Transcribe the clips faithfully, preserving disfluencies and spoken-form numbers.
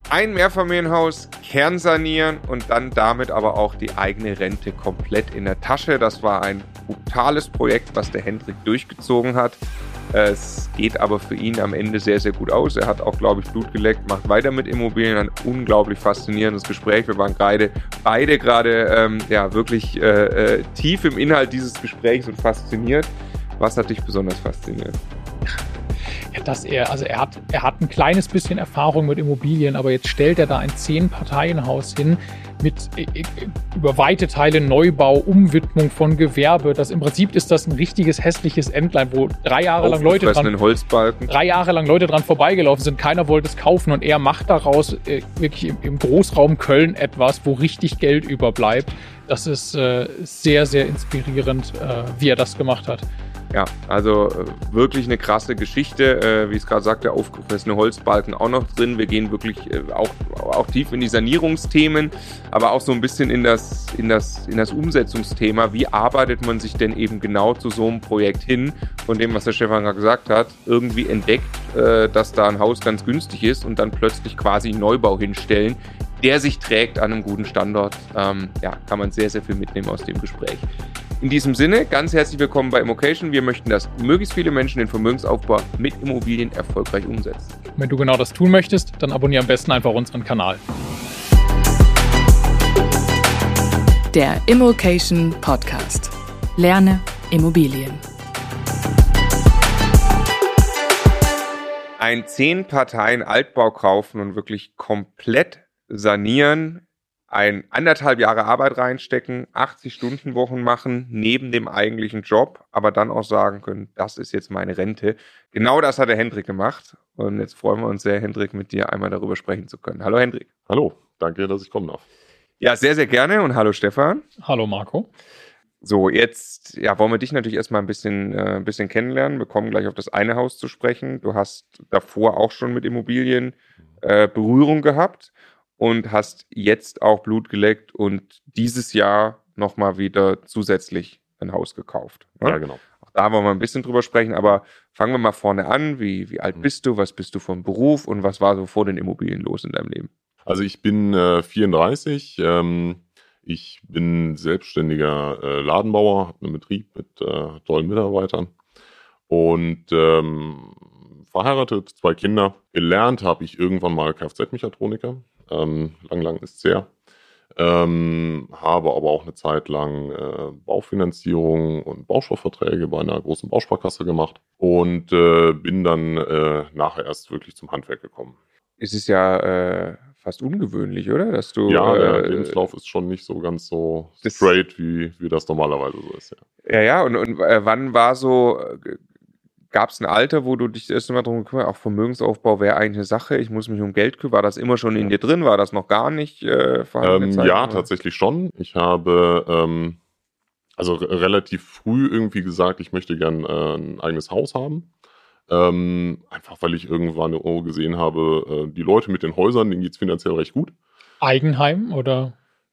Ein Mehrfamilienhaus kernsanieren und dann damit aber auch die eigene Rente komplett in der Tasche. Das war ein brutales Projekt, was der Hendrik durchgezogen hat. Es geht aber für ihn am Ende sehr, sehr gut aus. Er hat auch, glaube ich, Blut geleckt, macht weiter mit Immobilien. Ein unglaublich faszinierendes Gespräch. Wir waren gerade beide gerade ähm, ja, wirklich äh, äh, tief im Inhalt dieses Gesprächs und fasziniert. Was hat dich besonders fasziniert? Ja, dass er, also er hat, er hat ein kleines bisschen Erfahrung mit Immobilien, aber jetzt stellt er da ein Zehn-Parteien-Haus hin mit äh, über weite Teile Neubau, Umwidmung von Gewerbe. Das im Prinzip ist das ein richtiges hässliches Endline, wo drei Jahre lang Leute dran, Holzbalken. drei Jahre lang Leute dran vorbeigelaufen sind. Keiner wollte es kaufen und er macht daraus äh, wirklich im, im Großraum Köln etwas, wo richtig Geld überbleibt. Das ist äh, sehr, sehr inspirierend, äh, wie er das gemacht hat. Ja, also äh, wirklich eine krasse Geschichte. Äh, wie ich es gerade sagte, aufgerissene Holzbalken auch noch drin. Wir gehen wirklich äh, auch, auch tief in die Sanierungsthemen, aber auch so ein bisschen in das, in das, in das Umsetzungsthema. Wie arbeitet man sich denn eben genau zu so einem Projekt hin, von dem, was der Stefan gerade gesagt hat, irgendwie entdeckt, äh, dass da ein Haus ganz günstig ist und dann plötzlich quasi einen Neubau hinstellen, der sich trägt an einem guten Standort. Ähm, ja, kann man sehr, sehr viel mitnehmen aus dem Gespräch. In diesem Sinne, ganz herzlich willkommen bei Immocation. Wir möchten, dass möglichst viele Menschen den Vermögensaufbau mit Immobilien erfolgreich umsetzen. Wenn du genau das tun möchtest, dann abonniere am besten einfach unseren Kanal. Der Immocation Podcast. Lerne Immobilien. Ein zehn Parteien Altbau kaufen und wirklich komplett sanieren, ein anderthalb Jahre Arbeit reinstecken, achtzig-Stunden-Wochen machen, neben dem eigentlichen Job, aber dann auch sagen können, das ist jetzt meine Rente. Genau das hat der Hendrik gemacht. Und jetzt freuen wir uns sehr, Hendrik, mit dir einmal darüber sprechen zu können. Hallo Hendrik. Hallo, danke, dass ich kommen darf. Ja, sehr, sehr gerne. Und hallo Stefan. Hallo Marco. So, jetzt ja, wollen wir dich natürlich erstmal ein bisschen, äh, ein bisschen kennenlernen. Wir kommen gleich auf das eine Haus zu sprechen. Du hast davor auch schon mit Immobilien äh, Berührung gehabt. Und hast jetzt auch Blut geleckt und dieses Jahr nochmal wieder zusätzlich ein Haus gekauft. Ne? Ja, genau. Auch da wollen wir ein bisschen drüber sprechen, aber fangen wir mal vorne an. Wie, wie alt mhm. bist du? Was bist du von Beruf? Und was war so vor den Immobilien los in deinem Leben? Also ich bin äh, vierunddreißig. Ähm, ich bin selbstständiger äh, Ladenbauer, habe einen Betrieb mit äh, tollen Mitarbeitern und ähm, verheiratet, zwei Kinder. Gelernt habe ich irgendwann mal Kfz-Mechatroniker. Ähm, lang, lang ist es her. Ähm, habe aber auch eine Zeit lang äh, Baufinanzierung und Baustoffverträge bei einer großen Bausparkasse gemacht und äh, bin dann äh, nachher erst wirklich zum Handwerk gekommen. Es ist ja äh, fast ungewöhnlich, oder? Dass du, ja, der äh, Lebenslauf ist schon nicht so ganz so straight, wie, wie das normalerweise so ist. Ja, ja, ja und, und äh, wann war so... Äh, Gab es ein Alter, wo du dich das erste Mal darum gekümmert hast, auch Vermögensaufbau wäre eigentlich eine Sache, ich muss mich um Geld kümmern. War das immer schon in dir drin? War das noch gar nicht äh, vorhanden? Ähm, ja, tatsächlich schon. Ich habe ähm, also r- relativ früh irgendwie gesagt, ich möchte gern äh, ein eigenes Haus haben. Ähm, einfach weil ich irgendwann gesehen habe, äh, die Leute mit den Häusern, denen geht es finanziell recht gut. Eigenheim oder?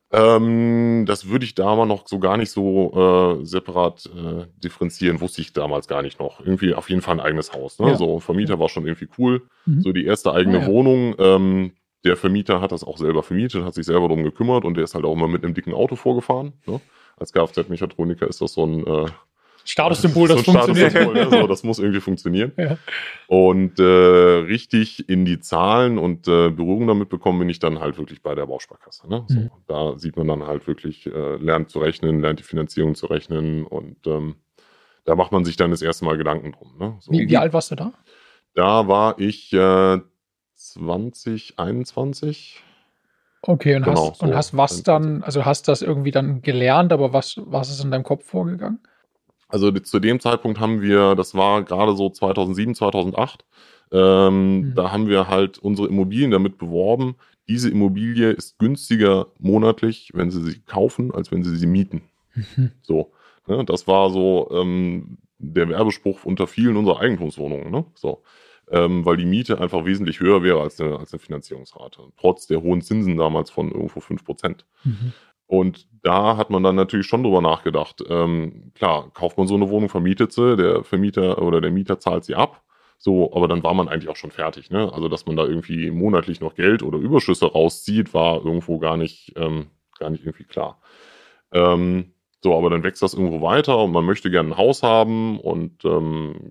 Ähm, das würde ich da mal noch so gar nicht so äh, separat äh, differenzieren, wusste ich damals gar nicht noch. Irgendwie auf jeden Fall ein eigenes Haus. Ne? Ja. So Vermieter war schon irgendwie cool. Mhm. So die erste eigene Ah, ja. Wohnung. Ähm, der Vermieter hat das auch selber vermietet, hat sich selber darum gekümmert und der ist halt auch immer mit einem dicken Auto vorgefahren. Ne? Als Kfz-Mechatroniker ist das so ein äh, Statussymbol, das so ein funktioniert. Statussymbol, ne? So, das muss irgendwie funktionieren. Ja. Und äh, richtig in die Zahlen und äh, Berührung damit bekommen bin ich dann halt wirklich bei der Bausparkasse. Ne? So, Mhm. da sieht man dann halt wirklich, äh, lernt zu rechnen, lernt die Finanzierung zu rechnen und ähm, da macht man sich dann das erste Mal Gedanken drum. Ne? So. Wie, wie alt warst du da? Da war ich äh, zwanzig einundzwanzig. Okay, und Genau, hast, und so hast was dann, also hast das irgendwie dann gelernt, aber was, was ist in deinem Kopf vorgegangen? Also die, zu dem Zeitpunkt haben wir, das war gerade so zweitausendsieben, zweitausendacht, ähm, Mhm. da haben wir halt unsere Immobilien damit beworben. Diese Immobilie ist günstiger monatlich, wenn Sie sie kaufen, als wenn Sie sie mieten. Mhm. So, ne? Das war so ähm, der Werbespruch unter vielen unserer Eigentumswohnungen. Ne? So, ähm, weil die Miete einfach wesentlich höher wäre als eine, als eine Finanzierungsrate. Trotz der hohen Zinsen damals von irgendwo fünf Prozent. Mhm. Und da hat man dann natürlich schon drüber nachgedacht. Ähm, klar, kauft man so eine Wohnung, vermietet sie, der Vermieter oder der Mieter zahlt sie ab. So, aber dann war man eigentlich auch schon fertig, ne? Also, dass man da irgendwie monatlich noch Geld oder Überschüsse rauszieht, war irgendwo gar nicht, ähm, gar nicht irgendwie klar. Ähm, so, aber dann wächst das irgendwo weiter und man möchte gerne ein Haus haben und ähm,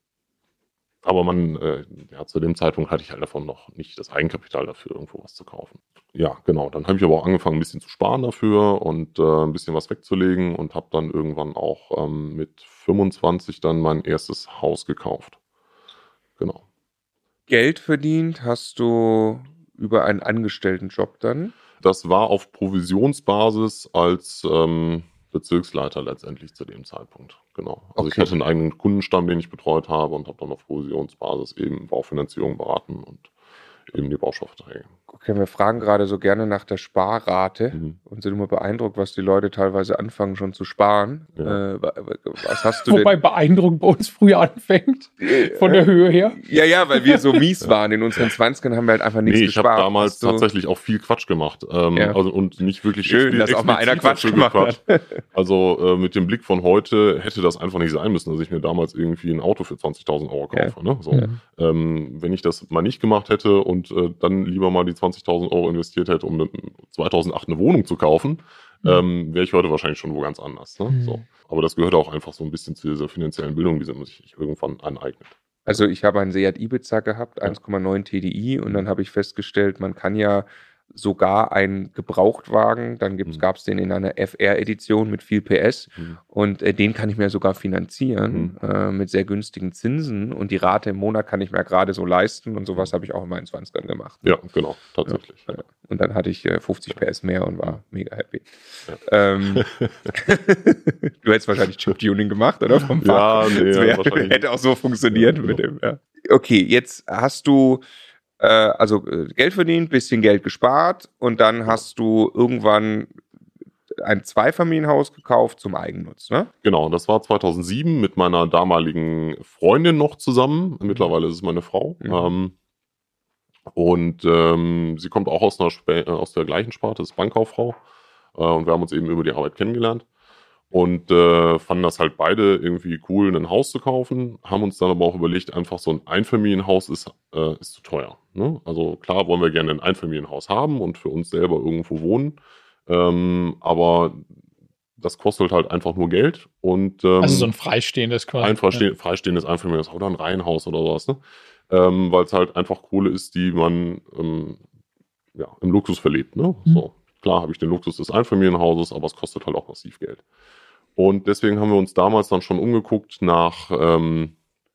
aber man, äh, ja, zu dem Zeitpunkt hatte ich halt davon noch nicht das Eigenkapital dafür, irgendwo was zu kaufen. Ja, genau. Dann habe ich aber auch angefangen, ein bisschen zu sparen dafür und äh, ein bisschen was wegzulegen und habe dann irgendwann auch ähm, mit fünfundzwanzig dann mein erstes Haus gekauft. Genau. Geld verdient hast du über einen Angestelltenjob dann? Das war auf Provisionsbasis als ähm, Bezirksleiter letztendlich zu dem Zeitpunkt. Genau. Also Okay. ich hatte einen eigenen Kundenstamm, den ich betreut habe und habe dann auf Provisionsbasis eben Baufinanzierung beraten und eben die Baustoffverträge. Okay, wir fragen gerade so gerne nach der Sparrate Mhm. und sind immer beeindruckt, was die Leute teilweise anfangen schon zu sparen. Ja. Äh, wa- wa- was hast du Wobei denn? beeindruckend bei uns früher anfängt, von der Höhe her. Ja, ja, weil wir so mies waren. In unseren zwanzigern haben wir halt einfach nichts Nee, ich habe gespart. damals Hast du- tatsächlich auch viel Quatsch gemacht. Ähm, Ja. also, und nicht wirklich Schön, expli- dass auch mal einer explizit Quatsch dafür gemacht gequatscht. hat. Also äh, mit dem Blick von heute hätte das einfach nicht sein müssen, dass ich mir damals irgendwie ein Auto für zwanzigtausend Euro Ja. kaufe. Ne? So. Ja. Ähm, wenn ich das mal nicht gemacht hätte und äh, dann lieber mal die zwanzigtausend Euro investiert hätte, um eine, zweitausendacht eine Wohnung zu kaufen, Mhm. ähm, wäre ich heute wahrscheinlich schon wo ganz anders. Ne? Mhm. So. Aber das gehört auch einfach so ein bisschen zu dieser finanziellen Bildung, die man sich irgendwann aneignet. Also ich habe einen Seat Ibiza gehabt, Ja. eins Komma neun T D I, und dann habe ich festgestellt, man kann ja sogar einen Gebrauchtwagen, dann Mhm. gab es den in einer F R-Edition mit viel P S, Mhm. und äh, den kann ich mir sogar finanzieren äh, mit sehr günstigen Zinsen, und die Rate im Monat kann ich mir gerade so leisten, und sowas habe ich auch in meinen zwanzigern gemacht. Ja, genau, tatsächlich. Ja. Und dann hatte ich äh, fünfzig P S mehr und war mega happy. Ja. Ähm, du hättest wahrscheinlich Chip-Tuning gemacht, oder? Vom Ja, Fach. nee, Das wär, wahrscheinlich. hätte auch so funktioniert Ja, mit genau. dem. Ja. Okay, jetzt hast du äh, also äh, Geld verdient, bisschen Geld gespart, und dann hast du irgendwann ein Zweifamilienhaus gekauft zum Eigennutz, ne? Genau, das war zweitausendsieben mit meiner damaligen Freundin noch zusammen. Mittlerweile ist es meine Frau. Mhm. Ähm, und ähm, sie kommt auch aus, einer Sp- äh, aus der gleichen Sparte, ist Bankkauffrau. Äh, und wir haben uns eben über die Arbeit kennengelernt. Und äh, fanden das halt beide irgendwie cool, ein Haus zu kaufen. Haben uns dann aber auch überlegt, einfach so ein Einfamilienhaus ist, äh, ist zu teuer. Ne? Also klar wollen wir gerne ein Einfamilienhaus haben und für uns selber irgendwo wohnen. Ähm, aber das kostet halt einfach nur Geld. Und, ähm, Also so ein freistehendes quasi. ein freiste- freistehendes Einfamilienhaus oder ein Reihenhaus oder sowas. Ne? Ähm, weil es halt einfach Kohle ist, die man ähm, ja, im Luxus verlebt. Ne? Mhm. So, klar habe ich den Luxus des Einfamilienhauses, aber es kostet halt auch massiv Geld. Und deswegen haben wir uns damals dann schon umgeguckt nach ähm,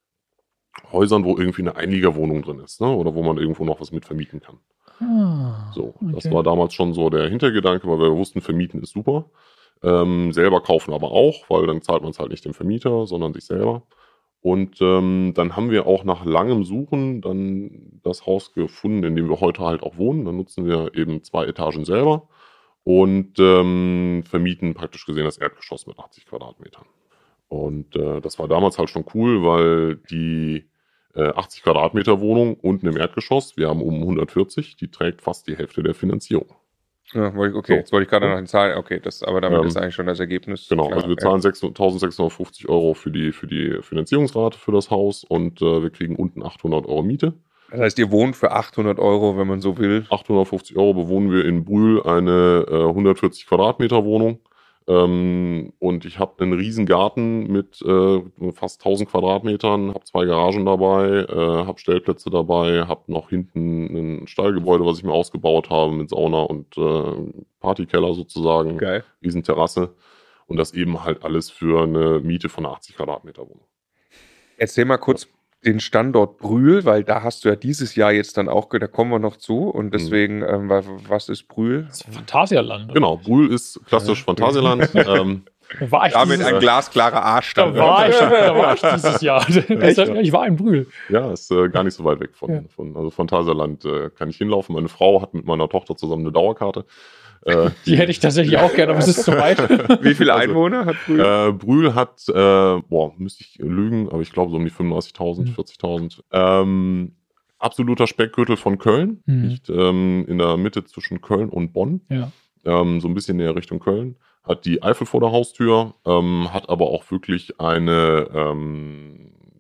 Häusern, wo irgendwie eine Einliegerwohnung drin ist, ne? Oder wo man irgendwo noch was mit vermieten kann. Ah, So, okay. das war damals schon so der Hintergedanke, weil wir wussten, vermieten ist super. Ähm, selber kaufen aber auch, weil dann zahlt man es halt nicht dem Vermieter, sondern sich selber. Und ähm, dann haben wir auch nach langem Suchen dann das Haus gefunden, in dem wir heute halt auch wohnen. Dann nutzen wir eben zwei Etagen selber und ähm, vermieten praktisch gesehen das Erdgeschoss mit achtzig Quadratmetern. Und äh, das war damals halt schon cool, weil die äh, achtzig Quadratmeter Wohnung unten im Erdgeschoss, wir haben oben hundertvierzig, die trägt fast die Hälfte der Finanzierung. Ja, wollte ich- okay, So. jetzt wollte ich gerade Ja. nach den Zahlen. Okay, das, aber damit Ähm, ist eigentlich schon das Ergebnis. Genau, klar. also wir zahlen sechs- eintausendsechshundertfünfzig Euro für die, für die Finanzierungsrate für das Haus und äh, wir kriegen unten achthundert Euro Miete. Das heißt, ihr wohnt für achthundert Euro, wenn man so will. achthundertfünfzig Euro bewohnen wir in Brühl eine äh, hundertvierzig Quadratmeter Wohnung. Ähm, und ich habe einen riesen Garten mit äh, fast tausend Quadratmetern, habe zwei Garagen dabei, äh, habe Stellplätze dabei, habe noch hinten ein Stallgebäude, was ich mir ausgebaut habe mit Sauna und äh, Partykeller sozusagen, Geil. riesen Terrasse. Und das eben halt alles für eine Miete von einer achtzig Quadratmeter Wohnung. Erzähl mal kurz den Standort Brühl, weil da hast du ja dieses Jahr jetzt dann auch, ge- da kommen wir noch zu, und deswegen, ähm, wa- was ist Brühl? Das ist Phantasialand. oder? Genau, Brühl ist klassisch Phantasialand. ähm, Da war ich Damit dieses, ein glasklarer Arsch. da war ich, da war ich dieses Jahr. Echt? Ich war in Brühl. Ja, ist äh, gar nicht so weit weg von, Ja. von also Phantasialand äh, kann ich hinlaufen. Meine Frau hat mit meiner Tochter zusammen eine Dauerkarte. Äh, Die hätte ich tatsächlich auch gerne, aber es ist zu weit. Wie viele Also, Einwohner hat Brühl? äh, Brühl hat, äh, boah, müsste ich lügen, aber ich glaube so um die fünfunddreißigtausend, Mhm. vierzigtausend. Ähm, absoluter Speckgürtel von Köln, Mhm. liegt ähm, in der Mitte zwischen Köln und Bonn, Ja. ähm, so ein bisschen näher Richtung Köln. Hat die Eifel vor der Haustür, ähm, hat aber auch wirklich eine ähm,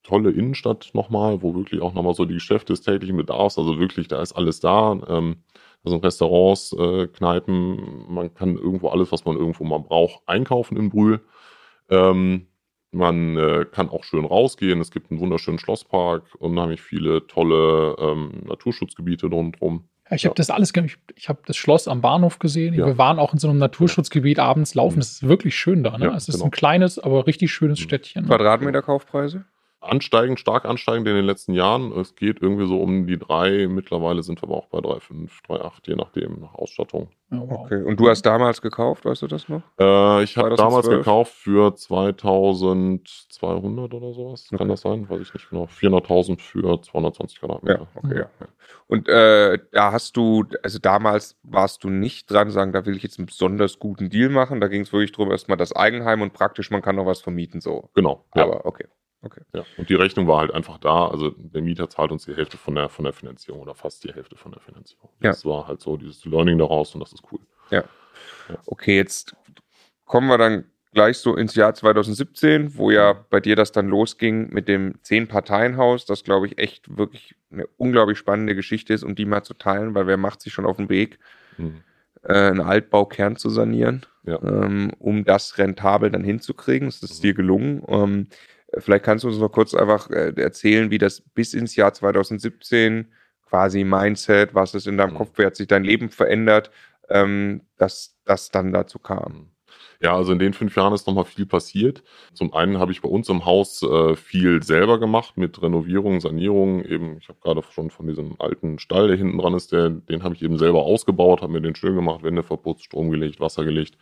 tolle Innenstadt nochmal, wo wirklich auch nochmal so die Geschäfte des täglichen Bedarfs, also wirklich, da ist alles da. Ähm, also Restaurants, äh, Kneipen, man kann irgendwo alles, was man irgendwo mal braucht, einkaufen in Brühl. Ähm, man äh, kann auch schön rausgehen. Es gibt einen wunderschönen Schlosspark, unheimlich viele tolle ähm, Naturschutzgebiete rundherum. Ja, ich habe das alles, ge- ich, ich habe das Schloss am Bahnhof gesehen. Ja. Wir waren auch in so einem Naturschutzgebiet abends laufen. Das ist wirklich schön da. Ne? Ja, es ist genau. ein kleines, aber richtig schönes Mhm. Städtchen. Ne? Quadratmeter-Kaufpreise? Ansteigend, stark ansteigend in den letzten Jahren. Es geht irgendwie so um die drei. Mittlerweile sind wir aber auch bei drei Komma fünf, drei Komma acht, je nachdem, nach Ausstattung. Ja, wow. Okay. Und du hast damals gekauft, weißt du das noch? Äh, ich habe damals zweitausendzwölf? gekauft für zweitausendzweihundert oder sowas. Kann Okay. das sein? Weiß ich nicht genau. vierhunderttausend für zweihundertzwanzig Quadratmeter. Ja, okay. Ja. Und äh, da hast du, also damals warst du nicht dran, sagen, da will ich jetzt einen besonders guten Deal machen. Da ging es wirklich darum, erstmal das Eigenheim und praktisch, man kann noch was vermieten, so. Genau. Ja. Aber okay. Okay. Ja. Und die Rechnung war halt einfach da. Also der Mieter zahlt uns die Hälfte von der, von der Finanzierung oder fast die Hälfte von der Finanzierung. Ja. Das war halt so dieses Learning daraus und das ist cool. Okay, jetzt kommen wir dann gleich so ins Jahr zweitausendsiebzehn, wo ja bei dir das dann losging mit dem Zehn-Parteien-Haus, das, glaube ich, echt wirklich eine unglaublich spannende Geschichte ist, um die mal zu teilen, weil wer macht sich schon auf den Weg, Mhm. äh, einen Altbaukern zu sanieren, Ja. ähm, um das rentabel dann hinzukriegen. Das ist dir gelungen. Ähm, vielleicht kannst du uns noch kurz einfach äh, erzählen, wie das bis ins Jahr zweitausendsiebzehn quasi Mindset, was ist in deinem Mhm. Kopf, wie hat sich dein Leben verändert, ähm, dass das dann dazu kam. Ja, also in den fünf Jahren ist nochmal viel passiert. Zum einen habe ich bei uns im Haus äh, viel selber gemacht mit Renovierung, Sanierung. Eben, ich habe gerade schon von diesem alten Stall, der hinten dran ist, der, den habe ich eben selber ausgebaut, habe mir den schön gemacht, Wände verputzt, Strom gelegt, Wasser gelegt.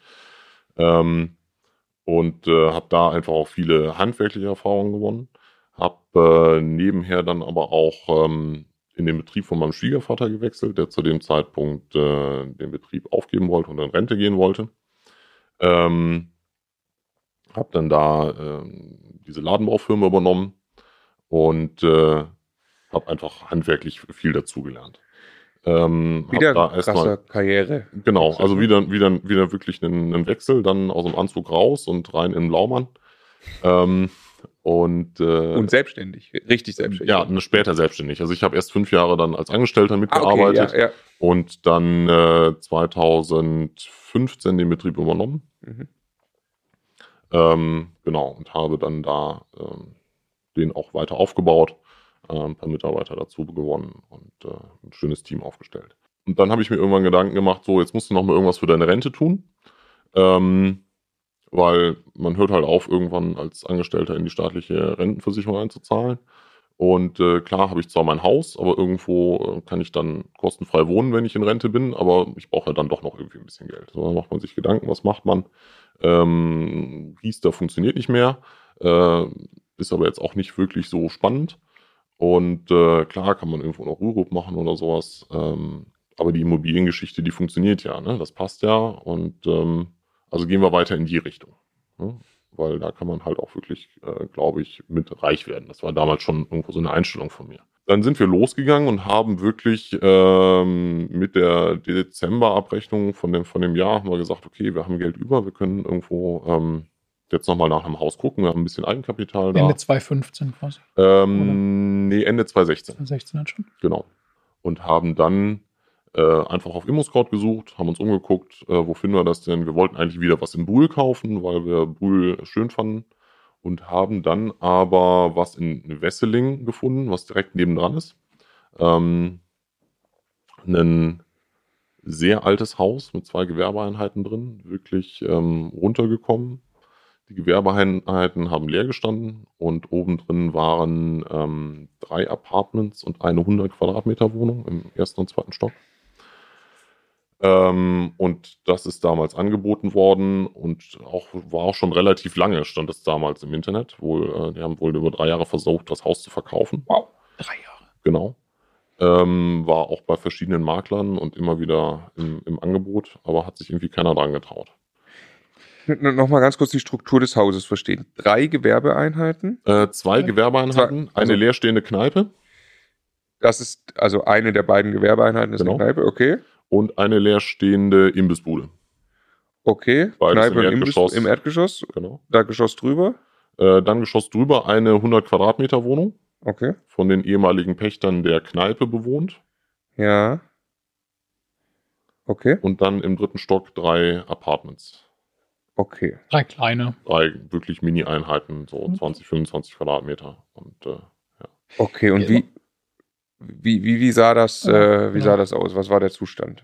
Ähm, und äh, habe da einfach auch viele handwerkliche Erfahrungen gewonnen. Habe äh, nebenher dann aber auch ähm, in den Betrieb von meinem Schwiegervater gewechselt, der zu dem Zeitpunkt äh, den Betrieb aufgeben wollte und in Rente gehen wollte. Ähm, habe dann da ähm, diese Ladenbaufirma übernommen und äh, habe einfach handwerklich viel dazugelernt. Ähm, hab Wieder da krasser erstmal Karriere. Genau, Wechsel, also ne? wieder, wieder, wieder wirklich einen, einen Wechsel, dann aus dem Anzug raus und rein in den Blaumann. Ähm, und äh, Und selbstständig, richtig selbstständig. ja, ne, später selbstständig. Also ich habe erst fünf Jahre dann als Angestellter Ah, okay, mitgearbeitet ja, ja. und dann äh, zweitausendfünfzehn den Betrieb übernommen. Mhm. Ähm, genau, und habe dann da ähm, den auch weiter aufgebaut, äh, ein paar Mitarbeiter dazu gewonnen und äh, ein schönes Team aufgestellt. Und dann habe ich mir irgendwann Gedanken gemacht, so, jetzt musst du noch mal irgendwas für deine Rente tun. Ähm, weil man hört halt auf, irgendwann als Angestellter in die staatliche Rentenversicherung einzuzahlen. Und äh, klar habe ich zwar mein Haus, aber irgendwo äh, kann ich dann kostenfrei wohnen, wenn ich in Rente bin, aber ich brauche ja dann doch noch irgendwie ein bisschen Geld. So, dann macht man sich Gedanken, was macht man? Ähm, Riester funktioniert nicht mehr, äh, ist aber jetzt auch nicht wirklich so spannend. Und äh, klar kann man irgendwo noch Rürup machen oder sowas, ähm, aber die Immobiliengeschichte, die funktioniert ja, ne? Das passt ja und ähm, also gehen wir weiter in die Richtung, ne? Weil da kann man halt auch wirklich, äh, glaube ich, mit reich werden. Das war damals schon irgendwo so eine Einstellung von mir. Dann sind wir losgegangen und haben wirklich ähm, mit der Dezemberabrechnung von dem, von dem Jahr haben wir gesagt, okay, wir haben Geld über, wir können irgendwo ähm, jetzt nochmal nach einem Haus gucken, wir haben ein bisschen Eigenkapital da. Ende zweitausendfünfzehn quasi. Ähm, nee, Ende zweitausendsechzehn. zweitausendsechzehn halt schon. Genau. Und haben dann äh, einfach auf ImmoScout gesucht, haben uns umgeguckt, äh, wo finden wir das denn? Wir wollten eigentlich wieder was in Brühl kaufen, weil wir Brühl schön fanden und haben dann aber was in Wesseling gefunden, was direkt nebendran ist. Ähm, ein sehr altes Haus mit zwei Gewerbeeinheiten drin, wirklich ähm, runtergekommen. Die Gewerbeeinheiten haben leer gestanden und oben drin waren ähm, drei Apartments und eine hundert Quadratmeter Wohnung im ersten und zweiten Stock. Ähm, und das ist damals angeboten worden und auch, war auch schon relativ lange, stand es damals im Internet. Wohl, äh, die haben wohl über drei Jahre versucht, das Haus zu verkaufen. Wow, drei Jahre. Genau. Ähm, war auch bei verschiedenen Maklern und immer wieder im, im Angebot, aber hat sich irgendwie keiner dran getraut. Nochmal ganz kurz die Struktur des Hauses verstehen. Drei Gewerbeeinheiten. Äh, zwei Gewerbeeinheiten, Zwei, also- eine leerstehende Kneipe Das ist also eine der beiden Gewerbeeinheiten, ist Genau. eine Kneipe, okay. und eine leerstehende Imbissbude. Okay, Beides Kneipe im und Imbiss Erdgeschoss. im Erdgeschoss, Genau. da Geschoss drüber. Äh, dann Geschoss drüber eine hundert Quadratmeter Wohnung. Okay. Von den ehemaligen Pächtern der Kneipe bewohnt. Ja. Okay. Und dann im dritten Stock drei Apartments. Okay. Drei kleine. Drei wirklich Mini-Einheiten, so zwanzig, fünfundzwanzig Quadratmeter. Und äh, ja. Okay, und Ja. wie, wie, wie, wie sah das, Ja, äh, wie genau. sah das aus? Was war der Zustand?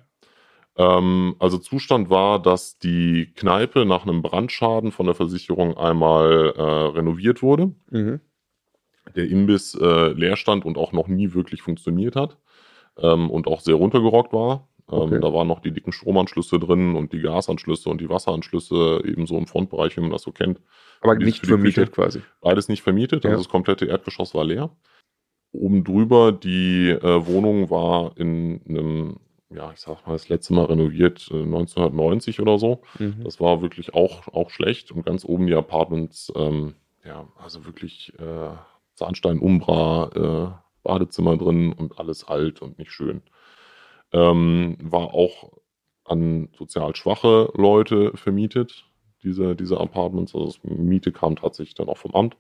Ähm, also Zustand war, dass die Kneipe nach einem Brandschaden von der Versicherung einmal äh, renoviert wurde. Mhm. Der Imbiss äh, leer stand und auch noch nie wirklich funktioniert hat. Ähm, und auch sehr runtergerockt war. Ähm, Okay. Da waren noch die dicken Stromanschlüsse drin und die Gasanschlüsse und die Wasseranschlüsse ebenso im Frontbereich, wie man das so kennt. Aber Für die- nicht für die vermietet Küche. quasi. Beides nicht vermietet, Ja. also das komplette Erdgeschoss war leer. Oben drüber die äh, Wohnung war in einem, ja, ich sag mal, das letzte Mal renoviert äh, neunzehnhundertneunzig oder so. Mhm. Das war wirklich auch, auch schlecht. Und ganz oben die Apartments, ähm, ja, also wirklich äh, Zahnstein, Umbra, äh, Badezimmer drin und alles alt und nicht schön. Ähm, war auch an sozial schwache Leute vermietet, diese, diese Apartments. Also das Miete kam tatsächlich dann auch vom Amt.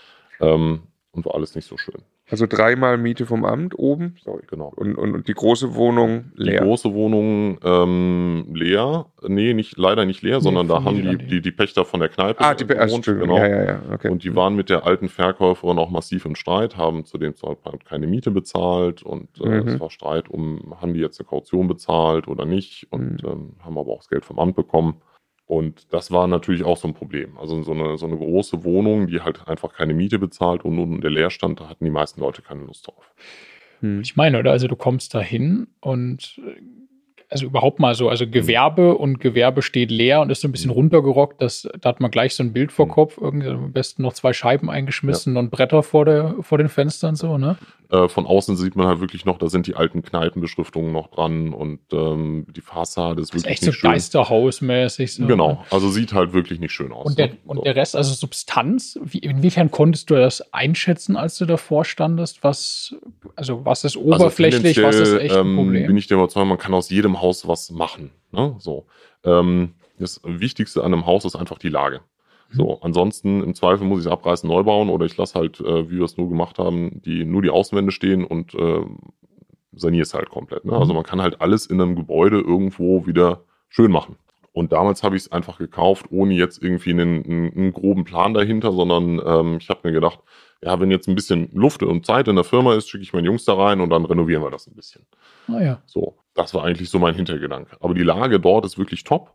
Ähm, und war alles nicht so schön. Also dreimal Miete vom Amt oben. Sorry. Genau. Und, und, und die große Wohnung leer. Die große Wohnung ähm, leer. Nee, nicht, leider nicht leer, Nee, sondern da haben vermietet die, an die. die, die Pächter von der Kneipe ah, die Be- also, gewohnt. Entschuldigung. Genau. Ja, ja, ja. Okay. Und die waren mit der alten Verkäuferin auch massiv im Streit, haben zu dem Zeitpunkt keine Miete bezahlt und äh, Mhm. es war Streit um, haben die jetzt eine Kaution bezahlt oder nicht und Mhm. ähm, haben aber auch das Geld vom Amt bekommen. Und das war natürlich auch so ein Problem. Also so eine, so eine große Wohnung, die halt einfach keine Miete bezahlt und nun der Leerstand, da hatten die meisten Leute keine Lust drauf. Hm. Ich meine, oder? Also du kommst da hin und äh, also überhaupt mal so, also Gewerbe und Gewerbe steht leer und ist so ein bisschen Mhm. runtergerockt. Das, da hat man gleich so ein Bild vor Mhm. Kopf. Irgendwie am besten noch zwei Scheiben eingeschmissen und Bretter vor, der, vor den Fenstern so, ne? Äh, von außen sieht man halt wirklich noch, da sind die alten Kneipenbeschriftungen noch dran und ähm, die Fassade ist Das ist wirklich echt so nicht schön. Geisterhausmäßig. So, ne? Genau, also sieht halt wirklich nicht schön aus. Und der, ne? und So. der Rest, also Substanz, wie, inwiefern konntest du das einschätzen, als du davor standest? Was, also was ist Also oberflächlich, was ist tendenziell, echt ein ähm, Problem? bin ich der Überzeugung, man kann aus jedem Haus was machen. Ne? So. Ähm, das Wichtigste an einem Haus ist einfach die Lage. So, ansonsten im Zweifel muss ich es abreißen, neu bauen oder ich lasse halt, äh, wie wir es nur gemacht haben, die nur die Außenwände stehen und äh, saniere es halt komplett. Ne? Also man kann halt alles in einem Gebäude irgendwo wieder schön machen. Und damals habe ich es einfach gekauft, ohne jetzt irgendwie einen, einen, einen groben Plan dahinter, sondern ähm, ich habe mir gedacht, ja, wenn jetzt ein bisschen Luft und Zeit in der Firma ist, schicke ich meine Jungs da rein und dann renovieren wir das ein bisschen. Ah ja. So, das war eigentlich so mein Hintergedanke. Aber die Lage dort ist wirklich top.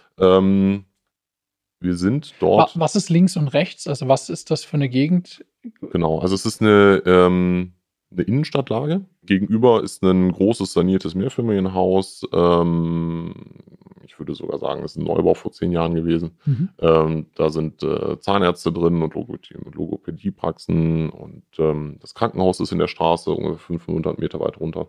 Ähm, wir sind Wa- dort, Was ist links und rechts? Also was ist das für eine Gegend? genau, also es ist eine, ähm, eine Innenstadtlage. Gegenüber ist ein großes saniertes Mehrfamilienhaus. Ähm, ich würde sogar sagen, es ist ein Neubau vor zehn Jahren gewesen. Mhm. Ähm, da sind äh, Zahnärzte drin und Logopädie- Logopädiepraxen und ähm, das Krankenhaus ist in der Straße ungefähr fünfhundert Meter weit runter.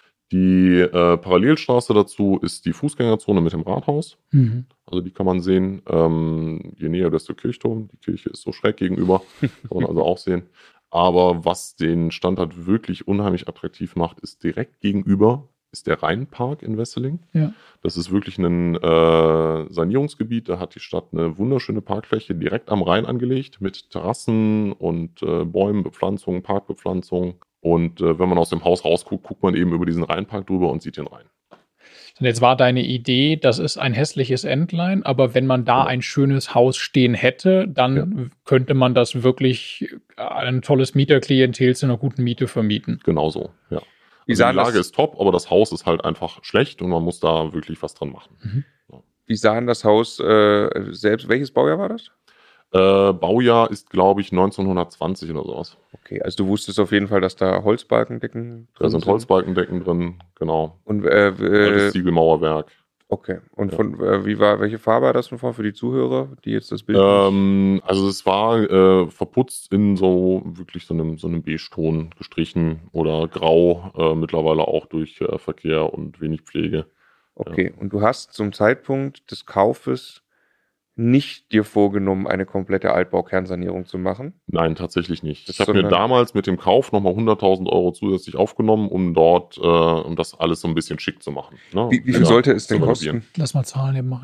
Die äh, Parallelstraße dazu ist die Fußgängerzone mit dem Rathaus. Mhm. Also die kann man sehen. Ähm, je näher, desto Kirchturm. Die Kirche ist so schräg gegenüber. Kann man also auch sehen. Aber was den Standort wirklich unheimlich attraktiv macht, ist direkt gegenüber ist der Rheinpark in Wesseling. Ja. Das ist wirklich ein äh, Sanierungsgebiet. Da hat die Stadt eine wunderschöne Parkfläche direkt am Rhein angelegt mit Terrassen und äh, Bäumen, Bepflanzung, Parkbepflanzung. Und äh, wenn man aus dem Haus rausguckt, guckt man eben über diesen Rheinpark drüber und sieht den Rhein. Und jetzt war deine Idee, das ist ein hässliches Endline, aber wenn man da Genau. ein schönes Haus stehen hätte, dann Ja. könnte man das wirklich ein tolles Mieterklientel zu einer guten Miete vermieten. Genau so, ja. Wie Also sah die Lage das- ist top, aber das Haus ist halt einfach schlecht und man muss da wirklich was dran machen. Wie sah denn das Haus äh, selbst? Welches Baujahr war das? Äh, Baujahr ist, glaube ich, neunzehnhundertzwanzig oder sowas. Okay, also du wusstest auf jeden Fall, dass da Holzbalkendecken Da sind Holzbalkendecken drin, genau. Und äh, Altes äh, Ziegelmauerwerk. okay. Und Ja. von äh, wie war, welche Farbe war das von für die Zuhörer, die jetzt das Bild Ähm, also es war äh, verputzt in so wirklich so einem, so einem Beige-Ton gestrichen oder grau, äh, mittlerweile auch durch äh, Verkehr und wenig Pflege. Okay, und du hast zum Zeitpunkt des Kaufes nicht dir vorgenommen, eine komplette Altbaukernsanierung zu machen? Nein, tatsächlich nicht. Das Ich habe mir sondern- damals mit dem Kauf nochmal hunderttausend Euro zusätzlich aufgenommen, um dort, äh, um das alles so ein bisschen schick zu machen. Ne? Wie, wie viel Schöner sollte es zu denn renovieren. kosten? Lass mal Zahlen eben machen.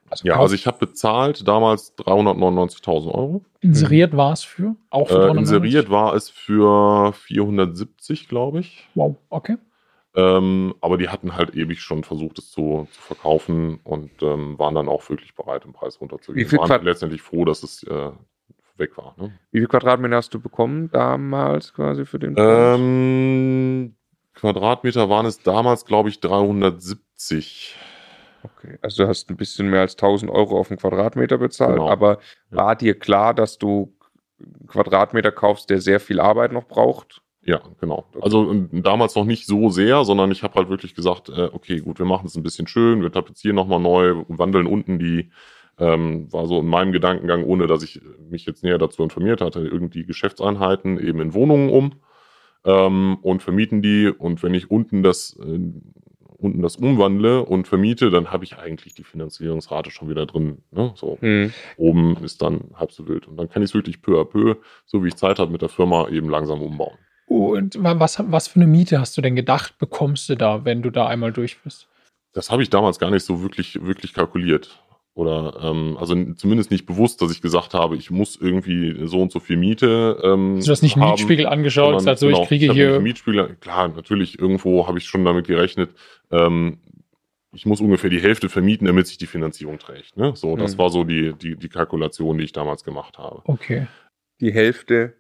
Also Ja, Kauf- also ich habe bezahlt damals dreihundertneunundneunzigtausend Euro. inseriert war es für? Auch für Äh, dreihundertneunundneunzig? inseriert war es für vierhundertsiebzig, glaube ich. Wow, okay. Ähm, aber die hatten halt ewig schon versucht, es zu, zu verkaufen und ähm, waren dann auch wirklich bereit, den Preis runterzugehen. Wie viel Waren Quad- letztendlich froh, dass es äh, weg war. Ne? Wie viel Quadratmeter hast du bekommen damals quasi für den Preis? Ähm, Quadratmeter waren es damals, glaube ich, dreihundertsiebzig. Okay, also du hast ein bisschen mehr als tausend Euro auf den Quadratmeter bezahlt, Genau. aber Ja. war dir klar, dass du einen Quadratmeter kaufst, der sehr viel Arbeit noch braucht? Ja, genau. Also ähm, damals noch nicht so sehr, sondern ich habe halt wirklich gesagt, äh, okay, gut, wir machen es ein bisschen schön, wir tapezieren nochmal neu, wandeln unten die, ähm, war so in meinem Gedankengang, ohne dass ich mich jetzt näher dazu informiert hatte, irgendwie Geschäftseinheiten eben in Wohnungen um ähm, und vermieten die. Und wenn ich unten das, äh, unten das umwandle und vermiete, dann habe ich eigentlich die Finanzierungsrate schon wieder drin. Ne? So. Hm. Oben ist dann halb so wild. Und dann kann ich es wirklich peu à peu, so wie ich Zeit habe mit der Firma, eben langsam umbauen. Und was, was für eine Miete hast du denn gedacht, bekommst du da, wenn du da einmal durch bist? Das habe ich damals gar nicht so wirklich, wirklich kalkuliert. Oder ähm, also zumindest nicht bewusst, dass ich gesagt habe, ich muss irgendwie so und so viel Miete. Ähm, Hast du das nicht im haben, Mietspiegel angeschaut und sondern, gesagt, so, genau, ich kriege hab nicht hier. im Mietspiegel, klar, natürlich, irgendwo habe ich schon damit gerechnet, ähm, ich muss ungefähr die Hälfte vermieten, damit sich die Finanzierung trägt. Ne? So, das Mhm. war so die, die, die Kalkulation, die ich damals gemacht habe. Okay. Die Hälfte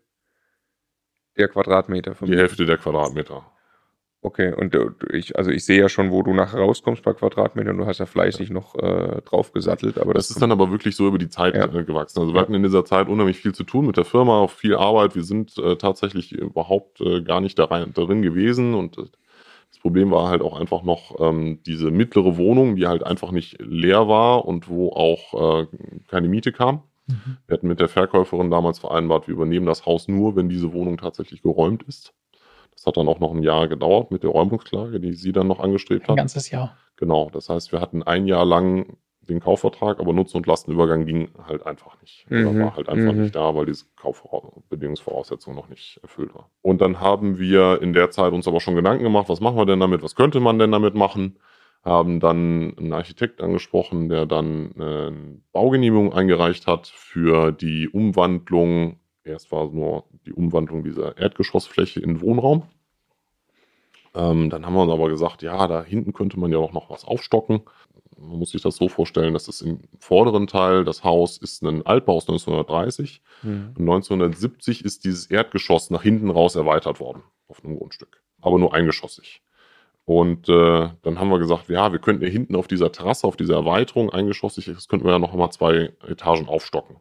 der Quadratmeter von Die Hälfte der Quadratmeter. Okay, und äh, ich, also ich sehe ja schon, wo du nachher rauskommst bei Quadratmetern. Du hast ja fleißig noch äh, draufgesattelt, aber das, Das ist dann aber wirklich so über die Zeit Ja. äh, gewachsen. Also wir Ja. hatten in dieser Zeit unheimlich viel zu tun mit der Firma, auch viel Arbeit. Wir sind äh, tatsächlich überhaupt äh, gar nicht da rein, darin gewesen. Und äh, das Problem war halt auch einfach noch ähm, diese mittlere Wohnung, die halt einfach nicht leer war und wo auch äh, keine Miete kam. Mhm. Wir hatten mit der Verkäuferin damals vereinbart, wir übernehmen das Haus nur, wenn diese Wohnung tatsächlich geräumt ist. Das hat dann auch noch ein Jahr gedauert mit der Räumungsklage, die sie dann noch angestrebt Ein hat. ganzes Jahr. Genau, das heißt, wir hatten ein Jahr lang den Kaufvertrag, aber Nutzen- und Lastenübergang ging halt einfach nicht. Oder Mhm, war halt einfach mhm. nicht da, weil diese Kaufbedingungsvoraussetzung noch nicht erfüllt war. Und dann haben wir in der Zeit uns aber schon Gedanken gemacht, was machen wir denn damit, was könnte man denn damit machen? Haben dann einen Architekt angesprochen, der dann eine Baugenehmigung eingereicht hat für die Umwandlung. Erst war nur die Umwandlung dieser Erdgeschossfläche in Wohnraum. Ähm, dann haben wir uns aber gesagt, ja, da hinten könnte man ja auch noch was aufstocken. Man muss sich das so vorstellen, dass es im vorderen Teil, das Haus ist ein Altbau aus neunzehnhundertdreißig. Mhm. Und neunzehnhundertsiebzig ist dieses Erdgeschoss nach hinten raus erweitert worden auf einem Grundstück. Aber nur eingeschossig. Und äh, dann haben wir gesagt, ja, wir könnten ja hinten auf dieser Terrasse, auf dieser Erweiterung eingeschossig, das könnten wir ja noch mal zwei Etagen aufstocken.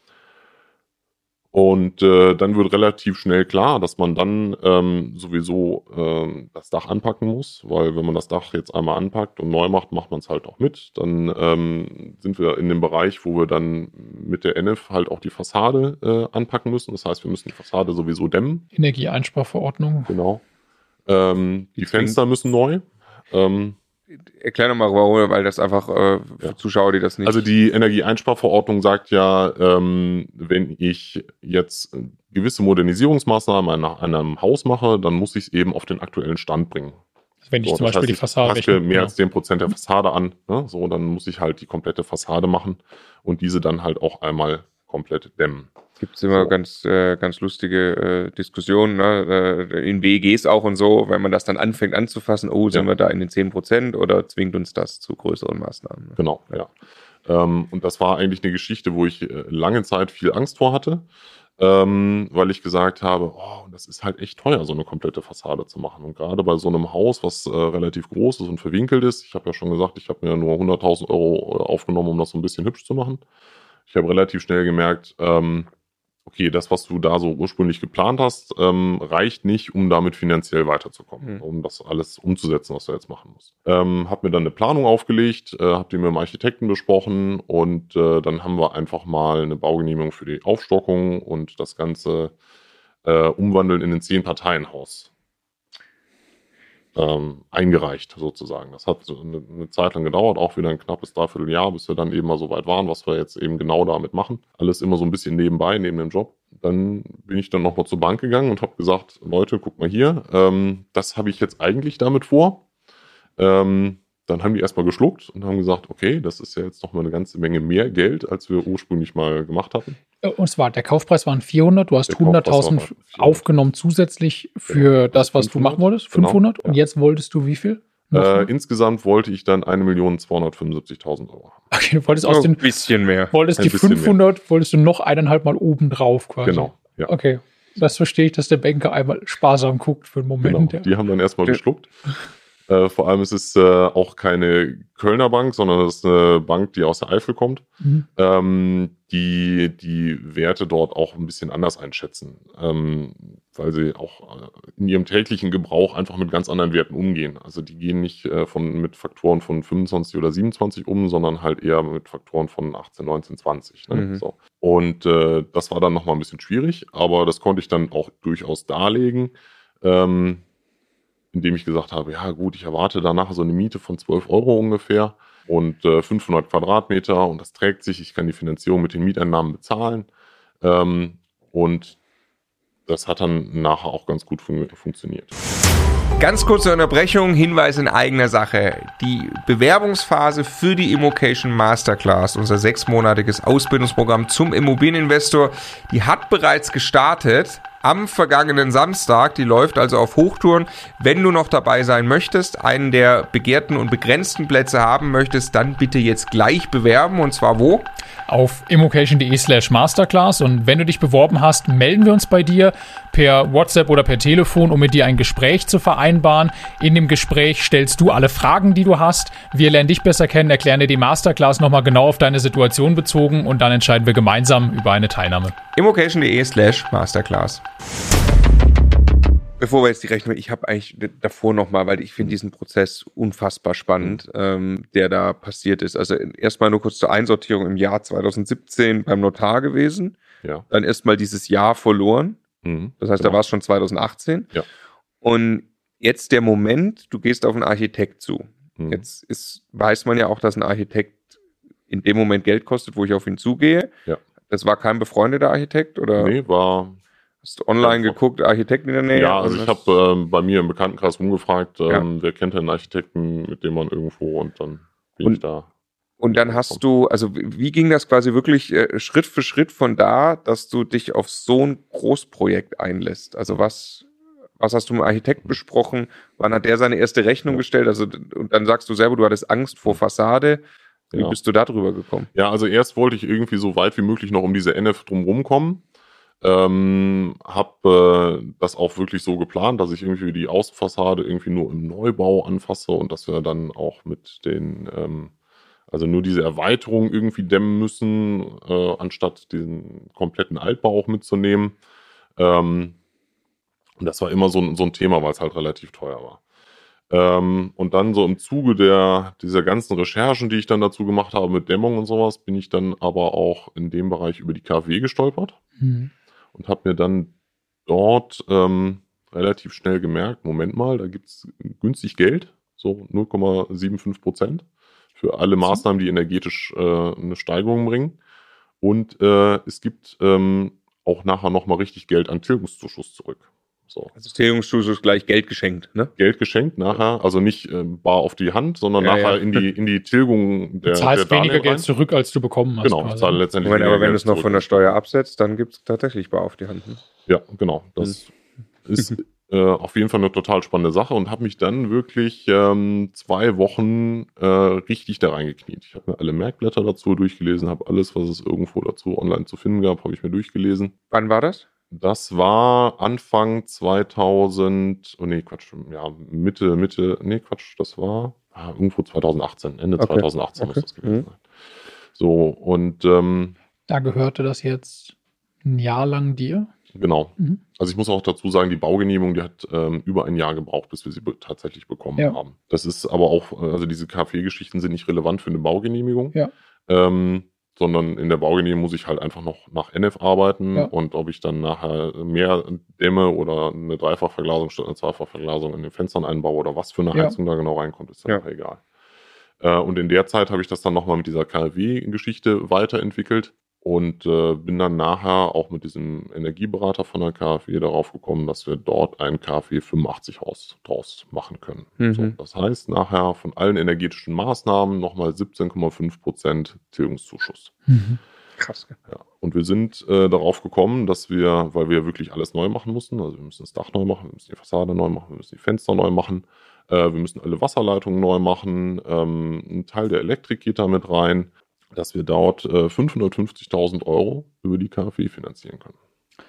Und äh, dann wird relativ schnell klar, dass man dann ähm, sowieso ähm, das Dach anpacken muss, weil wenn man das Dach jetzt einmal anpackt und neu macht, macht man es halt auch mit. Dann ähm, sind wir in dem Bereich, wo wir dann mit der N F halt auch die Fassade äh, anpacken müssen. Das heißt, wir müssen die Fassade sowieso dämmen. Energieeinsparverordnung. Genau. Ähm, die Fenster müssen neu. Ähm, Erklär nochmal, warum, weil das einfach äh, für Ja. Zuschauer, die das nicht... Also die Energieeinsparverordnung sagt ja, ähm, wenn ich jetzt gewisse Modernisierungsmaßnahmen an einem Haus mache, dann muss ich es eben auf den aktuellen Stand bringen. Wenn ich So, zum das Beispiel heißt, die ich Fassade passe rechne. mehr Genau. als zehn Prozent der Fassade an. Ne? So, dann muss ich halt die komplette Fassade machen und diese dann halt auch einmal komplett dämmen. Gibt es immer So. ganz, äh, ganz lustige äh, Diskussionen, ne? äh, in W E Gs auch und so, wenn man das dann anfängt anzufassen, oh, sind Ja. wir da in den zehn Prozent oder zwingt uns das zu größeren Maßnahmen? Ne? Genau, ja. Ähm, und das war eigentlich eine Geschichte, wo ich äh, lange Zeit viel Angst vor hatte, ähm, weil ich gesagt habe, oh, das ist halt echt teuer, so eine komplette Fassade zu machen. Und gerade bei so einem Haus, was äh, relativ groß ist und verwinkelt ist, ich habe ja schon gesagt, ich habe mir nur hunderttausend Euro äh, aufgenommen, um das so ein bisschen hübsch zu machen. Ich habe relativ schnell gemerkt, ähm, okay, das, was du da so ursprünglich geplant hast, ähm, reicht nicht, um damit finanziell weiterzukommen, Mhm. um das alles umzusetzen, was du jetzt machen musst. Ähm, hab mir dann eine Planung aufgelegt, äh, hab die mit dem Architekten besprochen und äh, dann haben wir einfach mal eine Baugenehmigung für die Aufstockung und das Ganze äh, umwandeln in ein Zehn-Parteien-Haus ähm, eingereicht, sozusagen. Das hat so eine, eine Zeit lang gedauert, auch wieder ein knappes Dreivierteljahr, bis wir dann eben mal so weit waren, was wir jetzt eben genau damit machen. Alles immer so ein bisschen nebenbei, neben dem Job. Dann bin ich dann nochmal zur Bank gegangen und habe gesagt, Leute, guck mal hier, ähm, das habe ich jetzt eigentlich damit vor. Ähm, dann haben die erstmal geschluckt und haben gesagt, okay, das ist ja jetzt noch mal eine ganze Menge mehr Geld, als wir ursprünglich mal gemacht hatten. Und zwar, der Kaufpreis waren vierhundert, du hast Der hunderttausend Kaufpreis war aufgenommen zusätzlich für Genau. das, was du machen wolltest, Genau. fünfhundert. Und Ja. jetzt wolltest du wie viel? Noch Äh, mehr? insgesamt wollte ich dann eine Million zweihundertfünfundsiebzigtausend Euro haben. Okay, du wolltest aus Oh, ein den, bisschen mehr. wolltest ein die bisschen mehr. fünfhundert, wolltest du noch eineinhalb Mal oben drauf quasi. Genau, ja. Okay, das verstehe ich, dass der Banker einmal sparsam guckt für einen Genau. Moment. Ja. Die haben dann erstmal Ja. geschluckt. Äh, vor allem ist es äh, auch keine Kölner Bank, sondern es ist eine Bank, die aus der Eifel kommt, Mhm. ähm, die die Werte dort auch ein bisschen anders einschätzen, ähm, weil sie auch äh, in ihrem täglichen Gebrauch einfach mit ganz anderen Werten umgehen. Also die gehen nicht äh, von, mit Faktoren von fünfundzwanzig oder siebenundzwanzig um, sondern halt eher mit Faktoren von achtzehn, neunzehn, zwanzig. Ne? Mhm. So. Und äh, das war dann nochmal ein bisschen schwierig, aber das konnte ich dann auch durchaus darlegen. Ähm, indem ich gesagt habe, ja gut, ich erwarte danach so eine Miete von zwölf Euro ungefähr und äh, fünfhundert Quadratmeter und das trägt sich, ich kann die Finanzierung mit den Mieteinnahmen bezahlen ähm, und das hat dann nachher auch ganz gut fun- funktioniert. Ganz kurze Unterbrechung, Hinweis in eigener Sache. Die Bewerbungsphase für die Immocation Masterclass, unser sechsmonatiges Ausbildungsprogramm zum Immobilieninvestor, die hat bereits gestartet am vergangenen Samstag. Die läuft also auf Hochtouren. Wenn du noch dabei sein möchtest, einen der begehrten und begrenzten Plätze haben möchtest, dann bitte jetzt gleich bewerben. Und zwar wo? Auf immocation.de slash masterclass. Und wenn du dich beworben hast, melden wir uns bei dir per WhatsApp oder per Telefon, um mit dir ein Gespräch zu vereinbaren. In dem Gespräch stellst du alle Fragen, die du hast. Wir lernen dich besser kennen, erklären dir die Masterclass nochmal genau auf deine Situation bezogen und dann entscheiden wir gemeinsam über eine Teilnahme. immocation.de slash masterclass. Bevor wir jetzt die Rechnung, ich habe eigentlich davor nochmal, weil ich finde diesen Prozess unfassbar spannend, ähm, der da passiert ist. Also erstmal nur kurz zur Einsortierung im Jahr zweitausendsiebzehn beim Notar gewesen, Ja. dann erstmal dieses Jahr verloren. Mhm. Das heißt, Genau. da war es schon zweitausendachtzehn. Ja. Und jetzt der Moment, du gehst auf einen Architekt zu. Mhm. Jetzt ist, weiß man ja auch, dass ein Architekt in dem Moment Geld kostet, wo ich auf ihn zugehe. Ja. Das war kein befreundeter Architekt oder Nee, war hast du online Ja, geguckt, Architekten in der Nähe? ja, also Und ich das- habe ähm, bei mir im Bekanntenkreis rumgefragt, ähm, Ja. wer kennt denn einen Architekten, mit dem man irgendwo und dann bin Und- ich da. Und dann hast du, also wie wie ging das quasi wirklich äh, Schritt für Schritt von da, dass du dich auf so ein Großprojekt einlässt? Also was, was hast du mit dem Architekt besprochen? Wann hat der seine erste Rechnung Ja. gestellt? Also, und dann sagst du selber, du hattest Angst vor Fassade. Wie Ja. bist du da drüber gekommen? Ja, also erst wollte ich irgendwie so weit wie möglich noch um diese N F drumherum kommen. Ähm, hab äh, das auch wirklich so geplant, dass ich irgendwie die Außenfassade irgendwie nur im Neubau anfasse und dass wir dann auch mit den, ähm, also nur diese Erweiterung irgendwie dämmen müssen, äh, anstatt diesen kompletten Altbau auch mitzunehmen. Ähm, und das war immer so, ein- so ein Thema, weil es halt relativ teuer war. Ähm, und dann so im Zuge der, dieser ganzen Recherchen, die ich dann dazu gemacht habe mit Dämmung und sowas, bin ich dann aber auch in dem Bereich über die K W gestolpert Mhm. und habe mir dann dort ähm, relativ schnell gemerkt, Moment mal, da gibt es günstig Geld, so null Komma fünfundsiebzig Prozent für alle Maßnahmen, die energetisch äh, eine Steigerung bringen. Und äh, es gibt ähm, auch nachher nochmal richtig Geld an Tilgungszuschuss zurück. So. Also Tilgungszuschuss gleich Geld geschenkt, ne? Geld geschenkt nachher, also nicht äh, bar auf die Hand, sondern Ja, nachher ja. in die in die Tilgung der, Du zahlst der weniger Darlehen Geld rein. zurück, als du bekommen hast. Genau, ich quasi. zahle letztendlich Moment, weniger aber wenn du Geld es noch zurück. von der Steuer absetzt, dann gibt es tatsächlich bar auf die Hand. Ne? Ja, genau. Das ist äh, auf jeden Fall eine total spannende Sache und habe mich dann wirklich ähm, zwei Wochen äh, richtig da reingekniet. Ich habe mir alle Merkblätter dazu durchgelesen, habe alles, was es irgendwo dazu online zu finden gab, habe ich mir durchgelesen. Wann war das? Das war Anfang zweitausend, oh nee, Quatsch, ja, Mitte, Mitte, nee, Quatsch, das war ah, irgendwo zweitausendachtzehn, Ende Okay. zweitausendachtzehn Okay. muss das gewesen Mhm. sein. So, und ähm, Da gehörte das jetzt ein Jahr lang dir. genau. Mhm. Also ich muss auch dazu sagen, die Baugenehmigung, die hat ähm, über ein Jahr gebraucht, bis wir sie be- tatsächlich bekommen Ja. haben. Das ist aber auch, äh, also diese K fW-Geschichten sind nicht relevant für eine Baugenehmigung. Ja. Ähm, sondern in der Baugenehmigung muss ich halt einfach noch nach N F arbeiten Ja. und ob ich dann nachher mehr Dämme oder eine Dreifachverglasung statt eine Zweifachverglasung in den Fenstern einbaue oder was für eine Ja. Heizung da genau reinkommt, ist dann Ja. auch egal. Äh, und in der Zeit habe ich das dann nochmal mit dieser K W-Geschichte weiterentwickelt Und äh, bin dann nachher auch mit diesem Energieberater von der KfW darauf gekommen, dass wir dort ein KfW fünfundachtzig Haus draus machen können. Mhm. So, das heißt, nachher von allen energetischen Maßnahmen nochmal siebzehn Komma fünf Prozent Tilgungszuschuss. Mhm. Krass. Ja. Und wir sind äh, darauf gekommen, dass wir, weil wir wirklich alles neu machen mussten, also wir müssen das Dach neu machen, wir müssen die Fassade neu machen, wir müssen die Fenster neu machen, äh, wir müssen alle Wasserleitungen neu machen, ähm, ein Teil der Elektrik geht da mit rein, dass wir dort äh, fünfhundertfünfzigtausend Euro über die KfW finanzieren können.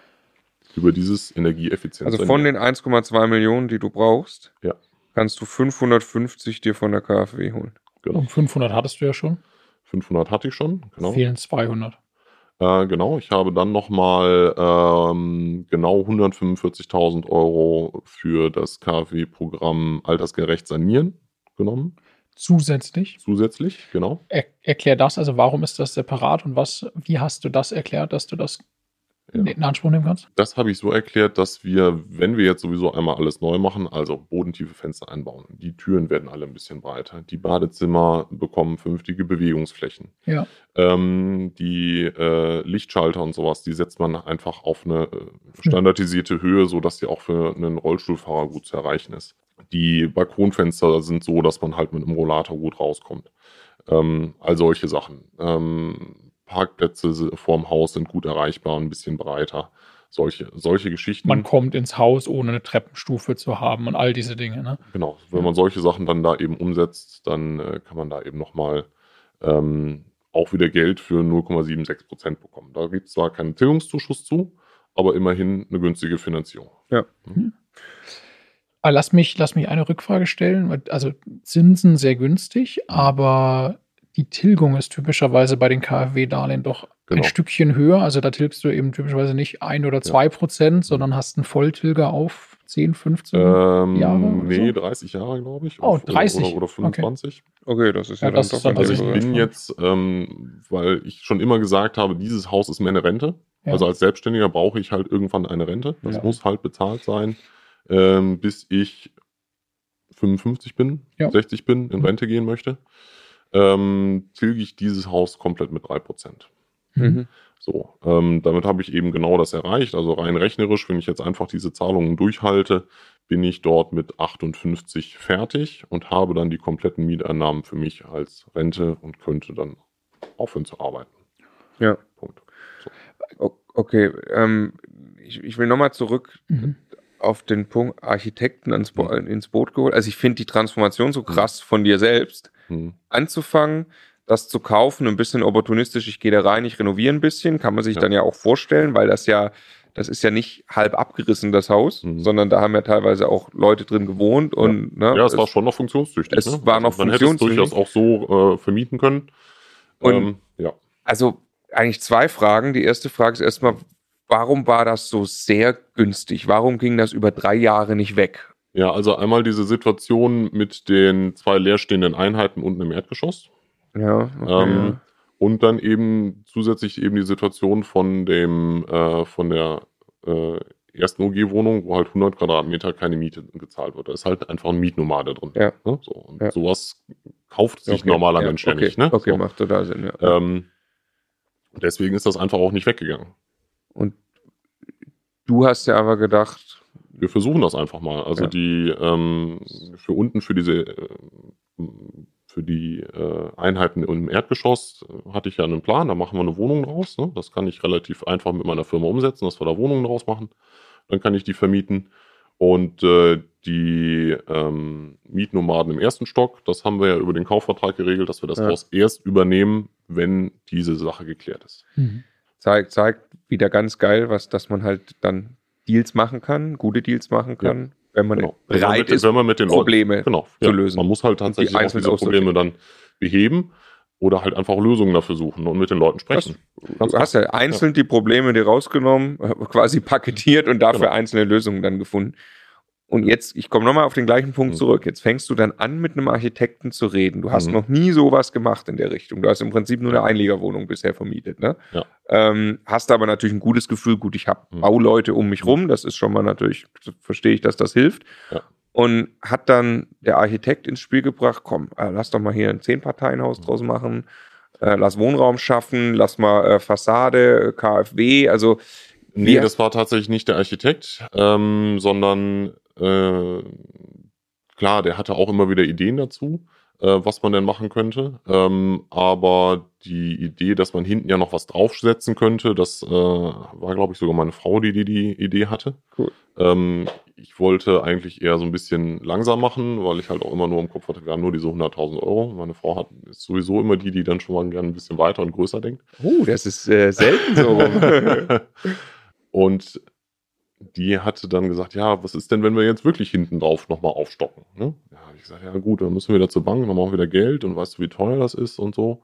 Über dieses Energieeffizienz. Also von den eins Komma zwei Millionen, die du brauchst, Ja. kannst du fünfhundertfünfzig dir von der KfW holen. Genau. Und fünfhundert hattest du ja schon. fünfhundert hatte ich schon, genau. Fehlen zweihundert. Äh, genau, ich habe dann nochmal ähm, genau hundertfünfundvierzigtausend Euro für das KfW-Programm Altersgerecht Sanieren genommen. Zusätzlich. Zusätzlich, genau. Er, erklär das, also warum ist das separat und was, wie hast du das erklärt, dass du das Ja. in Anspruch nehmen kannst? Das habe ich so erklärt, dass wir, wenn wir jetzt sowieso einmal alles neu machen, also bodentiefe Fenster einbauen, die Türen werden alle ein bisschen breiter, die Badezimmer bekommen vernünftige Bewegungsflächen, Ja. ähm, die äh, Lichtschalter und sowas, die setzt man einfach auf eine äh, standardisierte Höhe, sodass die auch für einen Rollstuhlfahrer gut zu erreichen ist. Die Balkonfenster sind so, dass man halt mit einem Rollator gut rauskommt. Ähm, all solche Sachen. Ähm, Parkplätze vorm Haus sind gut erreichbar, ein bisschen breiter. Solche, solche Geschichten. Man kommt ins Haus, ohne eine Treppenstufe zu haben und all diese Dinge, ne? Genau, wenn man solche Sachen dann da eben umsetzt, dann äh, kann man da eben nochmal ähm, auch wieder Geld für null Komma sechsundsiebzig Prozent bekommen. Da gibt es zwar keinen Tilgungszuschuss zu, aber immerhin eine günstige Finanzierung. Ja. Mhm. Aber lass mich, lass mich eine Rückfrage stellen. Also Zinsen sehr günstig, aber die Tilgung ist typischerweise bei den KfW-Darlehen doch Genau. ein Stückchen höher. Also da tilgst du eben typischerweise nicht ein oder zwei Prozent, sondern hast einen Volltilger auf zehn, fünfzehn Ähm, Jahre oder nee, so? dreißig Jahre, glaube ich. Oh, Oder- dreißig. Oder, oder fünfundzwanzig. Okay, das ist ja, Ja, dann das doch ist dann ein Also ich sehr bisschen- bin jetzt, ähm, weil ich schon immer gesagt habe, dieses Haus ist mir eine Rente. Ja. Also als Selbstständiger brauche ich halt irgendwann eine Rente. Das Ja. muss halt bezahlt sein, ähm, bis ich fünfundfünfzig bin, Ja. sechzig bin, in Mhm. Rente gehen möchte. Ähm, tilge ich dieses Haus komplett mit drei Prozent. Mhm. So, ähm, damit habe ich eben genau das erreicht. Also rein rechnerisch, wenn ich jetzt einfach diese Zahlungen durchhalte, bin ich dort mit achtundfünfzig fertig und habe dann die kompletten Mieteinnahmen für mich als Rente und könnte dann aufhören zu arbeiten. Ja. Punkt. O- Okay, ähm, ich, ich will nochmal zurück Mhm. auf den Punkt Architekten ans Bo ins Boot geholt. Also ich finde die Transformation so krass von dir selbst, Hm. anzufangen, das zu kaufen, ein bisschen opportunistisch, ich gehe da rein, ich renoviere ein bisschen, kann man sich Ja. dann ja auch vorstellen, weil das ja, das ist ja nicht halb abgerissen, das Haus, Mhm. sondern da haben ja teilweise auch Leute drin gewohnt und ne, Ja, es war schon noch funktionstüchtig. es ne? war noch Man hätte es funktionstüchtig. durchaus auch so äh, vermieten können. Und- ähm, ja. Also eigentlich zwei Fragen. Die erste Frage ist erstmal, warum war das so sehr günstig? Warum ging das über drei Jahre nicht weg? ja, also einmal diese Situation mit den zwei leerstehenden Einheiten unten im Erdgeschoss. Ja, okay, Ähm, und dann eben zusätzlich eben die Situation von dem äh, von der äh, ersten O G-Wohnung, wo halt hundert Quadratmeter keine Miete gezahlt wird. Da ist halt einfach ein Mietnomade drin. Ja. Ne? So, und Ja. sowas kauft sich Okay, normaler ja, Mensch ja okay, nicht. Ne? Okay, So. macht total Sinn, ja. Ähm, deswegen ist das einfach auch nicht weggegangen. Und du hast ja aber gedacht, Wir versuchen das einfach mal. Also Ja. die ähm, für unten für diese äh, für die äh, Einheiten im Erdgeschoss äh, hatte ich ja einen Plan, da machen wir eine Wohnung draus. Ne? Das kann ich relativ einfach mit meiner Firma umsetzen, dass wir da Wohnungen draus machen. Dann kann ich die vermieten. Und äh, die ähm, Mietnomaden im ersten Stock, das haben wir ja über den Kaufvertrag geregelt, dass wir das Ja. Haus erst übernehmen, wenn diese Sache geklärt ist. Mhm. zeigt, zeigt wieder ganz geil, was, dass man halt dann Deals machen kann, gute Deals machen kann, wenn man Genau. Wenn man bereit mit, ist, wenn man mit den Probleme Leuten, genau, zu ja, lösen. Man muss halt tatsächlich auch einzeln diese Probleme dann beheben oder halt einfach Lösungen dafür suchen und mit den Leuten sprechen. Du hast ja einzeln die Probleme dir rausgenommen, äh, quasi paketiert und dafür Genau. einzelne Lösungen dann gefunden. Und jetzt, ich komme nochmal auf den gleichen Punkt Mhm. zurück. Jetzt fängst du dann an, mit einem Architekten zu reden. Du hast Mhm. noch nie sowas gemacht in der Richtung. Du hast im Prinzip nur eine Einliegerwohnung bisher vermietet. Ne? Ja. Ähm, hast aber natürlich ein gutes Gefühl, gut, ich habe Mhm. Bauleute um mich rum. Das ist schon mal natürlich, verstehe ich, dass das hilft. Ja. Und hat dann der Architekt ins Spiel gebracht, komm, äh, lass doch mal hier ein Zehn-Parteien-Haus Mhm. draus machen. äh, lass Wohnraum schaffen, lass mal äh, Fassade, K f W, also Nee, wir- das war tatsächlich nicht der Architekt, ähm, sondern äh, klar, der hatte auch immer wieder Ideen dazu, äh, was man denn machen könnte. Ähm, aber die Idee, dass man hinten ja noch was draufsetzen könnte, das äh, war, glaube ich, sogar meine Frau, die die, die Idee hatte. Cool. Ähm, ich wollte eigentlich eher so ein bisschen langsam machen, weil ich halt auch immer nur im Kopf hatte, wir haben nur diese hunderttausend Euro. Meine Frau hat, ist sowieso immer die, die dann schon mal gerne ein bisschen weiter und größer denkt. Oh, das ist äh, selten so rum. Und die hatte dann gesagt, ja, was ist denn, wenn wir jetzt wirklich hinten drauf nochmal aufstocken? Ne? Ja, hab ich gesagt, ja gut, dann müssen wir wieder zur Bank, dann machen wir wieder Geld und weißt du, wie teuer das ist und so.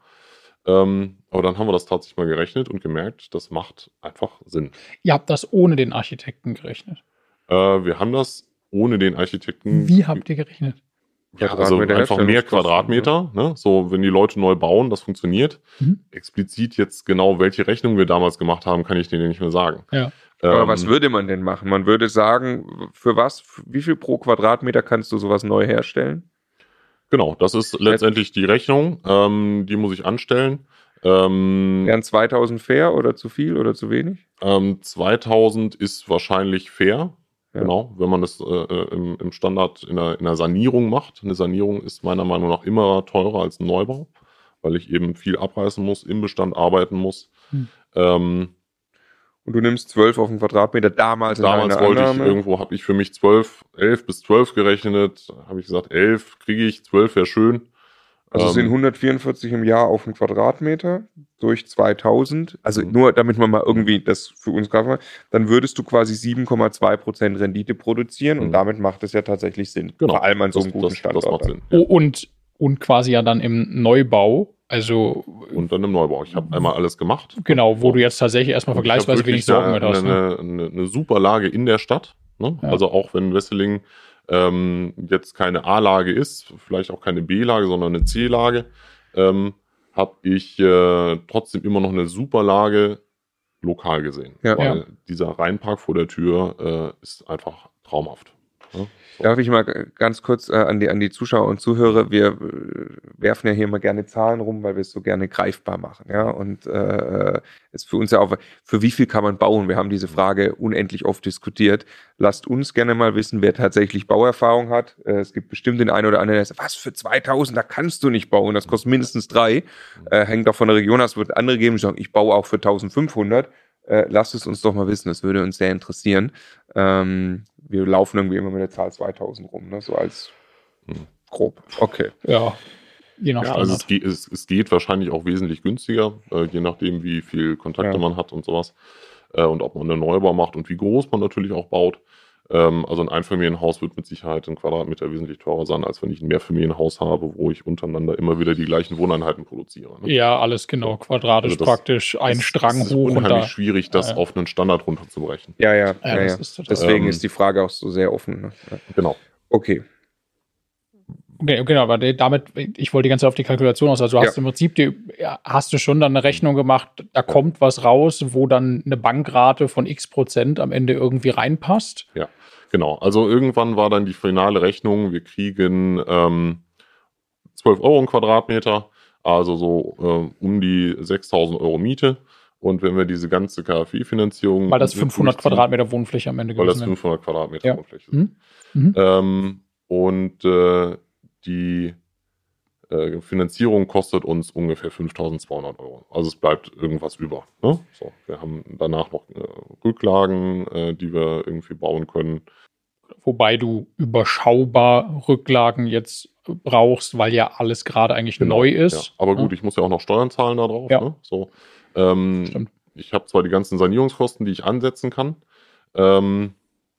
Ähm, aber dann haben wir das tatsächlich mal gerechnet und gemerkt, das macht einfach Sinn. Ihr habt das ohne den Architekten gerechnet. Äh, wir haben das ohne den Architekten. Wie habt ihr gerechnet? Ja, also Quadratmeter einfach mehr Herstellungskosten, Quadratmeter. Ne? So, wenn die Leute neu bauen, das funktioniert. Mhm. Explizit jetzt genau, welche Rechnung wir damals gemacht haben, kann ich dir nicht mehr sagen. Ja. Aber Ähm, was würde man denn machen? Man würde sagen, für was, wie viel pro Quadratmeter kannst du sowas neu herstellen? Genau, das ist letztendlich die Rechnung. Ähm, die muss ich anstellen. Ähm, Wären zweitausend fair oder zu viel oder zu wenig? ähm, zweitausend ist wahrscheinlich fair. Ja. Genau, wenn man das äh, im, im Standard in einer, in einer Sanierung macht. Eine Sanierung ist meiner Meinung nach immer teurer als ein Neubau, weil ich eben viel abreißen muss, im Bestand arbeiten muss. Hm. Ähm, Und du nimmst zwölf auf den Quadratmeter damals in Damals deiner wollte ich Annahme. irgendwo, habe ich für mich zwölf, elf bis zwölf gerechnet. Habe ich gesagt, elf kriege ich, zwölf wäre schön. Also es sind Ähm, hundertvierundvierzig im Jahr auf den Quadratmeter durch zweitausend. Also Mhm. nur, damit man mal irgendwie das für uns greifen kann, dann würdest du quasi sieben Komma zwei Prozent Rendite produzieren und Mhm. damit macht es ja tatsächlich Sinn. Genau. Vor allem an so das, einem guten das, Standort. das macht dann. Sinn. Oh, Ja. und, und quasi ja dann im Neubau, also Und dann im Neubau. Ich habe einmal alles gemacht. genau, wo du jetzt tatsächlich erstmal Und ich hab vergleichsweise wenig wirklich Sorgen mit eine, hast. Ne? Eine, eine, eine super Lage in der Stadt. Ne? Ja. Also auch wenn Wesseling ähm, jetzt keine A-Lage ist, vielleicht auch keine B-Lage, sondern eine C-Lage, ähm, habe ich äh, trotzdem immer noch eine super Lage lokal gesehen. Ja. Weil Ja. dieser Rheinpark vor der Tür äh, ist einfach traumhaft. Ne? So. Darf ich mal g- ganz kurz äh, an, die, an die Zuschauer und Zuhörer, wir äh, werfen ja hier immer gerne Zahlen rum, weil wir es so gerne greifbar machen. Ja? Und äh, ist für uns ja auch, für wie viel kann man bauen? Wir haben diese Frage unendlich oft diskutiert. Lasst uns gerne mal wissen, wer tatsächlich Bauerfahrung hat. Äh, es gibt bestimmt den einen oder anderen, der sagt, was für zweitausend, da kannst du nicht bauen, das kostet mindestens drei. Äh, hängt auch von der Region ab, es wird andere geben, die sagen, ich baue auch für eintausendfünfhundert. Äh, lasst es uns doch mal wissen, das würde uns sehr interessieren. Ähm, wir laufen irgendwie immer mit der Zahl zweitausend rum, ne? So als Hm. grob. Okay. Ja, je nach Ja, Standard. also es geht, es, es geht wahrscheinlich auch wesentlich günstiger, äh, je nachdem, wie viel Kontakte Ja. man hat und sowas. Äh, und ob man einen Neubau macht und wie groß man natürlich auch baut. Ähm, also ein Einfamilienhaus wird mit Sicherheit ein Quadratmeter wesentlich teurer sein, als wenn ich ein Mehrfamilienhaus habe, wo ich untereinander immer wieder die gleichen Wohneinheiten produziere. Ne? Ja, alles genau, quadratisch Also das praktisch, ein Es- Strang es ist hoch und unheimlich da. schwierig, das Ja, ja. auf einen Standard runterzubrechen. Ja, ja, Ja, ja, das ja. ist total- Deswegen Ähm, ist die Frage auch so sehr offen. Ne? Ja. Genau. Okay. Okay, genau, aber damit, ich wollte die ganze Zeit auf die Kalkulation aus. Also du hast Ja. im Prinzip, die, ja, hast du schon dann eine Rechnung gemacht, da kommt was raus, wo dann eine Bankrate von x Prozent am Ende irgendwie reinpasst. Genau, also irgendwann war dann die finale Rechnung, wir kriegen ähm, zwölf Euro im Quadratmeter, also so äh, um die sechstausend Euro Miete. Und wenn wir diese ganze K f I-Finanzierung... Weil das fünfhundert durchziehen, Quadratmeter Wohnfläche am Ende Weil das gewesen wären. fünfhundert Quadratmeter Ja. Wohnfläche sind. Mhm. Mhm. Ähm, und äh, die äh, Finanzierung kostet uns ungefähr fünftausendzweihundert Euro. Also es bleibt irgendwas über. Ne? So, wir haben danach noch äh, Rücklagen, äh, die wir irgendwie bauen können. Wobei du überschaubar Rücklagen jetzt brauchst, weil ja alles gerade eigentlich Genau, neu ist. Ja. Aber gut, ich muss ja auch noch Steuern zahlen da drauf. Ja. Ne? So, ähm, Stimmt. ich habe zwar die ganzen Sanierungskosten, die ich ansetzen kann, ähm,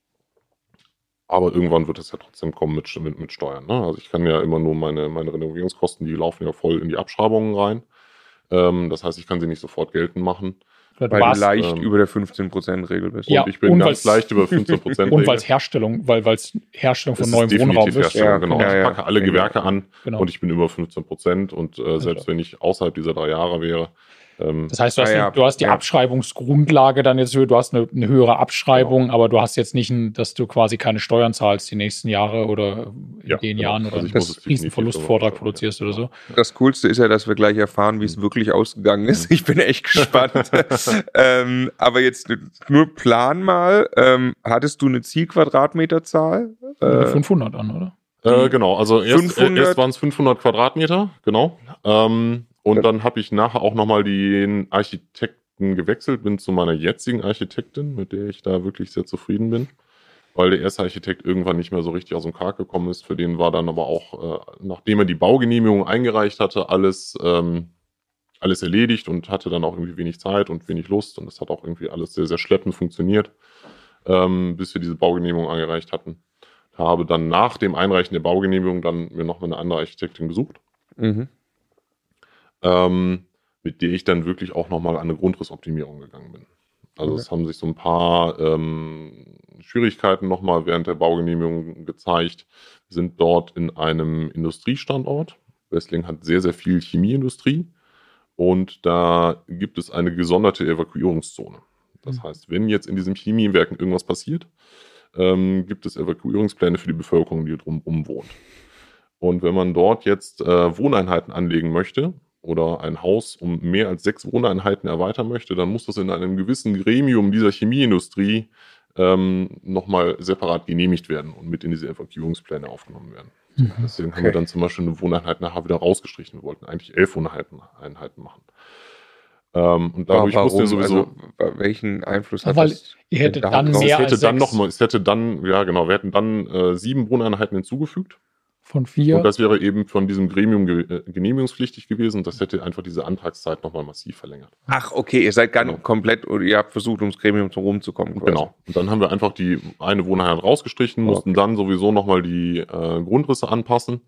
aber irgendwann wird es ja trotzdem kommen mit, mit, mit Steuern. Ne? Also ich kann ja immer nur meine, meine Renovierungskosten, die laufen ja voll in die Abschreibungen rein. Ähm, das heißt, ich kann sie nicht sofort geltend machen. Du Weil warst- du leicht ähm, über der fünfzehn Prozent Regel bist. Ja, Und ich bin und ganz weil's- leicht über fünfzehn Prozent. und weil es Herstellung, weil es Herstellung von neuem Wohnraum ist. Herstellung, Ja, genau. ja, ich ja. packe alle Ja, Gewerke ja. an Genau. und ich bin über fünfzehn Prozent. Und äh, selbst klar. wenn ich außerhalb dieser drei Jahre wäre, Ähm, Das heißt, du hast, Ah, ja. die, du hast die Ja. Abschreibungsgrundlage dann jetzt höher, du hast eine, eine höhere Abschreibung, aber du hast jetzt nicht, ein, dass du quasi keine Steuern zahlst die nächsten Jahre oder in Ja, den genau. Jahren oder Also ich einen muss es definitiv Riesenverlustvortrag selber produzierst abschreiben, oder so. Das Coolste ist ja, dass wir gleich erfahren, wie es Mhm. wirklich ausgegangen ist. Ich bin echt gespannt. ähm, aber jetzt nur plan mal. Ähm, hattest du eine Zielquadratmeterzahl? Äh, Äh, fünfhundert an, oder? Äh, genau, also erst, äh, fünfhundert erst waren es fünfhundert Quadratmeter, genau. Ähm, und Ja. dann habe ich nachher auch nochmal den Architekten gewechselt, bin zu meiner jetzigen Architektin, mit der ich da wirklich sehr zufrieden bin, weil der erste Architekt irgendwann nicht mehr so richtig aus dem Quark gekommen ist. Für den war dann aber auch, äh, nachdem er die Baugenehmigung eingereicht hatte, alles, ähm, alles erledigt und hatte dann auch irgendwie wenig Zeit und wenig Lust. Und es hat auch irgendwie alles sehr, sehr schleppend funktioniert, ähm, bis wir diese Baugenehmigung eingereicht hatten. Habe dann nach dem Einreichen der Baugenehmigung dann mir noch mal eine andere Architektin gesucht, Mhm. ähm, mit der ich dann wirklich auch noch mal an eine Grundrissoptimierung gegangen bin. Also Okay. es haben sich so ein paar ähm, Schwierigkeiten noch mal während der Baugenehmigung gezeigt. Wir sind dort in einem Industriestandort. Wesseling hat sehr, sehr viel Chemieindustrie und da gibt es eine gesonderte Evakuierungszone. Das Mhm. heißt, wenn jetzt in diesem Chemiewerken irgendwas passiert, ähm, gibt es Evakuierungspläne für die Bevölkerung, die drumherum wohnt. Und wenn man dort jetzt äh, Wohneinheiten anlegen möchte oder ein Haus um mehr als sechs Wohneinheiten erweitern möchte, dann muss das in einem gewissen Gremium dieser Chemieindustrie ähm, nochmal separat genehmigt werden und mit in diese Evakuierungspläne aufgenommen werden. Mhm. Deswegen haben Okay. wir dann zum Beispiel eine Wohneinheit nachher wieder rausgestrichen. Wir wollten eigentlich elf Wohneinheiten Einheiten machen. Ähm, und dadurch Warum? musste sowieso... Also, welchen Einfluss Ja, hat weil das? ihr hättet denn dann darauf? mehr es hätte als dann sechs. noch mal, es hätte dann, ja genau, wir hätten dann äh, sieben Wohneinheiten hinzugefügt. Von vier. Und das wäre eben von diesem Gremium ge äh, genehmigungspflichtig gewesen. Das hätte einfach diese Antragszeit nochmal massiv verlängert. Ach, okay, ihr seid ganz Genau. komplett, oder ihr habt versucht, ums Gremium rumzukommen. Quasi. Genau. Und dann haben wir einfach die eine Wohneinheit rausgestrichen, mussten Okay. dann sowieso nochmal die äh, Grundrisse anpassen.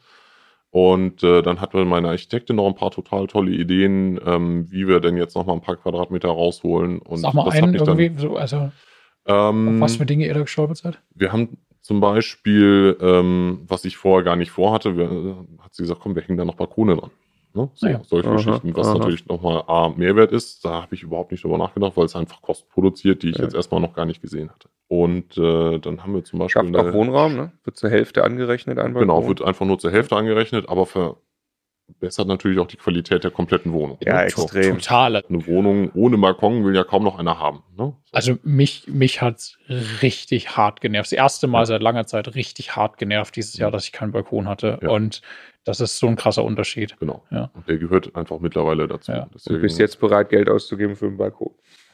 Und äh, dann hatte meine Architektin noch ein paar total tolle Ideen, ähm, wie wir denn jetzt nochmal ein paar Quadratmeter rausholen. Und Sag mal das einen hab ich dann, irgendwie, so, also auf ähm, was für Dinge ihr da gestolpert seid? Wir haben zum Beispiel, ähm, was ich vorher gar nicht vorhatte, wir, äh, hat sie gesagt, komm, wir hängen da noch Balkone dran. Ne? So, Naja. solche Aha, Geschichten, was aha. natürlich nochmal A, Mehrwert ist. Da habe ich überhaupt nicht drüber nachgedacht, weil es einfach Kosten produziert, die ich Ja. jetzt erstmal noch gar nicht gesehen hatte. Und äh, dann haben wir zum Beispiel... Schafft auch Wohnraum, ne? Wird zur Hälfte angerechnet, ein Genau, Balkon? wird einfach nur zur Hälfte angerechnet, aber verbessert natürlich auch die Qualität der kompletten Wohnung. Ja, ne? extrem. Total. Eine Wohnung ohne Balkon will ja kaum noch einer haben. Ne? So. Also mich, mich hat's richtig hart genervt. Das erste Mal Ja. seit langer Zeit richtig hart genervt dieses Jahr, dass ich keinen Balkon hatte. Ja. Und das ist so ein krasser Unterschied. Genau. Ja. Und der gehört einfach mittlerweile dazu. Ja. Du bist jetzt bereit, Geld auszugeben für einen Balkon.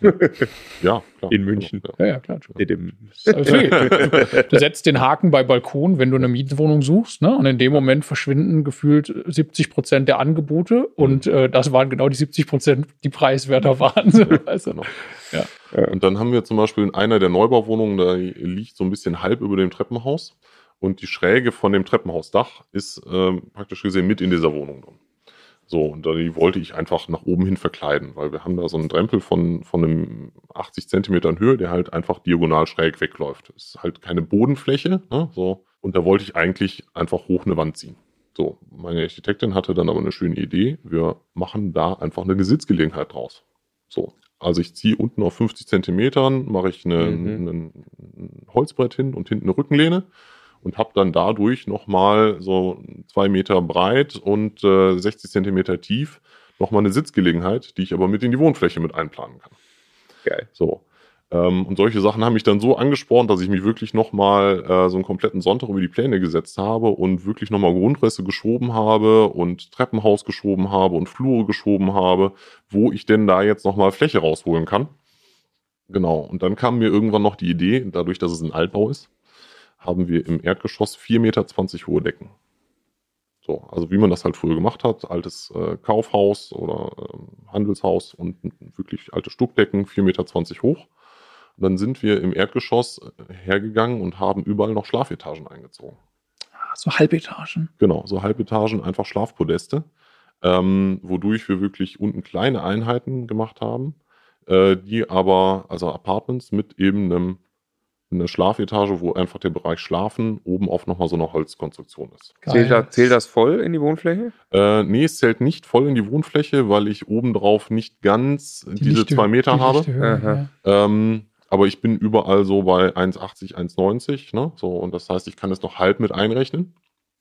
ja, klar. in München. Genau, ja. Ja, ja, klar. Didim. Also, du, du setzt den Haken bei Balkon, wenn du eine Mietwohnung suchst, ne? Und in dem Moment verschwinden gefühlt siebzig Prozent der Angebote. Und äh, das waren genau die siebzig Prozent, die preiswerter waren. So, also, Genau. ja. Und dann haben wir zum Beispiel in einer der Neubauwohnungen, da liegt so ein bisschen halb über dem Treppenhaus. Und die Schräge von dem Treppenhausdach ist ähm, praktisch gesehen mit in dieser Wohnung drin. So, und die wollte ich einfach nach oben hin verkleiden, weil wir haben da so einen Drempel von, von einem achtzig Zentimetern Höhe, der halt einfach diagonal schräg wegläuft. Das ist halt keine Bodenfläche, ne, so. Und da wollte ich eigentlich einfach hoch eine Wand ziehen. So, meine Architektin hatte dann aber eine schöne Idee. Wir machen da einfach eine Sitzgelegenheit draus. So, also ich ziehe unten auf fünfzig Zentimetern, mache ich eine, Mhm. ein, ein Holzbrett hin und hinten eine Rückenlehne. Und habe dann dadurch nochmal so zwei Meter breit und äh, sechzig Zentimeter tief nochmal eine Sitzgelegenheit, die ich aber mit in die Wohnfläche mit einplanen kann. Geil. So. Ähm, und solche Sachen haben mich dann so angespornt, dass ich mich wirklich nochmal äh, so einen kompletten Sonntag über die Pläne gesetzt habe und wirklich nochmal Grundrisse geschoben habe und Treppenhaus geschoben habe und Flure geschoben habe, wo ich denn da jetzt nochmal Fläche rausholen kann. Genau. Und dann kam mir irgendwann noch die Idee, dadurch, dass es ein Altbau ist, haben wir im Erdgeschoss vier Meter zwanzig hohe Decken. So, also wie man das halt früher gemacht hat, altes äh, Kaufhaus oder ähm, Handelshaus und wirklich alte Stuckdecken, vier Meter zwanzig hoch. Und dann sind wir im Erdgeschoss hergegangen und haben überall noch Schlafetagen eingezogen. So Halbetagen. Genau, so Halbetagen, einfach Schlafpodeste, ähm, wodurch wir wirklich unten kleine Einheiten gemacht haben, äh, die aber, also Apartments mit eben einem eine Schlafetage, wo einfach der Bereich Schlafen oben auf nochmal so eine Holzkonstruktion ist. Zählt, da, zählt das voll in die Wohnfläche? Äh, nee, es zählt nicht voll in die Wohnfläche, weil ich obendrauf nicht ganz Die diese Lichte- zwei Meter die habe. Lichtehöhe, Aha. ja. Ähm, aber ich bin überall so bei eins achtzig, eins neunzig, ne? So, und das heißt, ich kann es noch halb mit einrechnen.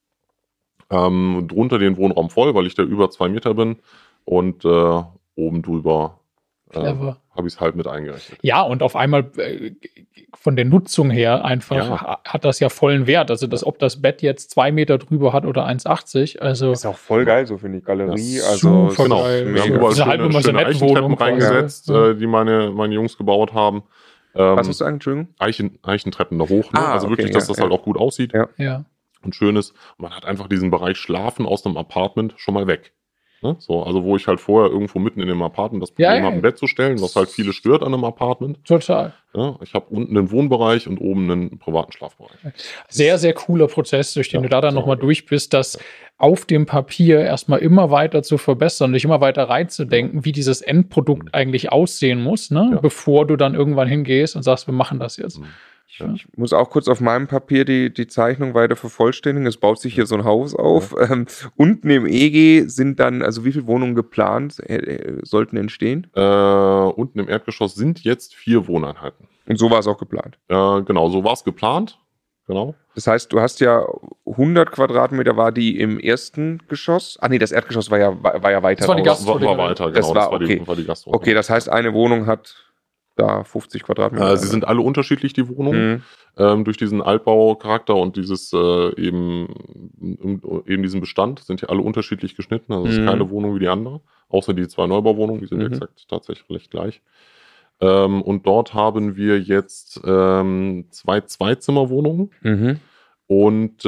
Ähm, drunter den Wohnraum voll, weil ich da über zwei Meter bin. Und äh, oben drüber äh, Clever. habe ich es halb mit eingerechnet. Ja, und auf einmal äh, von der Nutzung her einfach Ja. ha- hat das ja vollen Wert. Also, dass, ob das Bett jetzt zwei Meter drüber hat oder eins achtzig, also Ist auch voll geil, so finde ich. Galerie, Ja, also super Genau. geil. Wir haben So überall eine halbe schöne, schöne Maisonettenwohnung Eichentreppen quasi. reingesetzt, Ja. äh, die meine, meine Jungs gebaut haben. Ähm, Was hast du sagen, Entschuldigung? Eichen, Eichentreppen da hoch. Ne? Ah, also okay, wirklich, dass ja, das ja. halt auch gut aussieht Ja. ja. und schön ist. Man hat einfach diesen Bereich Schlafen aus einem Apartment schon mal weg. Ne? So, also wo ich halt vorher irgendwo mitten in dem Apartment das Problem Ja, ja. habe, ein Bett zu stellen, was halt viele stört an einem Apartment. Total. Ja? Ich habe unten einen Wohnbereich und oben einen privaten Schlafbereich. Sehr, sehr cooler Prozess, durch den Ja, du da dann so. nochmal durch bist, das auf dem Papier erstmal immer weiter zu verbessern, dich immer weiter reinzudenken, wie dieses Endprodukt Mhm. eigentlich aussehen muss, ne? Ja. Bevor du dann irgendwann hingehst und sagst, wir machen das jetzt. Mhm. Ja. Ich muss auch kurz auf meinem Papier die, die Zeichnung weiter vervollständigen. Es baut sich hier so ein Haus auf. Ähm, unten im E G sind dann, also wie viele Wohnungen geplant äh, äh, sollten entstehen? Äh, unten im Erdgeschoss sind jetzt vier Wohneinheiten. Und so war es auch geplant. Äh, genau, so war es geplant. Genau. Das heißt, du hast ja hundert Quadratmeter war die im ersten Geschoss. Ah nee, das Erdgeschoss war ja, war, war ja weiter Das war die raus. Gastro- War, war weiter, genau. Das war okay. die, war die Gastronomie. Okay, das heißt, eine Wohnung hat da fünfzig Quadratmeter. Äh, sie sind alle unterschiedlich, die Wohnungen. Mhm. Ähm, durch diesen Altbaucharakter und dieses äh, eben, eben diesen Bestand sind ja alle unterschiedlich geschnitten. Also es Mhm. ist keine Wohnung wie die andere. Außer die zwei Neubauwohnungen, die sind Mhm. exakt tatsächlich gleich. Ähm, und dort haben wir jetzt ähm, zwei Zweizimmerwohnungen Mhm. und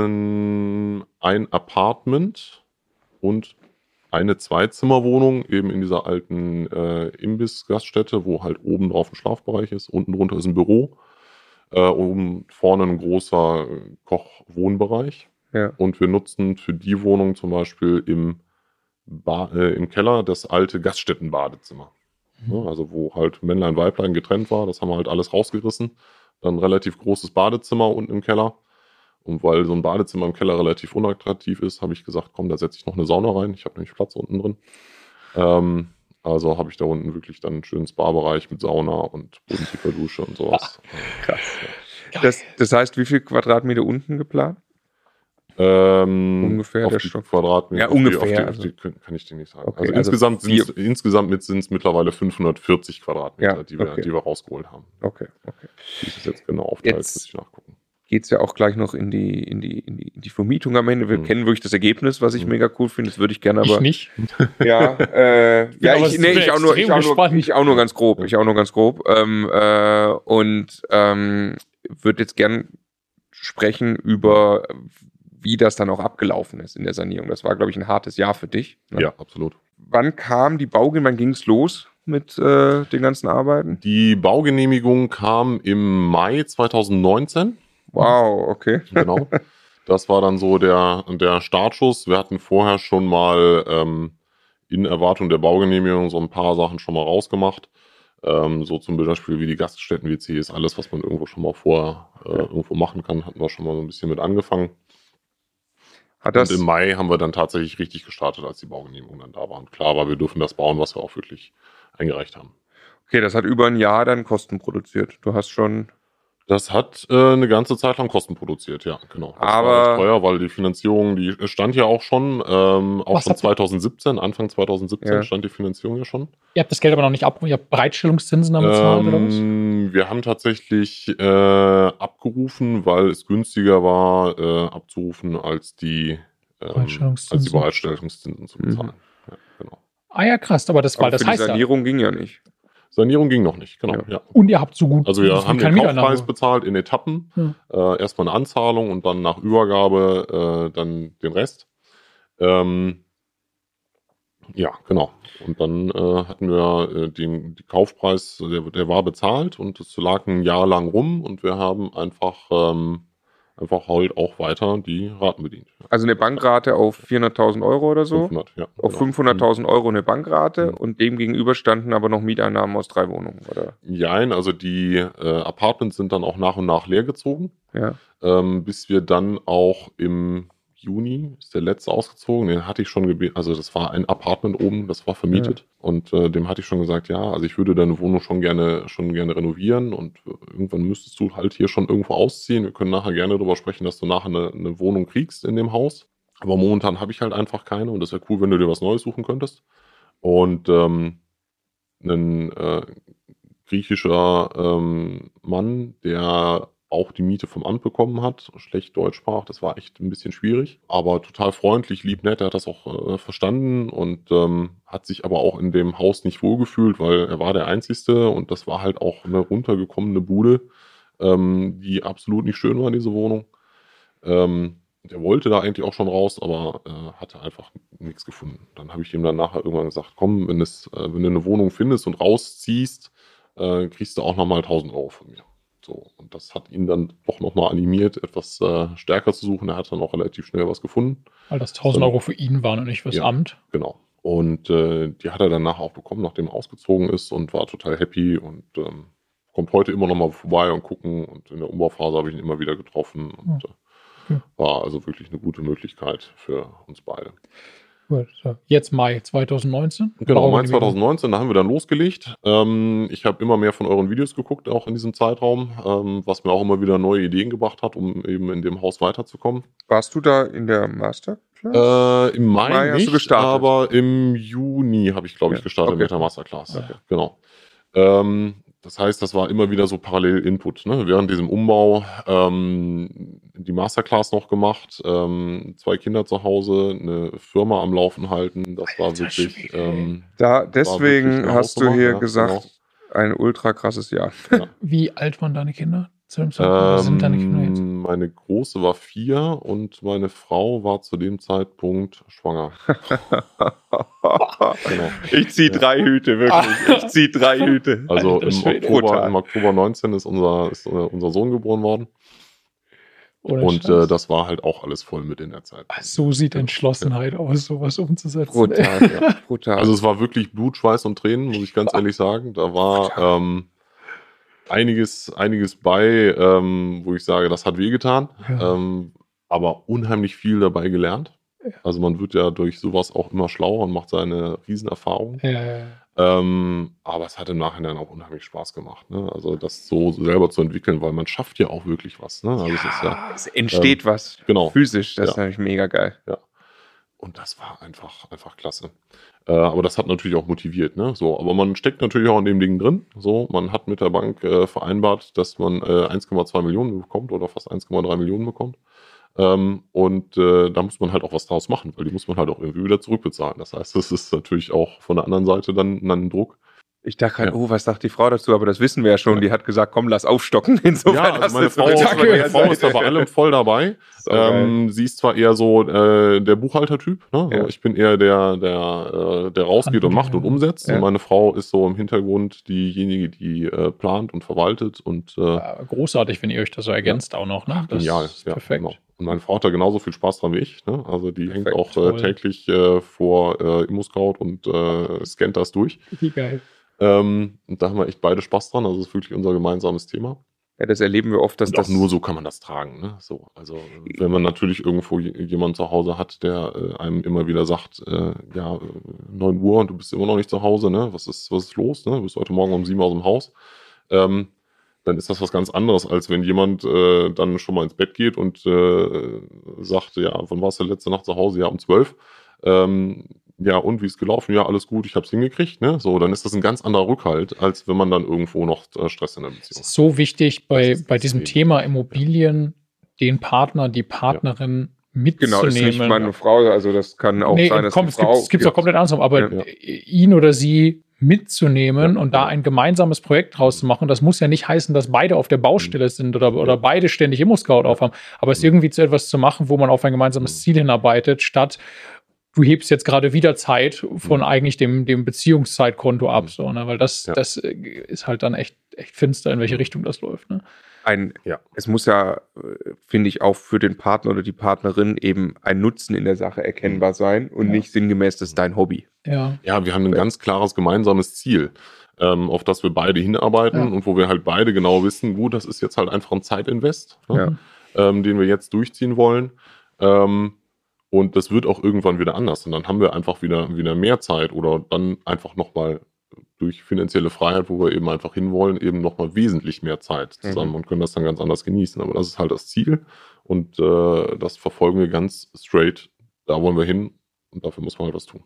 ähm, ein Apartment und eine Zweizimmerwohnung eben in dieser alten äh, Imbiss-Gaststätte, wo halt oben drauf ein Schlafbereich ist, unten drunter ist ein Büro, äh, oben vorne ein großer äh, Koch-Wohnbereich. Ja. Und wir nutzen für die Wohnung zum Beispiel im, ba äh, im Keller das alte Gaststättenbadezimmer. Ja, also wo halt Männlein, Weiblein getrennt war, das haben wir halt alles rausgerissen. Dann ein relativ großes Badezimmer unten im Keller. Und weil so ein Badezimmer im Keller relativ unattraktiv ist, habe ich gesagt, komm, da setze ich noch eine Sauna rein. Ich habe nämlich Platz unten drin. Ähm, also habe ich da unten wirklich dann einen schönen Spa-Bereich mit Sauna und bodentiefer Dusche und sowas. Krass. Das, das heißt, wie viel Quadratmeter unten geplant? Ähm, Ungefähr auf der die Stock. Quadratmeter. Ja, auf die- ungefähr, Auf die, auf also. die, kann kann ich dir nicht sagen. Okay, also, also insgesamt vier- sind insgesamt sind es mittlerweile fünfhundertvierzig Quadratmeter, Ja, die, wir, okay. die wir rausgeholt haben. Okay, okay. Wie es jetzt genau aufteilt, Jetzt- muss ich nachgucken. Geht's ja auch gleich noch in die, in die, in die, in die Vermietung am Ende. Wir Mhm. kennen wirklich das Ergebnis, was ich Mhm. mega cool finde. Das würde ich gerne aber. Ich nicht. Ja, äh, ja, aber ich, es nee, wäre ich auch nur, ich extrem auch nur, gespannt. ich auch nur ganz grob, ich auch nur ganz grob. Ähm, äh, und ähm, würde jetzt gern sprechen über, wie das dann auch abgelaufen ist in der Sanierung. Das war, glaube ich, ein hartes Jahr für dich. Ne? Ja, absolut. Wann kam die Baugenehmigung, wann ging's los mit äh, den ganzen Arbeiten? Die Baugenehmigung kam im Mai zweitausendneunzehn. Wow, okay. Genau. Das war dann so der, der Startschuss. Wir hatten vorher schon mal ähm, in Erwartung der Baugenehmigung so ein paar Sachen schon mal rausgemacht. Ähm, so zum Beispiel wie die Gaststätten-W Cs, alles, was man irgendwo schon mal vorher äh, irgendwo machen kann, hatten wir schon mal so ein bisschen mit angefangen. Hat das, Und im Mai haben wir dann tatsächlich richtig gestartet, als die Baugenehmigung dann da war. Und klar war, wir dürfen das bauen, was wir auch wirklich eingereicht haben. okay, das hat über ein Jahr dann Kosten produziert. Du hast schon, Das hat äh, eine ganze Zeit lang Kosten produziert, ja, genau. Das Aber- war echt teuer, weil die Finanzierung, die stand ja auch schon, ähm, auch Was schon habt ihr- zweitausendsiebzehn, Anfang zweitausendsiebzehn Ja. stand die Finanzierung ja schon. Ihr habt das Geld aber noch nicht ab, ihr habt Bereitstellungszinsen damit bezahlt oder was? Ähm, wir haben tatsächlich äh, abgerufen, weil es günstiger war, äh, abzurufen, als die, ähm, Bereitstellungszinsen. als die Bereitstellungszinsen zu bezahlen. Ja, genau. Ah ja, krass, aber das war, aber das für die heißt ja. Sanierung ging ja nicht. Sanierung ging noch nicht, genau. Ja. Ja. Und ihr habt so gut. Also wir so haben kein den Miteinander. Kaufpreis bezahlt in Etappen. Ja. Äh, erstmal eine Anzahlung und dann nach Übergabe äh, dann den Rest. Ähm, ja, genau. Und dann äh, hatten wir äh, den, den Kaufpreis, der, der war bezahlt und es lag ein Jahr lang rum und wir haben einfach ähm, einfach halt auch weiter die Raten bedient. Also eine Bankrate auf vierhunderttausend Euro oder so? fünfhundert, ja. Auf genau. fünfhunderttausend Euro eine Bankrate Mhm. und dem gegenüber standen aber noch Mieteinnahmen aus drei Wohnungen, oder? Jein, also die äh, Apartments sind dann auch nach und nach leer gezogen, Ja. ähm, bis wir dann auch im Juni, ist der letzte ausgezogen, den hatte ich schon gebeten, also das war ein Apartment oben, das war vermietet und äh, dem hatte ich schon gesagt, ja, also ich würde deine Wohnung schon gerne, schon gerne renovieren und äh, irgendwann müsstest du halt hier schon irgendwo ausziehen. Wir können nachher gerne darüber sprechen, dass du nachher eine, eine Wohnung kriegst in dem Haus, aber momentan habe ich halt einfach keine und das wäre cool, wenn du dir was Neues suchen könntest. Und ähm, ein äh, griechischer ähm, Mann, der auch die Miete vom Amt bekommen hat, schlecht Deutsch sprach, das war echt ein bisschen schwierig, aber total freundlich, lieb, nett, er hat das auch äh, verstanden und ähm, hat sich aber auch in dem Haus nicht wohlgefühlt, weil er war der Einzigste und das war halt auch eine runtergekommene Bude, ähm, die absolut nicht schön war, diese Wohnung. Ähm, der wollte da eigentlich auch schon raus, aber äh, hatte einfach nichts gefunden. Dann habe ich ihm dann nachher irgendwann gesagt, komm, wenn, es, äh, wenn du eine Wohnung findest und rausziehst, äh, kriegst du auch nochmal tausend Euro von mir. So, und das hat ihn dann doch nochmal animiert, etwas äh, stärker zu suchen. Er hat dann auch relativ schnell was gefunden. Weil das tausend Euro für ihn waren und nicht fürs Ja. Amt. Genau. Und äh, die hat er danach auch bekommen, nachdem er ausgezogen ist und war total happy und ähm, kommt heute immer noch mal vorbei und gucken. Und in der Umbauphase habe ich ihn immer wieder getroffen. Und äh, Okay. war also wirklich eine gute Möglichkeit für uns beide. Gut, so. Jetzt Mai zwanzig neunzehn. Genau, Warum Mai die zwanzig neunzehn, da haben wir dann losgelegt. Ähm, ich habe immer mehr von euren Videos geguckt, auch in diesem Zeitraum, ähm, was mir auch immer wieder neue Ideen gebracht hat, um eben in dem Haus weiterzukommen. Warst du da in der Masterclass? Äh, Im Mai, Mai hast nicht, du gestartet. aber im Juni habe ich, glaube ich, Ja, gestartet okay. mit der Masterclass. Okay. Genau. Ähm, das heißt, das war immer wieder so Parallel-Input. Ne? Während diesem Umbau ähm, die Masterclass noch gemacht, ähm, zwei Kinder zu Hause, eine Firma am Laufen halten. Das war Alter wirklich... Schwede. Ähm, Da, wirklich deswegen eine hast du Hausnummer, hier ja, gesagt, ein ultra krasses Jahr. Wie alt waren deine Kinder zu dem Zeitpunkt? Oder sind deine Kinder jetzt? Ähm, meine Große war vier und meine Frau war zu dem Zeitpunkt schwanger. Genau. Ich ziehe Ja. drei Hüte, wirklich. Ich ziehe drei Hüte. Also Alter im Schwede. Oktober, Brutal. im Oktober neunzehn ist unser, ist, äh, unser Sohn geboren worden. Ohne Und Scheiß. äh, das war halt auch alles voll mit in der Zeit. Ach, so sieht Entschlossenheit aus, sowas umzusetzen. Brutal, ja. Brutal. Also es war wirklich Blut, Schweiß und Tränen, muss ich ganz ehrlich sagen. Da war ähm, einiges, einiges bei, ähm, wo ich sage, das hat wehgetan. Ja. Ähm, aber unheimlich viel dabei gelernt. Also man wird ja durch sowas auch immer schlauer und macht seine Riesenerfahrungen. Ja, ja, ja. Ähm, aber es hat im Nachhinein auch unheimlich Spaß gemacht. Ne? Also das so selber zu entwickeln, weil man schafft ja auch wirklich was. Ne? Also es ist ja, es entsteht was genau. physisch, das Ja. ist natürlich mega geil. und das war einfach, einfach klasse. Äh, aber das hat natürlich auch motiviert. Ne? So, aber man steckt natürlich auch in dem Ding drin. So, man hat mit der Bank äh, vereinbart, dass man äh, eins Komma zwei Millionen bekommt oder fast eins Komma drei Millionen bekommt. Ähm, und äh, da muss man halt auch was draus machen, weil die muss man halt auch irgendwie wieder zurückbezahlen. Das heißt, das ist natürlich auch von der anderen Seite dann, dann ein Druck. Ich dachte gerade, Ja. oh, was sagt die Frau dazu? Aber das wissen wir ja schon. Ja. Die hat gesagt, komm, lass aufstocken. Insofern Ja, also hast meine du Frau, es Danke. meine Frau ist da bei allem voll dabei. So geil. Ähm, sie ist zwar eher so äh, der Buchhaltertyp, ne? Ja. So, ich bin eher der, der, äh, der rausgeht und macht und umsetzt. Ja. Und meine Frau ist so im Hintergrund diejenige, die äh, plant und verwaltet und äh, Ja, großartig, wenn ihr euch das so ergänzt auch noch. Ne? Das genial. ist Ja, perfekt. genau. Und meine Frau hat da genauso viel Spaß dran wie ich. Ne? Also die hängt Perfekt, auch äh, toll. täglich äh, vor äh, ImmoScout und äh, scannt das durch. Wie geil. Ähm, und da haben wir echt beide Spaß dran. Also das ist wirklich unser gemeinsames Thema. Ja, das erleben wir oft, dass Und das auch nur so kann man das tragen. Ne? So, also wenn man natürlich irgendwo j- jemanden zu Hause hat, der äh, einem immer wieder sagt, äh, ja, äh, neun Uhr und du bist immer noch nicht zu Hause, ne? Was ist, was ist los? Ne? Du bist heute Morgen um sieben aus dem Haus. Ähm, dann ist das was ganz anderes, als wenn jemand äh, dann schon mal ins Bett geht und äh, sagt, ja, wann warst du letzte Nacht zu Hause? Ja, um zwölf. Ähm, ja, und wie ist gelaufen? Ja, alles gut, ich habe es hingekriegt. Ne? So, dann ist das ein ganz anderer Rückhalt, als wenn man dann irgendwo noch äh, Stress in der Es Beziehung ist so wichtig, bei, Das ist bei diesem extrem. Thema Immobilien den Partner, die Partnerin genau, ist mitzunehmen. nicht meine Frau, also das kann auch nee, sein, dass komm, die es gibt Frau es gibt's auch komplett andersrum, aber Ja. ihn oder sie mitzunehmen Ja, und da genau. ein gemeinsames Projekt draus zu machen, das muss ja nicht heißen, dass beide auf der Baustelle sind oder, oder beide ständig Immo-Scout aufhaben, aber es irgendwie zu etwas zu machen, wo man auf ein gemeinsames Mhm. Ziel hinarbeitet, statt du hebst jetzt gerade wieder Zeit von Mhm. eigentlich dem, dem Beziehungszeitkonto ab, Mhm. so, ne? Weil das, Ja. das äh, ist halt dann echt, echt finster, in welche Richtung das läuft. Ne? ein, Ja. es muss ja, äh, finde ich, auch für den Partner oder die Partnerin eben ein Nutzen in der Sache erkennbar sein und Ja. nicht sinngemäß, das ist dein Hobby. Ja. Ja, wir haben ein ganz klares gemeinsames Ziel, ähm, auf das wir beide hinarbeiten Ja. und wo wir halt beide genau wissen, gut, das ist jetzt halt einfach ein Zeitinvest, ne, ähm, den wir jetzt durchziehen wollen. Ähm, und das wird auch irgendwann wieder anders. Und dann haben wir einfach wieder, wieder mehr Zeit oder dann einfach nochmal durch finanzielle Freiheit, wo wir eben einfach hinwollen, eben nochmal wesentlich mehr Zeit zusammen Mhm. und können das dann ganz anders genießen. Aber das ist halt das Ziel und äh, das verfolgen wir ganz straight. Da wollen wir hin und dafür muss man halt was tun.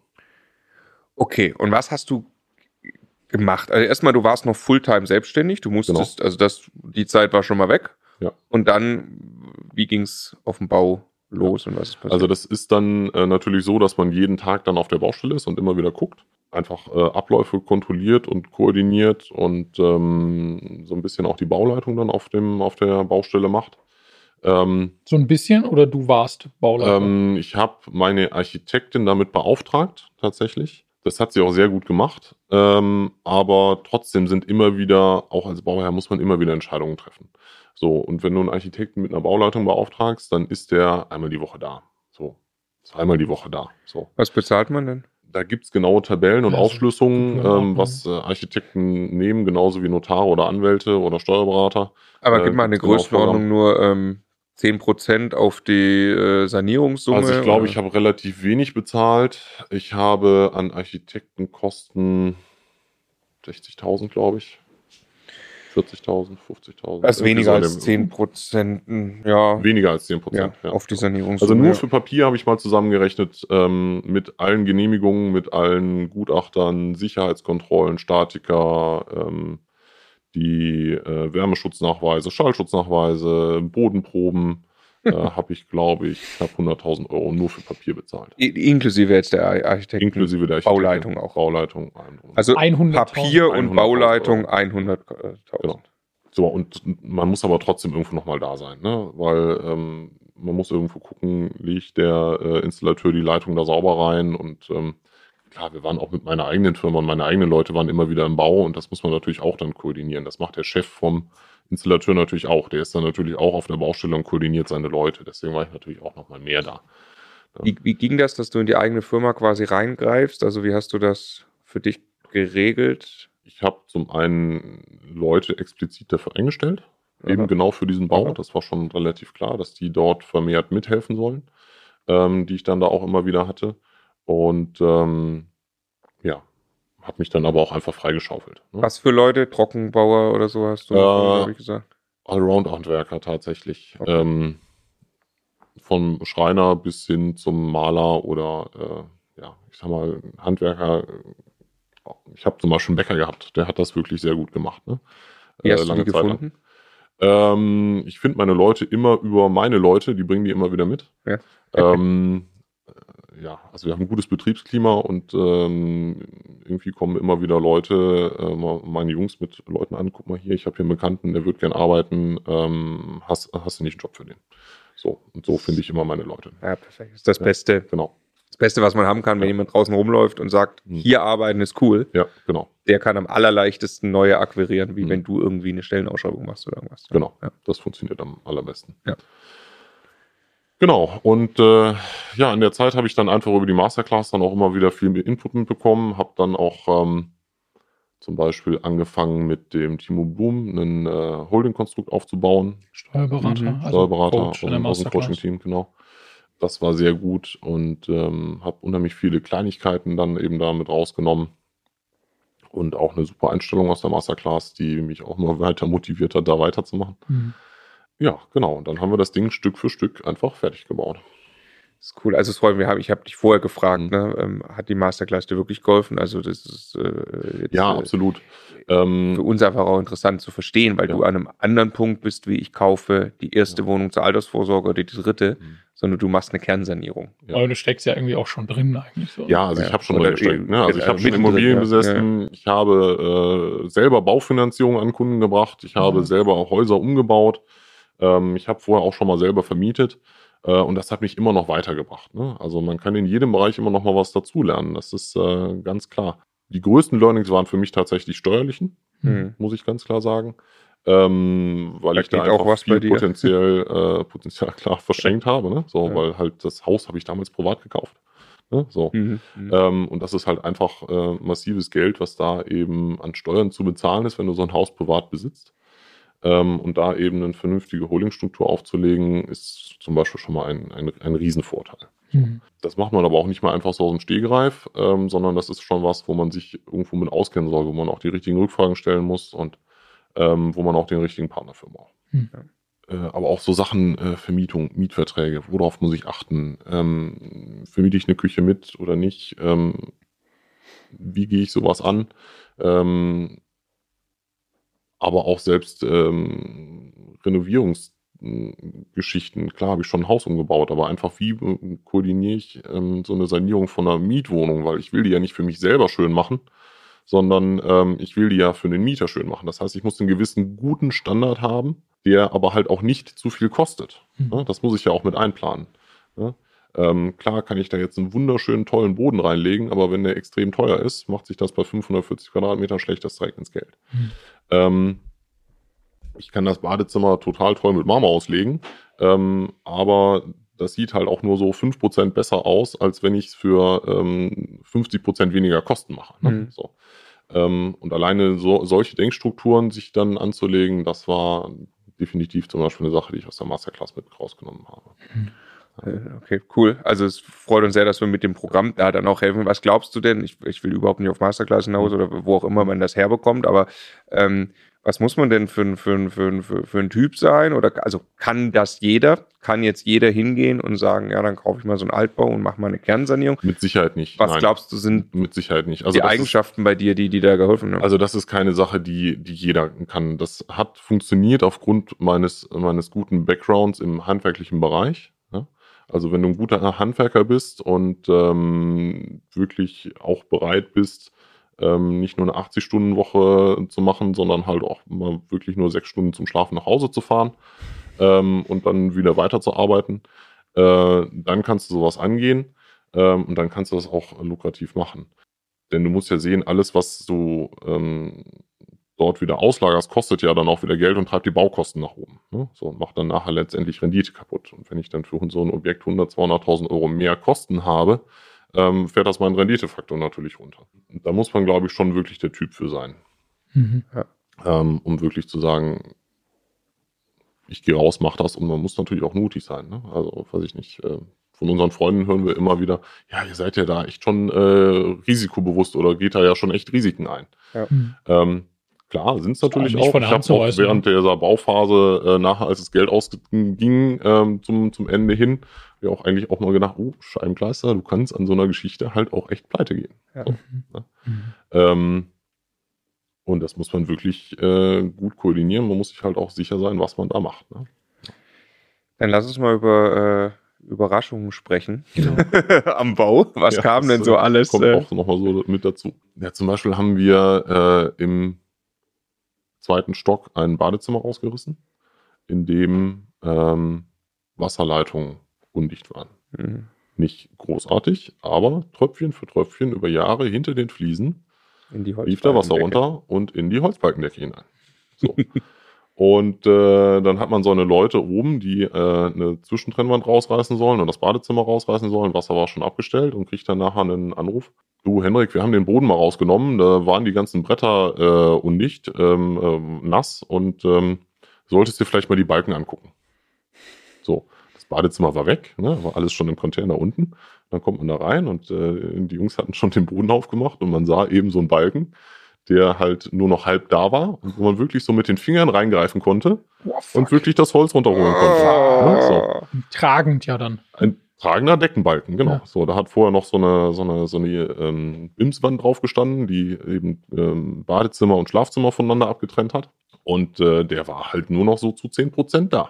Okay, und was hast du gemacht? Also erstmal, du warst noch Fulltime selbstständig, du musstest, also das, die Zeit war schon mal weg. Ja. Und dann, wie ging es auf dem Bau los und was ist passiert? Also das ist dann äh, natürlich so, dass man jeden Tag dann auf der Baustelle ist und immer wieder guckt. Einfach äh, Abläufe kontrolliert und koordiniert und ähm, so ein bisschen auch die Bauleitung dann auf, dem, auf der Baustelle macht. Ähm, So ein bisschen oder du warst Bauleiter? ähm, ich habe meine Architektin damit beauftragt, tatsächlich. Das hat sie auch sehr gut gemacht. Ähm, aber trotzdem sind immer wieder, auch als Bauherr muss man immer wieder Entscheidungen treffen. So, und wenn du einen Architekten mit einer Bauleitung beauftragst, dann ist der einmal die Woche da. So, zweimal die Woche da. So. Was bezahlt man denn? Da gibt es genaue Tabellen und Ja, so Aufschlüsselungen, Gebühren, ähm, was äh, Architekten nehmen, genauso wie Notare oder Anwälte oder Steuerberater. Aber Äh, gib mal eine gibt's genau Größenordnung, nur ähm, zehn Prozent auf die äh, Sanierungssumme. Also ich glaube, oder? ich habe relativ wenig bezahlt. Ich habe an Architektenkosten sechzigtausend, glaube ich. vierzigtausend, fünfzigtausend. Das ist irgendwie weniger so in als dem- zehn Prozent, ja, Weniger als zehn ja, Prozent. Ja, auf die Also Sanierungssumme. nur ja. für Papier habe ich mal zusammengerechnet, ähm, mit allen Genehmigungen, mit allen Gutachtern, Sicherheitskontrollen, Statiker, ähm, die äh, Wärmeschutznachweise, Schallschutznachweise, Bodenproben, äh, habe ich, glaube ich, knapp hunderttausend Euro nur für Papier bezahlt. I- Inklusive jetzt der Architekten. Inklusive der Architektin, Bauleitung auch. Bauleitung, allem drum. Also hunderttausend. Papier und hunderttausend Bauleitung Euro. hunderttausend. Genau. So, und man muss aber trotzdem irgendwo nochmal da sein, ne? Weil ähm, man muss irgendwo gucken, legt der äh, Installateur die Leitung da sauber rein und ähm, klar, wir waren auch mit meiner eigenen Firma und meine eigenen Leute waren immer wieder im Bau und das muss man natürlich auch dann koordinieren. Das macht der Chef vom Installateur natürlich auch. Der ist dann natürlich auch auf der Baustelle und koordiniert seine Leute. Deswegen war ich natürlich auch nochmal mehr da. Wie, wie ging das, dass du in die eigene Firma quasi reingreifst? Also wie hast du das für dich geregelt? Ich habe zum einen Leute explizit dafür eingestellt, eben Aha. genau für diesen Bau. Aha. Das war schon relativ klar, dass die dort vermehrt mithelfen sollen, ähm, die ich dann da auch immer wieder hatte. Und ähm, ja, habe mich dann aber auch einfach freigeschaufelt. Ne? Was für Leute? Trockenbauer oder so hast du, Äh, glaube ich, gesagt? Allround-Handwerker tatsächlich. Okay. Ähm, vom Schreiner bis hin zum Maler oder äh, ja, ich sag mal, Handwerker. Ich habe zum Beispiel einen Bäcker gehabt, der hat das wirklich sehr gut gemacht. Ne? Wie Äh, hast du die Zeit lang. gefunden? Ähm, ich finde meine Leute immer über meine Leute, die bringen die immer wieder mit. Ja. Ähm, äh, ja, also wir haben ein gutes Betriebsklima und ähm, irgendwie kommen immer wieder Leute, äh, meine Jungs mit Leuten an, guck mal hier, ich habe hier einen Bekannten, der wird gern arbeiten, ähm, hast, hast du nicht einen Job für den? So, und so finde ich immer meine Leute. Ja, perfekt. Das ist das Ja. Beste. Genau, Das Beste, was man haben kann, wenn Ja. jemand draußen rumläuft und sagt, Hm. hier arbeiten ist cool. ja, genau, Der kann am allerleichtesten neue akquirieren, wie Hm. wenn du irgendwie eine Stellenausschreibung machst oder irgendwas. genau. Ja. Das funktioniert am allerbesten. Ja. Genau, und äh, ja, in der Zeit habe ich dann einfach über die Masterclass dann auch immer wieder viel Input mitbekommen, habe dann auch ähm, zum Beispiel angefangen mit dem Timo Blum ein äh, Holding-Konstrukt aufzubauen, Steuerberater, Mhm. also Steuerberater Coach in der aus dem Masterclass. Coaching-Team, genau. Das war sehr gut und ähm, habe unheimlich viele Kleinigkeiten dann eben damit rausgenommen und auch eine super Einstellung aus der Masterclass, die mich auch immer weiter motiviert hat, da weiterzumachen. Mhm. Ja, genau. Und dann haben wir das Ding Stück für Stück einfach fertig gebaut. Das ist cool. Also es freut mich, ich habe dich vorher gefragt, Mhm. ne? ähm, hat die Masterclass dir wirklich geholfen? Also das ist äh, jetzt, Ja, äh, absolut. für Ähm, uns einfach auch interessant zu verstehen, weil Ja. du an einem anderen Punkt bist, wie ich kaufe die erste Ja. Wohnung zur Altersvorsorge oder die dritte, Mhm. sondern du machst eine Kernsanierung. Ja. Aber du steckst ja irgendwie auch schon drin eigentlich so. ja, also Ja. ich habe schon Oder drin gesteckt. Ne? Also ich äh, habe schon mittendrin, Immobilien ja. besessen. Ich habe äh, selber Baufinanzierung an Kunden gebracht. Ich habe Mhm. selber auch Häuser umgebaut. Ähm, ich habe vorher auch schon mal selber vermietet. Äh, und das hat mich immer noch weitergebracht. Ne? Also man kann in jedem Bereich immer noch mal was dazulernen. Das ist äh, ganz klar. Die größten Learnings waren für mich tatsächlich die steuerlichen, Mhm. muss ich ganz klar sagen. ähm, weil Da ich da geht auch einfach was bei viel dir. Potenzial, äh, Potenzial klar verschenkt habe, ne? So, Ja. weil halt das Haus habe ich damals privat gekauft. Ne? So. Mhm. Mhm. Ähm, und das ist halt einfach äh, massives Geld, was da eben an Steuern zu bezahlen ist, wenn du so ein Haus privat besitzt. Ähm, und da eben eine vernünftige Holdingstruktur aufzulegen, ist zum Beispiel schon mal ein, ein, ein Riesenvorteil. Mhm. Das macht man aber auch nicht mal einfach so aus dem Stegreif, ähm, sondern das ist schon was, wo man sich irgendwo mit auskennen soll, wo man auch die richtigen Rückfragen stellen muss und ähm, wo man auch den richtigen Partner für braucht. Mhm. Äh, aber auch so Sachen, äh, Vermietung, Mietverträge, worauf muss ich achten? Ähm, vermiete ich eine Küche mit oder nicht? Ähm, wie gehe ich sowas an? Ähm, aber auch selbst ähm, Renovierungsgeschichten. Klar, habe ich schon ein Haus umgebaut, aber einfach wie äh, koordiniere ich ähm, so eine Sanierung von einer Mietwohnung, weil ich will die ja nicht für mich selber schön machen, sondern ähm, ich will die ja für den Mieter schön machen. Das heißt, ich muss einen gewissen guten Standard haben, der aber halt auch nicht zu viel kostet. Mhm. Ne? Das muss ich ja auch mit einplanen. Ne? Ähm, klar kann ich da jetzt einen wunderschönen, tollen Boden reinlegen, aber wenn der extrem teuer ist, macht sich das bei fünfhundertvierzig Quadratmetern schlecht, das direkt ins Geld. Mhm. Ähm, ich kann das Badezimmer total toll mit Marmor auslegen, ähm, aber das sieht halt auch nur so fünf Prozent besser aus, als wenn ich es für ähm, fünfzig Prozent weniger Kosten mache. Ne? Mhm. So. Ähm, und alleine so, solche Denkstrukturen sich dann anzulegen, das war definitiv zum Beispiel eine Sache, die ich aus der Masterclass mit rausgenommen habe. Äh, Okay, cool. Also es freut uns sehr, dass wir mit dem Programm da dann auch helfen. Was glaubst du denn? Ich, ich will überhaupt nicht auf Masterclass hinaus oder wo auch immer man das herbekommt, aber ähm, was muss man denn für, ein- für, ein- für, ein- für, für ein Typ sein? Oder also kann das jeder? Kann jetzt jeder hingehen und sagen, ja, dann kaufe ich mal so einen Altbau und mache mal eine Kernsanierung? Mit Sicherheit nicht. Was Nein, glaubst du, sind mit Sicherheit nicht. Also die das ist- Eigenschaften bei dir, die, die da geholfen haben? Also das ist keine Sache, die, die jeder kann. Das hat funktioniert aufgrund meines, meines guten Backgrounds im handwerklichen Bereich. Ja? Also wenn du ein guter Handwerker bist und ähm, wirklich auch bereit bist, ähm, nicht nur eine achtzig-Stunden-Woche zu machen, sondern halt auch mal wirklich nur sechs Stunden zum Schlafen nach Hause zu fahren ähm, und dann wieder weiterzuarbeiten, äh, dann kannst du sowas angehen ähm, und dann kannst du das auch lukrativ machen. Denn du musst ja sehen, alles, was du ähm, dort wieder auslagerst, kostet ja dann auch wieder Geld und treibt die Baukosten nach oben. Ne? So, und macht dann nachher letztendlich Rendite kaputt. Und wenn ich dann für so ein Objekt hundert, zweihunderttausend Euro mehr Kosten habe, ähm, fährt das meinen Renditefaktor natürlich runter. Und da muss man, glaube ich, schon wirklich der Typ für sein, Mhm. ähm, um wirklich zu sagen, ich gehe raus, mach das. Und man muss natürlich auch mutig sein. Ne? Also, weiß ich nicht, äh, von unseren Freunden hören wir immer wieder, ja, ihr seid ja da echt schon äh, risikobewusst oder geht da ja schon echt Risiken ein. Mhm. Ähm, klar, sind es natürlich nicht auch. von der Ich Hand habe zu auch reißen, während dieser Bauphase, äh, nachher als das Geld ausging, ähm, zum, zum Ende hin, ja auch eigentlich auch mal gedacht, oh, Scheibenkleister, du kannst an so einer Geschichte halt auch echt pleite gehen. Ja. So, Mhm. ne? Mhm. Ähm, und das muss man wirklich äh, gut koordinieren. Man muss sich halt auch sicher sein, was man da macht. Ne? Dann lass uns mal über äh, Überraschungen sprechen. Genau. Am Bau. Was Ja, kam das, denn so äh, alles? Kommt äh, auch nochmal so mit dazu. Ja, zum Beispiel haben wir äh, im zweiten Stock ein Badezimmer rausgerissen, in dem ähm, Wasserleitungen undicht waren. Mhm. Nicht großartig, aber Tröpfchen für Tröpfchen über Jahre hinter den Fliesen In die lief da Wasser Holzbalkendecke. runter und in die Holzbalkendecke hinein. So. Und äh, dann hat man so eine Leute oben, die äh, eine Zwischentrennwand rausreißen sollen und das Badezimmer rausreißen sollen. Wasser war schon abgestellt und kriegt dann nachher einen Anruf. Du, Henrik, wir haben den Boden mal rausgenommen. Da waren die ganzen Bretter äh, undicht, ähm, ähm, nass und ähm, solltest dir vielleicht mal die Balken angucken. So, das Badezimmer war weg, ne? War alles schon im Container unten. Dann kommt man da rein und äh, die Jungs hatten schon den Boden aufgemacht und man sah eben so einen Balken, der halt nur noch halb da war und wo man wirklich so mit den Fingern reingreifen konnte Oh, fuck. und wirklich das Holz runterholen konnte. Ja, so. Tragend ja dann. Ein tragender Deckenbalken, genau. Ja. So, da hat vorher noch so eine, so eine, so eine ähm, Bimswand drauf gestanden, die eben ähm, Badezimmer und Schlafzimmer voneinander abgetrennt hat. Und äh, der war halt nur noch so zu zehn Prozent da.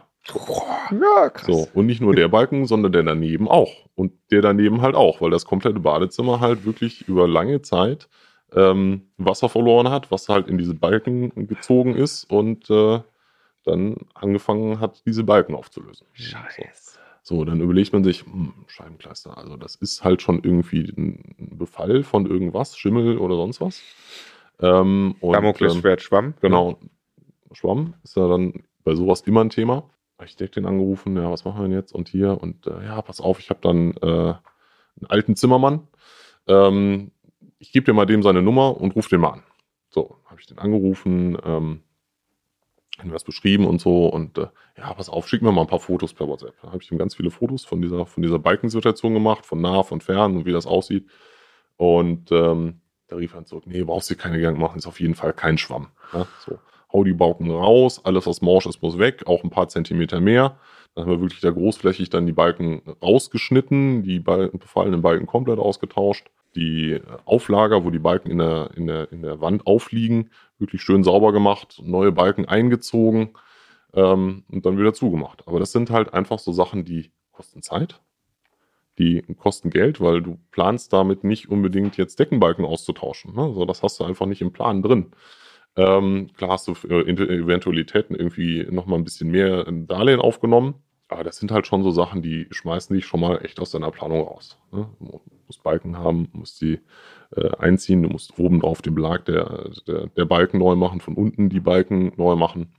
Ja, krass. So, und nicht nur der Balken, sondern der daneben auch. Und der daneben halt auch, weil das komplette Badezimmer halt wirklich über lange Zeit ähm, Wasser verloren hat, was halt in diese Balken gezogen ist und äh, dann angefangen hat, diese Balken aufzulösen. Scheiße. So, so dann überlegt man sich, hm, Scheibenkleister, also das ist halt schon irgendwie ein Befall von irgendwas, Schimmel oder sonst was. Ähm, und, ähm, Damoklesschwert Schwamm. Genau. Schwamm ist ja dann bei sowas immer ein Thema. Architektin angerufen, ja, was machen wir denn jetzt und hier und äh, ja, pass auf, ich habe dann äh, einen alten Zimmermann. Ähm, ich gebe dir mal dem seine Nummer und ruf den mal an. So, habe ich den angerufen, ähm, haben wir das beschrieben und so und äh, ja, pass auf, schick mir mal ein paar Fotos per WhatsApp. Da habe ich ihm ganz viele Fotos von dieser, von dieser Balkensituation gemacht, von nah, von fern und wie das aussieht. Und ähm, da rief er dann zurück, nee, brauchst dir keine Gedanken machen, ist auf jeden Fall kein Schwamm. Ja, so, hau die Balken raus, alles was morsch ist, muss weg, auch ein paar Zentimeter mehr. Dann haben wir wirklich da großflächig dann die Balken rausgeschnitten, die Balken, befallenen Balken komplett ausgetauscht. Die Auflager, wo die Balken in der, in der, in der Wand aufliegen, wirklich schön sauber gemacht, neue Balken eingezogen ähm, und dann wieder zugemacht. Aber das sind halt einfach so Sachen, die kosten Zeit, die kosten Geld, weil du planst damit nicht unbedingt jetzt Deckenbalken auszutauschen. Ne? So, das hast du einfach nicht im Plan drin. Ähm, klar hast du für Eventualitäten irgendwie nochmal ein bisschen mehr Darlehen aufgenommen. Aber das sind halt schon so Sachen, die schmeißen dich schon mal echt aus deiner Planung raus. Ne? Du musst Balken haben, musst die äh, einziehen, du musst oben drauf den Belag der, der, der Balken neu machen, von unten die Balken neu machen.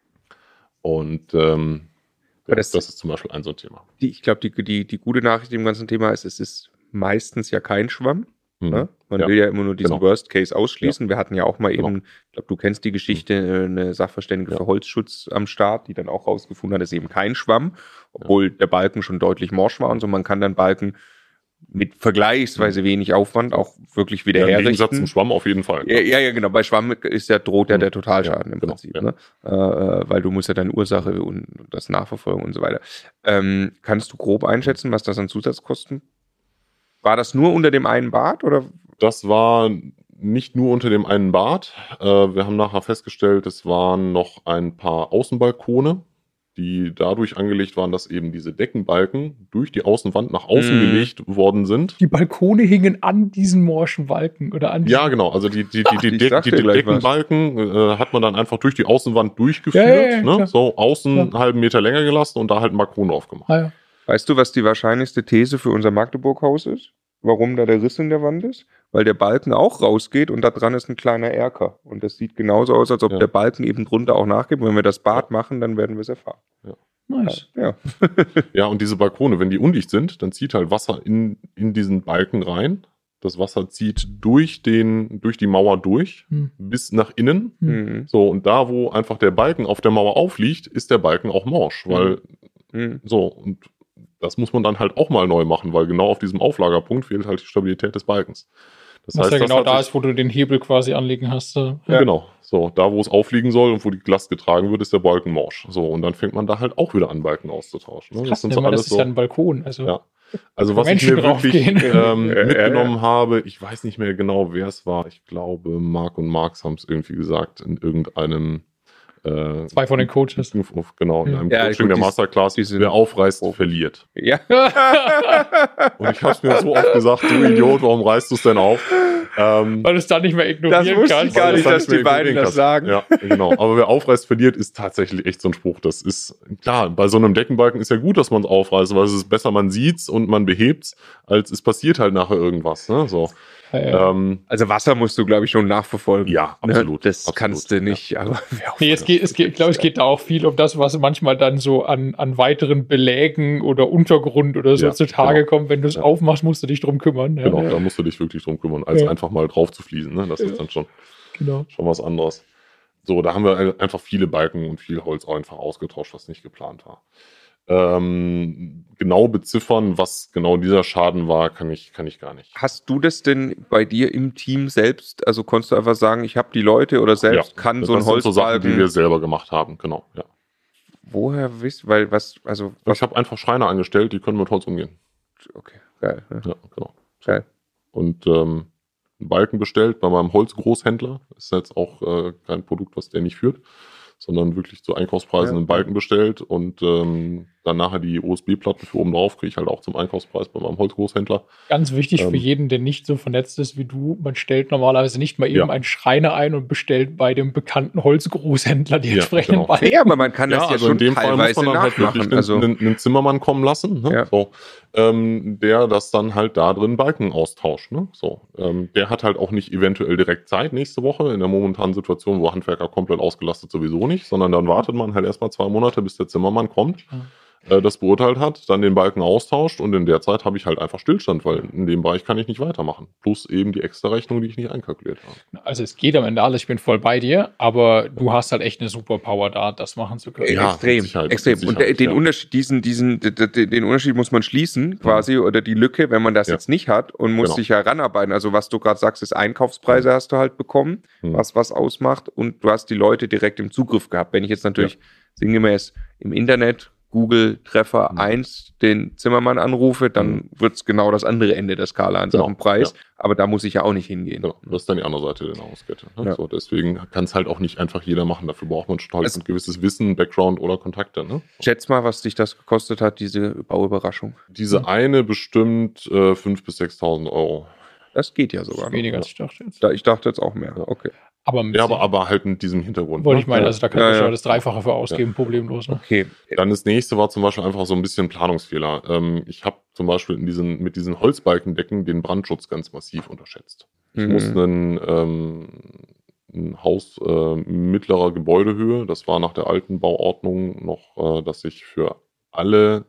Und ähm, ja, das, das ist zum Beispiel ein so ein Thema. Die, ich glaube, die, die, die gute Nachricht im ganzen Thema ist, es ist meistens ja kein Schwamm. Mhm. Ne? Man ja. will ja immer nur diesen genau. Worst Case ausschließen. Ja. Wir hatten ja auch mal genau. eben, ich glaube, du kennst die Geschichte, eine Sachverständige ja. für Holzschutz am Start, die dann auch rausgefunden hat, es ist eben kein Schwamm, obwohl ja. der Balken schon deutlich morsch war und so. Man kann dann Balken mit vergleichsweise wenig Aufwand auch wirklich wieder ja, herrichten. Im Gegensatz zum Schwamm auf jeden Fall. Ja, ja, ja, genau. Bei Schwamm ist ja, droht ja der Totalschaden ja, im genau, Prinzip, ja. ne? Äh, weil du musst ja deine Ursache und das nachverfolgen und so weiter. Ähm, kannst du grob einschätzen, was das an Zusatzkosten? War das nur unter dem einen Bad oder? Das war nicht nur unter dem einen Bad. Äh, wir haben nachher festgestellt, es waren noch ein paar Außenbalkone, die dadurch angelegt waren, dass eben diese Deckenbalken durch die Außenwand nach außen mm. gelegt worden sind. Die Balkone hingen an diesen morschen Balken oder an Ja, genau. Also die, die, die, die, Deck, die, die Deckenbalken äh, hat man dann einfach durch die Außenwand durchgeführt. Ja, ja, ja, ne? So außen ja. einen halben Meter länger gelassen und da halt einen Balkon drauf gemacht. Ah, ja. Weißt du, was die wahrscheinlichste These für unser Magdeburg-Haus ist? Warum da der Riss in der Wand ist? Weil der Balken auch rausgeht und da dran ist ein kleiner Erker. Und das sieht genauso aus, als ob ja. der Balken eben drunter auch nachgibt. Und wenn wir das Bad ja. machen, dann werden wir es erfahren. Ja. Nice. Ja. ja, und diese Balkone, wenn die undicht sind, dann zieht halt Wasser in, in diesen Balken rein. Das Wasser zieht durch, den, durch die Mauer durch, hm. bis nach innen. Hm. So, und da, wo einfach der Balken auf der Mauer aufliegt, ist der Balken auch morsch. Weil, hm. so, und das muss man dann halt auch mal neu machen, weil genau auf diesem Auflagerpunkt fehlt halt die Stabilität des Balkens. Das Was heißt, ja das genau da ist, wo du den Hebel quasi anlegen hast. Ja. Ja. Genau. So, da wo es aufliegen soll und wo die Last getragen wird, ist der Balken morsch. So, und dann fängt man da halt auch wieder an, Balken auszutauschen. Ne? Krass, das sind ne, so alles das ist so, ja ein Balkon. Also, ja. also was ich mir wirklich ähm, mitgenommen habe, ich weiß nicht mehr genau, wer es war. Ich glaube, Marc und Marx haben es irgendwie gesagt in irgendeinem Äh, Zwei von den Coaches. Genau, in einem ja, Coaching gut, der Masterclass. Wer aufreißt, oh. verliert. Ja. Und ich habe es mir so oft gesagt, du Idiot, warum reißt du es denn auf? Ähm, weil du es dann nicht mehr ignorieren kannst. Das wusste ich gar nicht, dass die beiden das sagen. Ja, genau. Aber wer aufreißt, verliert, ist tatsächlich echt so ein Spruch. Das ist, klar, bei so einem Deckenbalken ist ja gut, dass man es aufreißt, weil es ist besser, man sieht's und man behebt's, als es passiert halt nachher irgendwas. Ne? So. Ja, ja. Ähm, also Wasser musst du, glaube ich, schon nachverfolgen. Ja, absolut. Das absolut, kannst du nicht. Ja. Aber nee, es geht, es geht, ich glaube, es geht da auch viel um das, was manchmal dann so an, an weiteren Belägen oder Untergrund oder so ja, zutage genau. kommt. Wenn du es ja. aufmachst, musst du dich drum kümmern. Ja. Genau, da musst du dich wirklich drum kümmern, als ja. einfach mal drauf zu fließen. Ne? Das ja. ist dann schon, genau. schon was anderes. So, da haben wir einfach viele Balken und viel Holz auch einfach ausgetauscht, was nicht geplant war. Ähm, genau beziffern, was genau dieser Schaden war, kann ich, kann ich gar nicht. Hast du das denn bei dir im Team selbst, also konntest du einfach sagen, ich habe die Leute oder selbst ja, kann so ein Holzbalken... Das sind so Sachen, die wir selber gemacht haben, genau, ja. Woher wisst, weil was, also... Was ich habe einfach Schreiner angestellt, die können mit Holz umgehen. Okay, geil. Ja, ja genau. Geil. Und ähm, einen Balken bestellt bei meinem Holzgroßhändler, ist jetzt auch äh, kein Produkt, was der nicht führt, sondern wirklich zu Einkaufspreisen ja, einen Balken bestellt und ähm, dann nachher die U S B-Platten für oben drauf kriege ich halt auch zum Einkaufspreis bei meinem Holzgroßhändler. Ganz wichtig Ähm, für jeden, der nicht so vernetzt ist wie du, man stellt normalerweise nicht mal eben Ja. einen Schreiner ein und bestellt bei dem bekannten Holzgroßhändler die Ja, entsprechenden genau. Balken. Ja, aber man kann das ja, also schon in dem Fall muss teilweise man dann halt wirklich nachmachen. einen, Also, einen, einen Zimmermann kommen lassen, ne? Ja. so, ähm, der das dann halt da drin Balken austauscht. Ne? So, ähm, der hat halt auch nicht eventuell direkt Zeit nächste Woche in der momentanen Situation, wo Handwerker komplett ausgelastet sowieso nicht, sondern dann wartet man halt erstmal zwei Monate, bis der Zimmermann kommt, Ja. äh, das beurteilt hat, dann den Balken austauscht und in der Zeit habe ich halt einfach Stillstand, weil in dem Bereich kann ich nicht weitermachen. Plus eben die extra Rechnung, die ich nicht einkalkuliert habe. Also es geht am Ende alles, ich bin voll bei dir, aber du hast halt echt eine Superpower da, das machen zu können. Ja, extrem, mit Sicherheit, extrem. mit Und der, Sicherheit, den ja. Unterschied, diesen, diesen, d- d- den Unterschied muss man schließen, quasi, oder die Lücke, wenn man das Ja. jetzt nicht hat und muss Genau. sich heranarbeiten. Also was du gerade sagst, ist Einkaufspreise hast du halt bekommen, Mhm. was was ausmacht, und du hast die Leute direkt im Zugriff gehabt. Wenn ich jetzt natürlich sinngemäß im Internet Google Treffer Mhm. eins den Zimmermann anrufe, dann wird's genau das andere Ende der Skala an Genau, Sachen Preis. ja. Aber da muss ich ja auch nicht hingehen. Genau, das ist dann die andere Seite der Nahrungskette. Ne? Ja. So, deswegen kann es halt auch nicht einfach jeder machen. Dafür braucht man schon halt Es- ein gewisses Wissen, Background oder Kontakte. Ne? Schätz mal, was dich das gekostet hat, diese Bauüberraschung. Diese Mhm. eine bestimmt äh, fünftausend bis sechstausend Euro. Das geht ja Das sogar ist noch. weniger als ich dachte jetzt. Da, ich dachte jetzt auch mehr. Ja. Okay. Aber, mit Ja, aber, aber halt mit diesem Hintergrund. wollte ne? ich meinen, also da kann Ja, ich ja. ja das Dreifache für ausgeben, problemlos. Ne? Okay. Dann das nächste war zum Beispiel einfach so ein bisschen Planungsfehler. Ähm, ich habe zum Beispiel in diesen, mit diesen Holzbalkendecken den Brandschutz ganz massiv unterschätzt. Ich Mhm. musste einen, ähm, ein Haus äh, mittlerer Gebäudehöhe, das war nach der alten Bauordnung noch, äh, dass ich für alle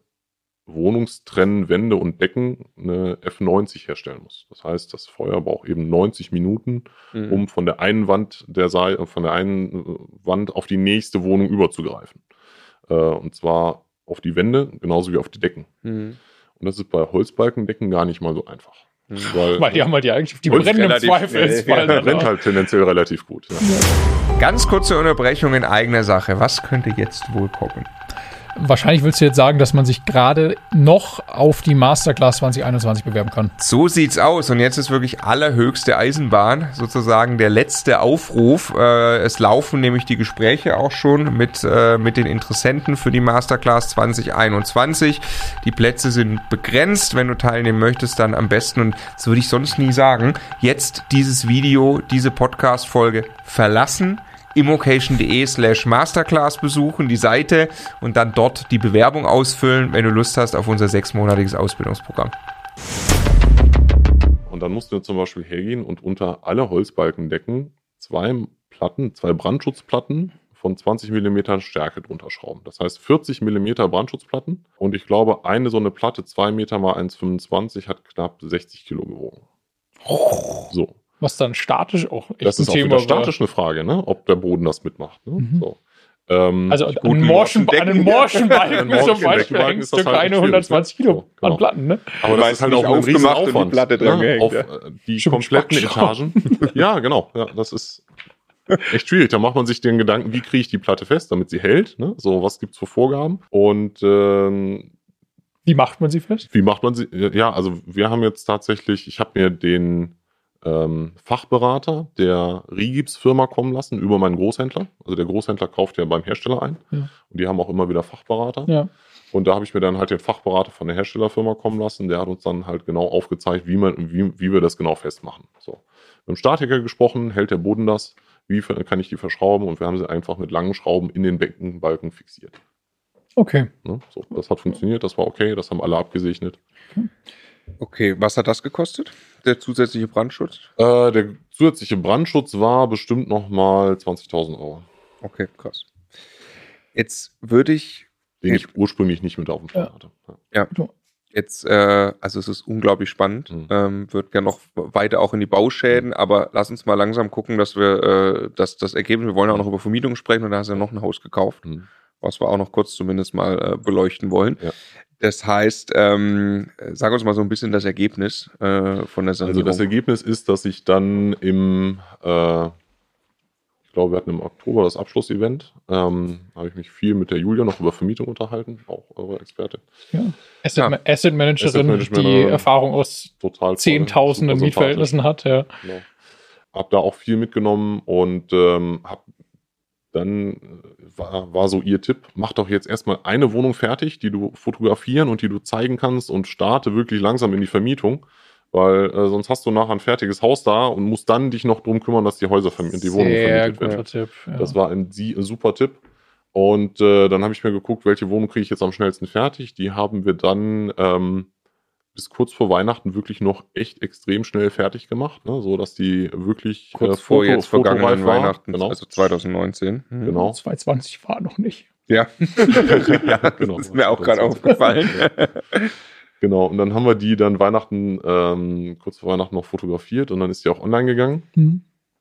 Wohnungstrennwände und Decken eine F neunzig herstellen muss. Das heißt, das Feuer braucht eben neunzig Minuten, Mhm. um von der einen Wand der Seite, von der einen äh, Wand auf die nächste Wohnung überzugreifen. Äh, und zwar auf die Wände, genauso wie auf die Decken. Mhm. Und das ist bei Holzbalkendecken gar nicht mal so einfach. Mhm. Weil, Weil die haben halt die eigentlich die Holz brennen im relativ Zweifelsfall. schnell, ja. der brennt halt tendenziell relativ gut. Ja. Ganz kurze Unterbrechung in eigener Sache. Was könnte jetzt wohl kommen? Wahrscheinlich willst du jetzt sagen, dass man sich gerade noch auf die Masterclass zwanzig einundzwanzig bewerben kann. So sieht's aus. Und jetzt ist wirklich allerhöchste Eisenbahn, sozusagen der letzte Aufruf. Äh, es laufen nämlich die Gespräche auch schon mit, äh, mit den Interessenten für die Masterclass zwanzig einundzwanzig. Die Plätze sind begrenzt. Wenn du teilnehmen möchtest, dann am besten, und das würde ich sonst nie sagen, jetzt dieses Video, diese Podcast-Folge verlassen, immocation.de slash Masterclass besuchen, die Seite, und dann dort die Bewerbung ausfüllen, wenn du Lust hast auf unser sechsmonatiges Ausbildungsprogramm. Und dann mussten wir zum Beispiel hergehen und unter alle Holzbalkendecken zwei Platten, zwei Brandschutzplatten von zwanzig Millimeter Stärke drunter schrauben. Das heißt vierzig Millimeter Brandschutzplatten, und ich glaube, eine so eine Platte, zwei Meter mal eins Komma fünfundzwanzig, hat knapp sechzig Kilo gewogen. So. Was dann statisch auch echt Das ein ist auch Thema wieder war. statisch eine Frage, ne? Ob der Boden das mitmacht. Ne? Mhm. So. Ähm, Also guten einen morschen, morschen einen morschen An Balken einen zum morschen Beispiel Deckenbalken hängst ist das du halt keine schwierig, hundertzwanzig ne? Kilo So, genau. an Platten, ne? aber das Meist ist halt nicht auch ein aufgemacht und die Riesenaufwand. Platte dran ne? gehängt, Auf ja. äh, die Schon mit kompletten Spackschrauben. Etagen. Ja, genau. Ja, das ist echt schwierig. Da macht man sich den Gedanken, wie kriege ich die Platte fest, damit sie hält. Ne? So, was gibt's für Vorgaben? Und ähm, Wie macht man sie fest? wie macht man sie? Ja, also wir haben jetzt tatsächlich, ich habe mir den ähm, Fachberater der Rigips-Firma kommen lassen über meinen Großhändler. Also der Großhändler kauft ja beim Hersteller ein. Ja. Und die haben auch immer wieder Fachberater. Ja. Und da habe ich mir dann halt den Fachberater von der Herstellerfirma kommen lassen. Der hat uns dann halt genau aufgezeigt, wie, man, wie, wie wir das genau festmachen. So. Mit dem Statiker gesprochen, hält der Boden das? Wie kann ich die verschrauben? Und wir haben sie einfach mit langen Schrauben in den Beckenbalken fixiert. Okay. Ne? So, das hat funktioniert, das war okay, das haben alle abgesegnet. Okay, was hat das gekostet? Der zusätzliche Brandschutz? Äh, der zusätzliche Brandschutz war bestimmt nochmal zwanzigtausend Euro, Okay, krass. Jetzt würde ich den ich ursprünglich nicht mit auf dem Plan Ja. hatte. Ja. Jetzt, äh, also es ist unglaublich spannend. Mhm. Ähm, wird gerne noch weiter auch in die Bauschäden, aber lass uns mal langsam gucken, dass wir äh, dass das Ergebnis, wir wollen auch noch über Vermietung sprechen, und da hast du ja noch ein Haus gekauft, Mhm. was wir auch noch kurz zumindest mal äh, beleuchten wollen. Ja. Das heißt, ähm, sag uns mal so ein bisschen das Ergebnis äh, von der Also Sanierung. das Ergebnis ist, dass ich dann im, äh, ich glaube, wir hatten im Oktober das Abschlussevent, ähm, habe ich mich viel mit der Julia noch über Vermietung unterhalten, auch eure Expertin. Ja. Asset, Ja. Asset Managerin, Asset Management, die äh, Erfahrung aus Total toll, Zehntausenden super Mietverhältnissen hat. Ja. Genau. Hab da auch viel mitgenommen und ähm, hab dann war, war so ihr Tipp, mach doch jetzt erstmal eine Wohnung fertig, die du fotografieren und die du zeigen kannst und starte wirklich langsam in die Vermietung, weil äh, sonst hast du nachher ein fertiges Haus da und musst dann dich noch drum kümmern, dass die Häuser vermietet, die Wohnung vermietet werden. Guter Tipp, ja. Das war ein, ein super Tipp. Und äh, dann habe ich mir geguckt, welche Wohnung kriege ich jetzt am schnellsten fertig. Die haben wir dann ähm, bis kurz vor Weihnachten wirklich noch echt extrem schnell fertig gemacht, ne? So dass die wirklich kurz äh, vor Foto, jetzt vergangenen war. Weihnachten, Genau. also zwanzig neunzehn. Mhm. Genau. zwanzig zwanzig war noch nicht. Ja, ja das Genau. ist mir auch gerade aufgefallen. Genau, und dann haben wir die dann Weihnachten, ähm, kurz vor Weihnachten noch fotografiert und dann ist die auch online gegangen. Mhm.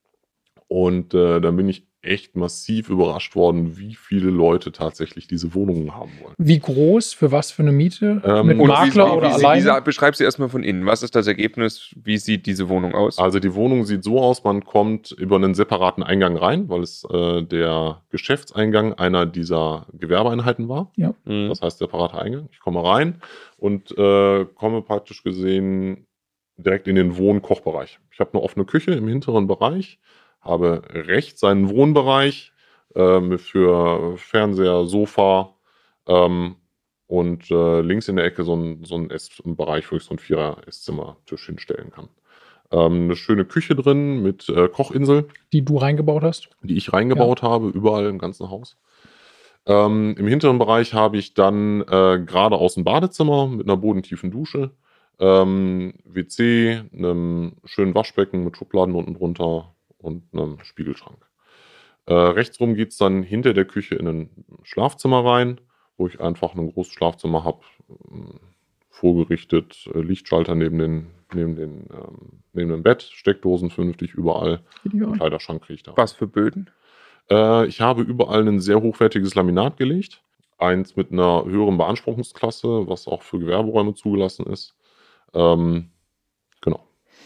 Und äh, dann bin ich echt massiv überrascht worden, wie viele Leute tatsächlich diese Wohnungen haben wollen. Wie groß, für was für eine Miete? Ähm, Mit und Makler wie, wie, oder wie, alleine? Wie, beschreib sie erstmal von innen. Was ist das Ergebnis? Wie sieht diese Wohnung aus? Also die Wohnung sieht so aus, man kommt über einen separaten Eingang rein, weil es äh, der Geschäftseingang einer dieser Gewerbeeinheiten war. Ja. Mhm. Das heißt separater Eingang. Ich komme rein und äh, komme praktisch gesehen direkt in den Wohn-Kochbereich. Ich habe eine offene Küche im hinteren Bereich, habe rechts einen Wohnbereich äh, für Fernseher, Sofa ähm, und äh, links in der Ecke so ein, so ein Ess- ein Bereich, wo ich so einen Vierer-Esszimmertisch hinstellen kann. Ähm, eine schöne Küche drin mit äh, Kochinsel, Die du reingebaut hast? die ich reingebaut habe, überall im ganzen Haus. Ähm, Im hinteren Bereich habe ich dann äh, geradeaus ein Badezimmer mit einer bodentiefen Dusche, ähm, W C, einem schönen Waschbecken mit Schubladen unten drunter und einem Spiegelschrank. Äh, rechtsrum geht es dann hinter der Küche in ein Schlafzimmer rein, wo ich einfach ein großes Schlafzimmer habe, äh, vorgerichtet, äh, Lichtschalter neben, den, neben, den, ähm, neben dem Bett, Steckdosen vernünftig überall, Ideal. Kleiderschrank kriege ich da. Was für Böden? Äh, ich habe überall ein sehr hochwertiges Laminat gelegt, eins mit einer höheren Beanspruchungsklasse, was auch für Gewerberäume zugelassen ist. Ähm, genau.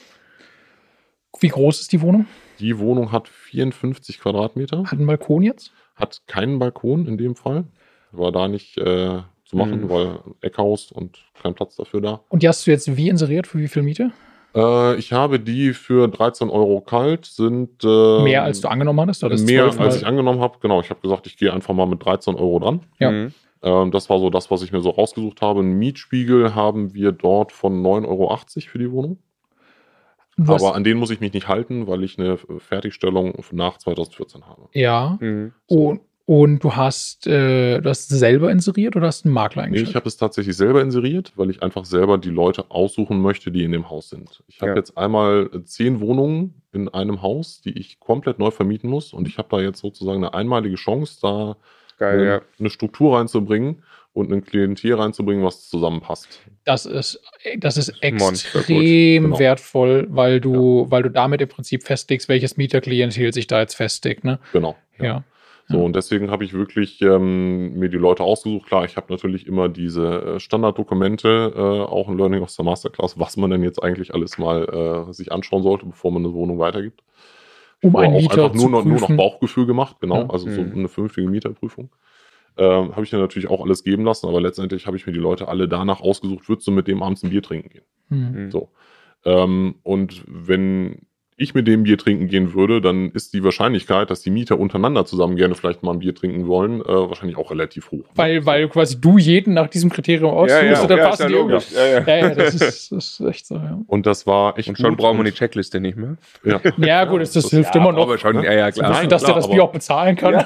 Wie groß ist die Wohnung? Die Wohnung hat vierundfünfzig Quadratmeter, Hat einen Balkon jetzt? hat keinen Balkon in dem Fall. War da nicht äh, zu machen, Mhm. weil Eckhaus und kein Platz dafür da. Und die hast du jetzt wie inseriert? Für wie viel Miete? Äh, ich habe die für dreizehn Euro kalt, sind äh, Mehr als du angenommen hattest? Oder ist mehr zwölf Mal- als ich angenommen habe. Genau, ich habe gesagt, ich gehe einfach mal mit dreizehn Euro dran. Ja. Mhm. Ähm, das war so das, was ich mir so rausgesucht habe. Einen Mietspiegel haben wir dort von neun Euro achtzig für die Wohnung. Du hast- Aber an den muss ich mich nicht halten, weil ich eine Fertigstellung nach zweitausendvierzehn habe. Ja. Mhm. Und, und du hast äh, du hast selber inseriert oder hast einen Makler Nee, eingestellt? ich habe es tatsächlich selber inseriert, weil ich einfach selber die Leute aussuchen möchte, die in dem Haus sind. Ich habe Ja. jetzt einmal zehn Wohnungen in einem Haus, die ich komplett neu vermieten muss. Und ich habe da jetzt sozusagen eine einmalige Chance, da Geil, eine, ja. eine Struktur reinzubringen und ein Klientel reinzubringen, was zusammenpasst. Das ist, das ist Monster gut. extrem Genau. wertvoll, weil du, weil du damit im Prinzip festlegst, welches Mieterklientel sich da jetzt festlegt. Ne? Genau. Ja. So, Ja. und deswegen habe ich wirklich ähm, mir die Leute ausgesucht. Klar, ich habe natürlich immer diese äh, Standarddokumente, äh, auch ein Learning aus der Masterclass, was man denn jetzt eigentlich alles mal äh, sich anschauen sollte, bevor man eine Wohnung weitergibt. Um Vorher einen auch Mieter einfach zu nur noch, nur noch prüfen. Bauchgefühl gemacht, genau, Ja. also so Mhm. eine vernünftige Mieterprüfung. Ähm, habe ich mir natürlich auch alles geben lassen, aber letztendlich habe ich mir die Leute alle danach ausgesucht, würdest du mit dem abends ein Bier trinken gehen? Hm. Mhm. So. Ähm, und wenn ich mit dem Bier trinken gehen würde, dann ist die Wahrscheinlichkeit, dass die Mieter untereinander zusammen gerne vielleicht mal ein Bier trinken wollen, äh, wahrscheinlich auch relativ hoch. Weil, weil quasi du jeden nach diesem Kriterium aussuchst Ja, ja, und dann ja, passen ist die ja irgendwie. logisch. Ja, ja. Ja, ja, das ist, das ist echt so, ja. Und das war echt Und schon gut brauchen wir und- die Checkliste nicht mehr. Ja. Ja, gut, das, das das- hilft Ja, immer noch. aber schon, ja, ja, Zu klar. wissen, Nein, dass klar, der das aber- Bier auch bezahlen kann.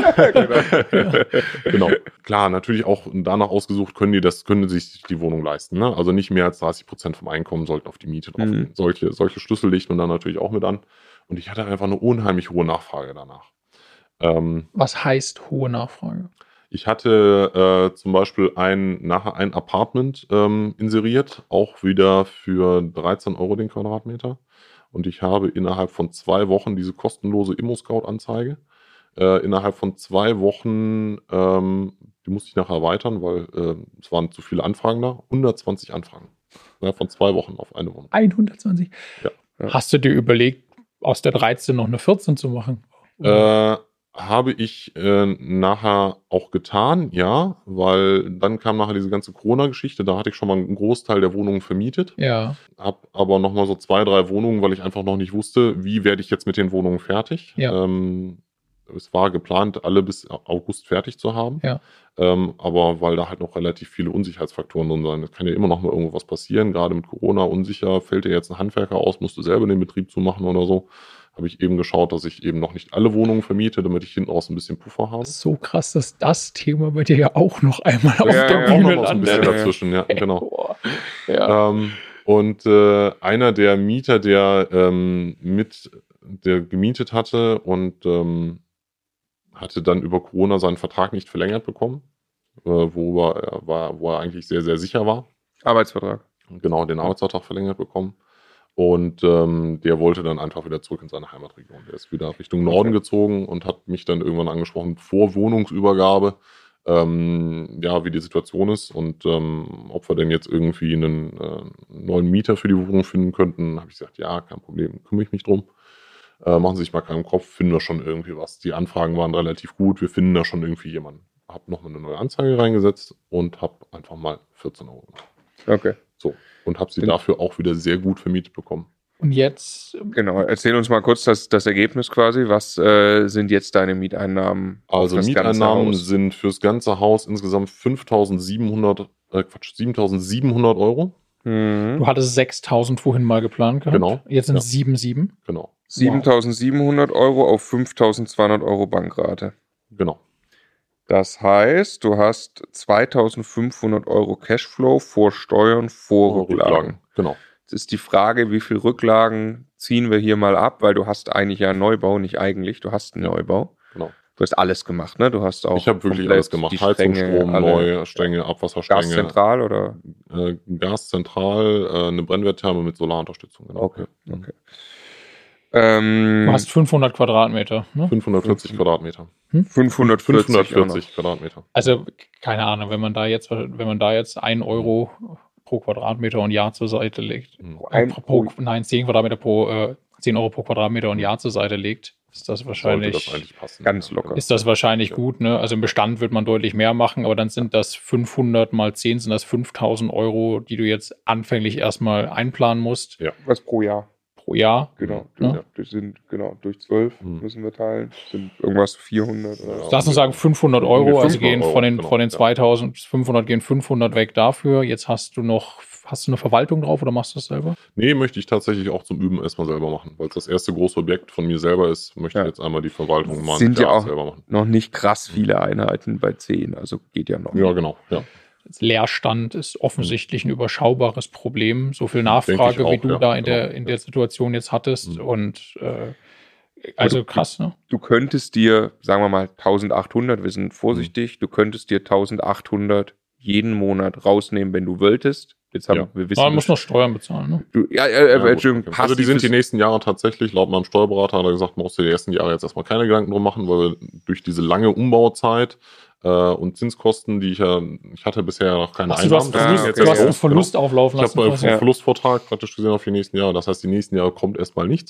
Genau. Klar, natürlich auch danach ausgesucht, können die das, können sich die Wohnung leisten. Ne? Also nicht mehr als dreißig Prozent vom Einkommen sollten auf die Miete drauf gehen. Mhm. Solche, solche Schlüssel legt man dann natürlich auch mit an. Und ich hatte einfach eine unheimlich hohe Nachfrage danach. Ähm, Was heißt hohe Nachfrage? ich hatte äh, zum Beispiel ein, nachher ein Apartment ähm, inseriert, auch wieder für dreizehn Euro den Quadratmeter. Und ich habe innerhalb von zwei Wochen diese kostenlose Immo-Scout-Anzeige. Äh, innerhalb von zwei Wochen, ähm, die musste ich nachher erweitern, weil äh, es waren zu viele Anfragen da. hundertzwanzig Anfragen. Innerhalb von zwei Wochen auf eine Wohnung. hundertzwanzig? Ja. Ja. Hast du dir überlegt, aus der dreizehn noch eine vierzehn zu machen? Äh, habe ich äh, nachher auch getan, ja, weil dann kam nachher diese ganze Corona-Geschichte, da hatte ich schon mal einen Großteil der Wohnungen vermietet, Ja. habe aber noch mal so zwei, drei Wohnungen, weil ich einfach noch nicht wusste, wie werde ich jetzt mit den Wohnungen fertig. Ja. Ähm, es war geplant, alle bis August fertig zu haben. Ja. Ähm, aber weil da halt noch relativ viele Unsicherheitsfaktoren drin sind. Es kann ja immer noch mal irgendwas passieren, gerade mit Corona unsicher, fällt dir jetzt ein Handwerker aus, musst du selber den Betrieb zumachen oder so. Habe ich eben geschaut, dass ich eben noch nicht alle Wohnungen vermiete, damit ich hinten raus ein bisschen Puffer habe. So krass, dass das Thema bei dir ja auch noch einmal Ja, auf ja, der ja, Auch Bühne noch mal so ein bisschen landet. dazwischen, ja, genau. Boah. Ja. Ähm, und äh, einer der Mieter, der ähm, mit, der gemietet hatte und ähm, hatte dann über Corona seinen Vertrag nicht verlängert bekommen, äh, wo, er, war, wo er eigentlich sehr, sehr sicher war. Arbeitsvertrag. Genau, den Arbeitsvertrag verlängert bekommen. Und ähm, der wollte dann einfach wieder zurück in seine Heimatregion. Der ist wieder Richtung Norden Okay. gezogen und hat mich dann irgendwann angesprochen, vor Wohnungsübergabe, ähm, ja, wie die Situation ist und ähm, ob wir denn jetzt irgendwie einen äh, neuen Mieter für die Wohnung finden könnten. Habe ich gesagt, ja, kein Problem, kümmere ich mich drum. Äh, machen Sie sich mal keinen Kopf, finden wir schon irgendwie was. Die Anfragen waren relativ gut, wir finden da schon irgendwie jemanden. Habe nochmal eine neue Anzeige reingesetzt und habe einfach mal vierzehn Euro gemacht. Okay. So, und habe sie Bin- dafür auch wieder sehr gut vermietet bekommen. Und jetzt, Genau, erzähl uns mal kurz das, das Ergebnis quasi. Was äh, sind jetzt deine Mieteinnahmen? auf Also das ganze Mieteinnahmen Haus? sind fürs ganze Haus insgesamt fünftausendsiebenhundert, äh Quatsch, siebentausendsiebenhundert Euro. Mhm. du hattest sechstausend vorhin mal geplant gehabt. Genau. Jetzt sind Ja. es sieben Komma sieben. Genau, siebentausendsiebenhundert Euro auf fünftausendzweihundert Euro Bankrate. genau. Das heißt, du hast zweitausendfünfhundert Euro Cashflow vor Steuern, vor Rücklagen. Genau. Jetzt ist die Frage, wie viel Rücklagen ziehen wir hier mal ab, weil du hast eigentlich ja einen Neubau, nicht eigentlich, du hast einen Ja. Neubau. Genau. Du hast alles gemacht, ne? Du hast auch Ich habe wirklich komplett alles gemacht. die Heizung, Stränge, Strom, alle- neue Stränge, Abwasserstränge, Gaszentral oder? äh, Gaszentral, äh, eine Brennwerttherme mit Solarunterstützung. Genau. Okay, okay. Ähm, Du hast fünfhundert Quadratmeter. Ne? fünfhundertvierzig Quadratmeter. fünfhundertvierzig. fünfhundertvierzig Quadratmeter. Also, keine Ahnung, wenn man da jetzt, wenn man da jetzt ein Euro pro Quadratmeter und Jahr zur Seite legt, Mhm. äh, Ein- pro, nein, zehn Quadratmeter pro, äh, zehn Euro pro Quadratmeter und Jahr zur Seite legt, ist das Sollte wahrscheinlich, das eigentlich passen. ganz Ja, locker. genau. ist das wahrscheinlich Ja. gut, ne? Also im Bestand wird man deutlich mehr machen, aber dann sind das fünfhundert mal zehn, sind das fünftausend Euro, die du jetzt anfänglich erstmal einplanen musst Was pro Jahr? pro Jahr. Genau. Ja. Ja. Das sind, genau, durch zwölf Mhm. müssen wir teilen. Das sind irgendwas vierhundert oder Ja. Lass uns sagen fünfhundert Euro, Ungefähr also gehen fünfhundert von den, Euro, von den genau, zweitausendfünfhundert gehen fünfhundert weg dafür. Jetzt hast du noch, hast du eine Verwaltung drauf oder machst du das selber? Nee, möchte ich tatsächlich auch zum Üben erstmal selber machen, weil es das erste große Objekt von mir selber ist, möchte Ja. ich jetzt einmal die Verwaltung mal Sind ja Jahr auch- selber machen. noch nicht krass viele Einheiten bei zehn, also geht ja noch. Ja, genau. Ja. Leerstand ist offensichtlich ein überschaubares Problem. So viel Denke Nachfrage, ich auch, wie du ja, da in genau, der, in der ja. Situation jetzt hattest. Mhm. Und äh, also du- krass, ne? Du könntest dir, sagen wir mal, eintausendachthundert, wir sind vorsichtig, du könntest dir eintausendachthundert jeden Monat rausnehmen, wenn du wolltest. Jetzt haben Ja. wir wissen, Man muss noch Steuern bezahlen, ne? du, ja, ja, Ja, ja, gut, Entschuldigung, okay. Also die sind die passives- nächsten Jahre tatsächlich, laut meinem Steuerberater hat er gesagt, man muss dir die ersten Jahre jetzt erstmal keine Gedanken drum machen, weil wir durch diese lange Umbauzeit äh, und Zinskosten, die ich ja, ich hatte bisher noch keine Achso, du hast, Ja, Verlust, okay, du hast ja. einen Verlust auflaufen Ich lassen. habe quasi. einen Ja. Verlustvortrag praktisch gesehen auf die nächsten Jahre. Das heißt, die nächsten Jahre kommt erstmal nichts.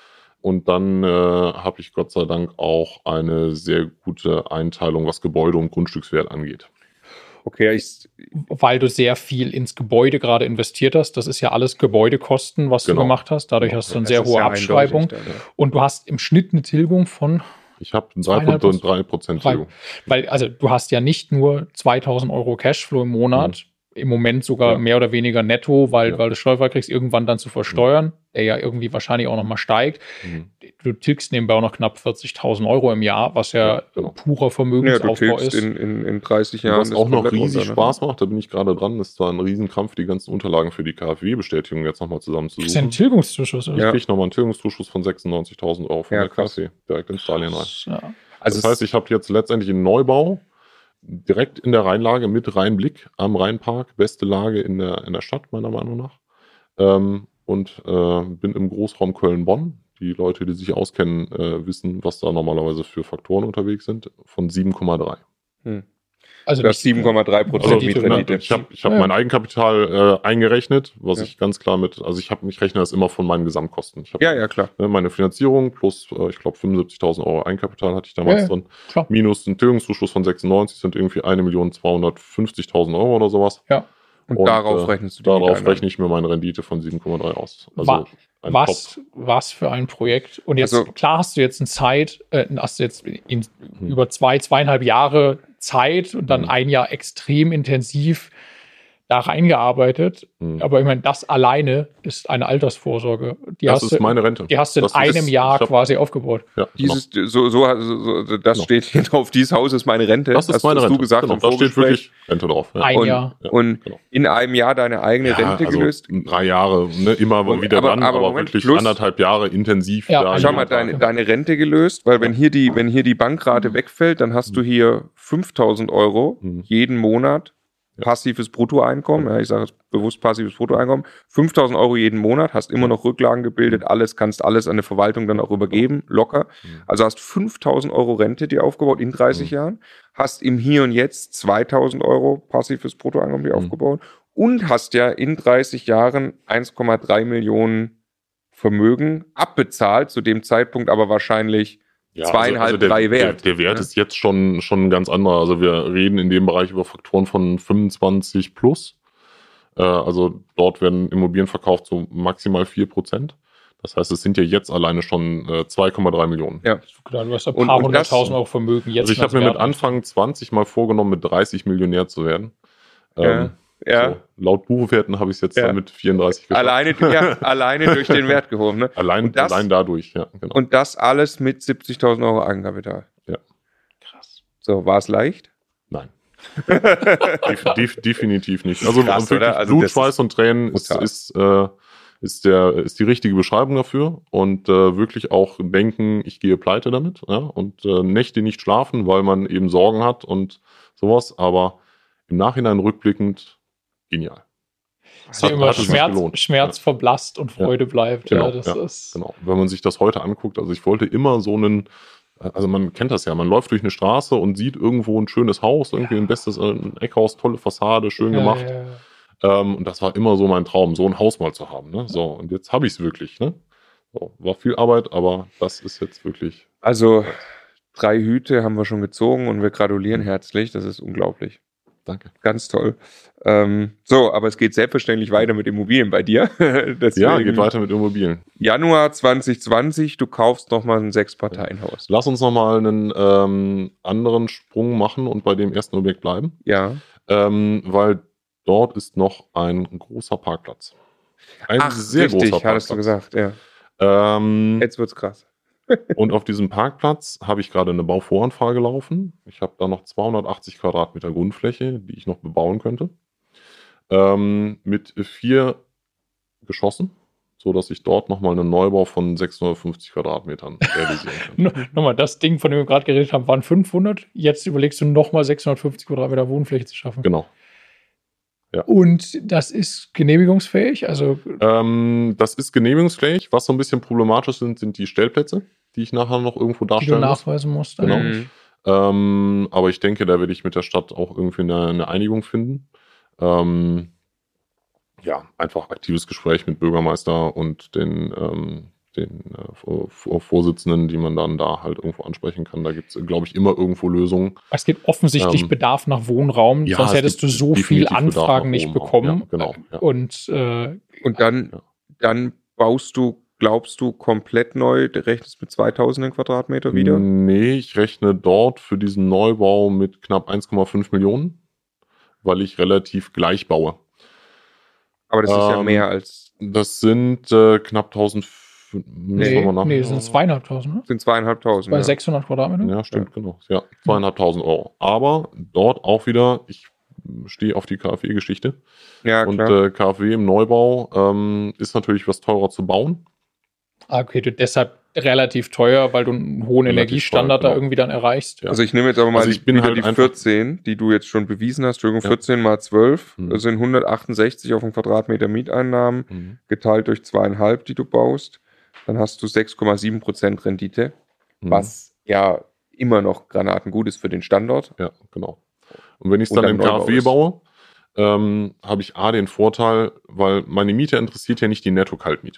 Und dann äh, habe ich Gott sei Dank auch eine sehr gute Einteilung, was Gebäude und Grundstückswert angeht. Okay, ich, Weil du sehr viel ins Gebäude gerade investiert hast. Das ist ja alles Gebäudekosten, was Genau. du gemacht hast. Dadurch Genau. hast du eine das sehr ist hohe ja Abschreibung. eindeutig dann, ja. Und du hast im Schnitt eine Tilgung von, Ich habe Zweieinhalb drei Prozent Weil, weil, also du hast ja nicht nur zweitausend Euro Cashflow im Monat, im Moment sogar Ja. mehr oder weniger netto, weil, Ja. weil du steuerfrei kriegst, irgendwann dann zu versteuern, der ja irgendwie wahrscheinlich auch nochmal steigt. Mhm. Du tilgst nebenbei auch noch knapp vierzigtausend Euro im Jahr, was ja, Ja, genau. purer Ja, du Vermögensaufbau tilgst ist. in, in, in dreißig Jahren. Was das auch noch komplett riesig runter, ne? Spaß macht, da bin ich gerade dran, ist zwar ein Riesenkampf, die ganzen Unterlagen für die K f W-Bestätigung jetzt nochmal Das ist ja ein zusammenzusuchen. Tilgungszuschuss. Ich oder? Ja. kriege nochmal einen Tilgungszuschuss von sechsundneunzigtausend Euro von Ja, der K krass. f W direkt ins Darlehen rein. Ja. Also Das heißt, ich habe jetzt letztendlich einen Neubau direkt in der Rheinlage mit Rheinblick am Rheinpark. Beste Lage in der, in der Stadt, meiner Meinung nach. Ähm, und äh, bin im Großraum Köln-Bonn. Die Leute, die sich auskennen, äh, wissen, was da normalerweise für Faktoren unterwegs sind. Von sieben Komma drei. hm. Also du hast nicht- sieben Komma drei Also, Prozent Rendite, Mietrendite. ich habe ich hab Ja. mein Eigenkapital äh, eingerechnet, was Ja. ich ganz klar mit, also ich, hab, ich rechne das immer von meinen Gesamtkosten. Ich hab, Ja, ja, klar. ne, meine Finanzierung plus, äh, ich glaube, fünfundsiebzigtausend Euro Eigenkapital hatte ich damals Ja, drin. klar. Minus ein Tilgungszuschuss von sechsundneunzig sind irgendwie eine Million zweihundertfünfzigtausend Euro oder sowas. Ja. Und, und darauf äh, rechnest du die Darauf rechne ich mir meine Rendite von sieben Komma drei aus. Also War, was, was für ein Projekt. Und jetzt, also, klar hast du jetzt eine Zeit, äh, hast du jetzt in, hm. über zwei, zweieinhalb Jahre Zeit und dann hm. ein Jahr extrem intensiv da reingearbeitet. Hm. Aber ich meine, das alleine ist eine Altersvorsorge. Die das hast ist du, meine Rente. Die hast du in das einem ist, Jahr hab, quasi aufgebaut. Ja, dieses, genau. so, so, so, so, das genau. steht hier drauf, dieses Haus ist meine Rente. Das ist hast, meine hast Rente. du gesagt, genau. Da steht wirklich Rente drauf. Ja. Ein und, Jahr. Ja, und genau. in einem Jahr deine eigene ja, Rente also gelöst? Drei Jahre, ne, immer Moment, wieder aber, dran, aber, aber Moment, wirklich plus, anderthalb Jahre intensiv. Ja, da schau mal, deine, deine Rente gelöst, weil wenn hier die, wenn hier die Bankrate wegfällt, dann hast du hier fünftausend Euro mhm. jeden Monat passives Bruttoeinkommen, ja, ich sage es bewusst passives Bruttoeinkommen, fünftausend Euro jeden Monat, hast immer noch Rücklagen gebildet, alles, kannst alles an eine Verwaltung dann auch übergeben, locker. Also hast fünftausend Euro Rente dir aufgebaut in dreißig mhm. Jahren, hast im Hier und Jetzt zweitausend Euro passives Bruttoeinkommen dir mhm. aufgebaut und hast ja in dreißig Jahren eins Komma drei Millionen Vermögen abbezahlt, zu dem Zeitpunkt aber wahrscheinlich Ja, zweieinhalb, also, also der, drei Wert. Der, der Wert ja. ist jetzt schon, schon ein ganz anderer. Also wir reden in dem Bereich über Faktoren von fünfundzwanzig plus. Äh, also dort werden Immobilien verkauft so maximal vier Prozent. Das heißt, es sind ja jetzt alleine schon äh, zwei Komma drei Millionen. Ja, du hast ein paar hunderttausend Euro Vermögen jetzt. Also ich habe mir mit Anfang zwanzig mal vorgenommen, mit dreißig Millionär zu werden. Ähm, ja. Ja. So, laut Buchwerten habe ich es jetzt ja. dann mit vierunddreißig geschafft. Alleine, ja, alleine durch den Wert gehoben. Ne? Allein, das, allein dadurch, ja. Genau. Und das alles mit siebzigtausend Euro Eigenkapital. Ja. Krass. So, war es leicht? Nein. def, def, definitiv nicht. Also, krass, wirklich also Blut, Schweiß und Tränen ist, ist, äh, ist, der, ist die richtige Beschreibung dafür. Und äh, wirklich auch denken, ich gehe pleite damit. Ja? Und äh, Nächte nicht schlafen, weil man eben Sorgen hat und sowas. Aber im Nachhinein rückblickend genial. Dass hat, immer Schmerz, Schmerz ja. verblasst und Freude ja. bleibt. Genau, ja, das ja, ist genau. Wenn man sich das heute anguckt, also ich wollte immer so einen, also man kennt das ja, man läuft durch eine Straße und sieht irgendwo ein schönes Haus, irgendwie ja. ein bestes ein Eckhaus, tolle Fassade, schön ja, gemacht. Ja, ja. Ähm, und das war immer so mein Traum, so ein Haus mal zu haben. Ne? So, und jetzt habe ich es wirklich. Ne? So, war viel Arbeit, aber das ist jetzt wirklich. Also drei Hüte haben wir schon gezogen und wir gratulieren herzlich, das ist unglaublich. Danke. Ganz toll. Ähm, so, aber es geht selbstverständlich weiter mit Immobilien bei dir. Ja, geht weiter mit Immobilien. Januar zwanzig zwanzig, du kaufst nochmal ein Sechs-Parteien-Haus. Lass uns nochmal einen ähm, anderen Sprung machen und bei dem ersten Objekt bleiben. Ja. Ähm, weil dort ist noch ein großer Parkplatz. Ein Ach, sehr richtig, großer Parkplatz. Hattest du gesagt, ja. Ähm, Jetzt wird's krass. Und auf diesem Parkplatz habe ich gerade eine Bauvoranfrage laufen. Ich habe da noch zweihundertachtzig Quadratmeter Grundfläche, die ich noch bebauen könnte. Ähm, mit vier Geschossen, sodass ich dort nochmal einen Neubau von sechshundertfünfzig Quadratmetern realisieren kann. Nochmal, das Ding, von dem wir gerade geredet haben, waren fünfhundert. Jetzt überlegst du nochmal sechshundertfünfzig Quadratmeter Wohnfläche zu schaffen. Genau. Ja. Und das ist genehmigungsfähig? Also ähm, das ist genehmigungsfähig. Was so ein bisschen problematisch sind, sind die Stellplätze, die ich nachher noch irgendwo darstellen die du nachweisen musst. Genau. Mhm. Ähm, aber ich denke, da werde ich mit der Stadt auch irgendwie eine, eine Einigung finden. Ähm, ja, einfach aktives Gespräch mit Bürgermeister und den, ähm, den äh, Vorsitzenden, die man dann da halt irgendwo ansprechen kann. Da gibt es, glaube ich, immer irgendwo Lösungen. Es gibt offensichtlich ähm, Bedarf nach Wohnraum, ja, sonst hättest du so viel Anfragen nicht bekommen. Ja, genau, ja. Und, äh, und dann, ja. dann baust du, glaubst du, komplett neu, du rechnest mit zweitausend Quadratmeter wieder? Nee, ich rechne dort für diesen Neubau mit knapp eins Komma fünf Millionen, weil ich relativ gleich baue. Aber das ist ähm, ja mehr als... Das sind äh, knapp tausend. Nee, nee, das sind zweieinhalbtausend, ne? Sind zweieinhalbtausend. Bei ja. sechshundert Quadratmeter? Ja, stimmt, ja. genau. Ja, zweieinhalbtausend Euro. Aber dort auch wieder, ich stehe auf die KfW-Geschichte. Ja, und klar. Äh, KfW im Neubau ähm, ist natürlich was teurer zu bauen. Ah, okay, du deshalb relativ teuer, weil du einen hohen relativ Energiestandard teuer, genau. da irgendwie dann erreichst. Ja. Also ich nehme jetzt aber mal also ich bin halt die vierzehn, die du jetzt schon bewiesen hast. Entschuldigung, vierzehn ja. mal zwölf, mhm. das sind hundertachtundsechzig auf einen Quadratmeter Mieteinnahmen, mhm. geteilt durch zweieinhalb, die du baust. Dann hast du sechs Komma sieben Prozent Rendite, mhm. was ja immer noch granatengut ist für den Standort. Ja, genau. Und wenn ich es dann im KfW baue, ähm, habe ich A den Vorteil, weil meine Miete interessiert ja nicht die Netto-Kaltmiete.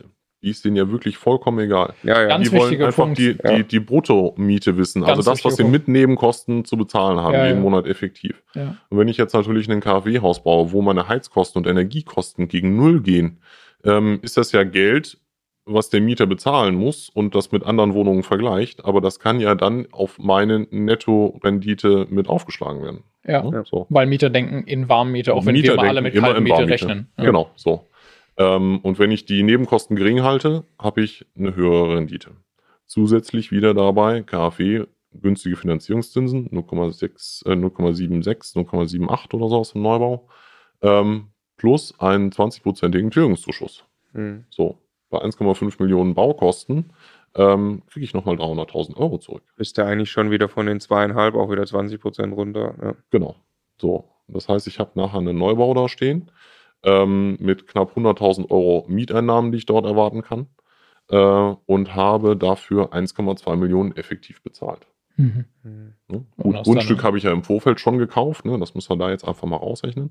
die ist denen ja wirklich vollkommen egal. Ja, ja. Ganz Die wollen wichtiger einfach Punkt. die, Ja. die, die Bruttomiete wissen, Ganz also das, was sie wichtiger mit Nebenkosten zu bezahlen haben, Ja, jeden ja. Monat effektiv. Ja. Und wenn ich jetzt natürlich ein KfW-Haus baue, wo meine Heizkosten und Energiekosten gegen Null gehen, ähm, ist das ja Geld, was der Mieter bezahlen muss und das mit anderen Wohnungen vergleicht, aber das kann ja dann auf meine Netto-Rendite mit aufgeschlagen werden. Ja. Ne? So. Weil Mieter denken in Warmmiete, auch wenn Mieter wir mal alle denken mit immer in Kaltmiete Warmmiete. rechnen. Ja. Genau, so. Ähm, und wenn ich die Nebenkosten gering halte, habe ich eine höhere Rendite. Zusätzlich wieder dabei KfW, günstige Finanzierungszinsen, null Komma sechs, äh, null Komma sechsundsiebzig, null Komma achtundsiebzig oder so aus dem Neubau, ähm, plus einen zwanzig-prozentigen Tilgungszuschuss. Hm. So, bei eins Komma fünf Millionen Baukosten ähm, kriege ich nochmal dreihunderttausend Euro zurück. Ist der eigentlich schon wieder von den zweieinhalb auch wieder zwanzig Prozent runter. Ja. Genau. So, das heißt, ich habe nachher einen Neubau da stehen ähm, mit knapp hunderttausend Euro Mieteinnahmen, die ich dort erwarten kann, äh, und habe dafür eins Komma zwei Millionen effektiv bezahlt. Mhm. Hm. Ne? Und Gut, aus Grundstück deiner- habe ich ja im Vorfeld schon gekauft, ne? Das muss man da jetzt einfach mal ausrechnen.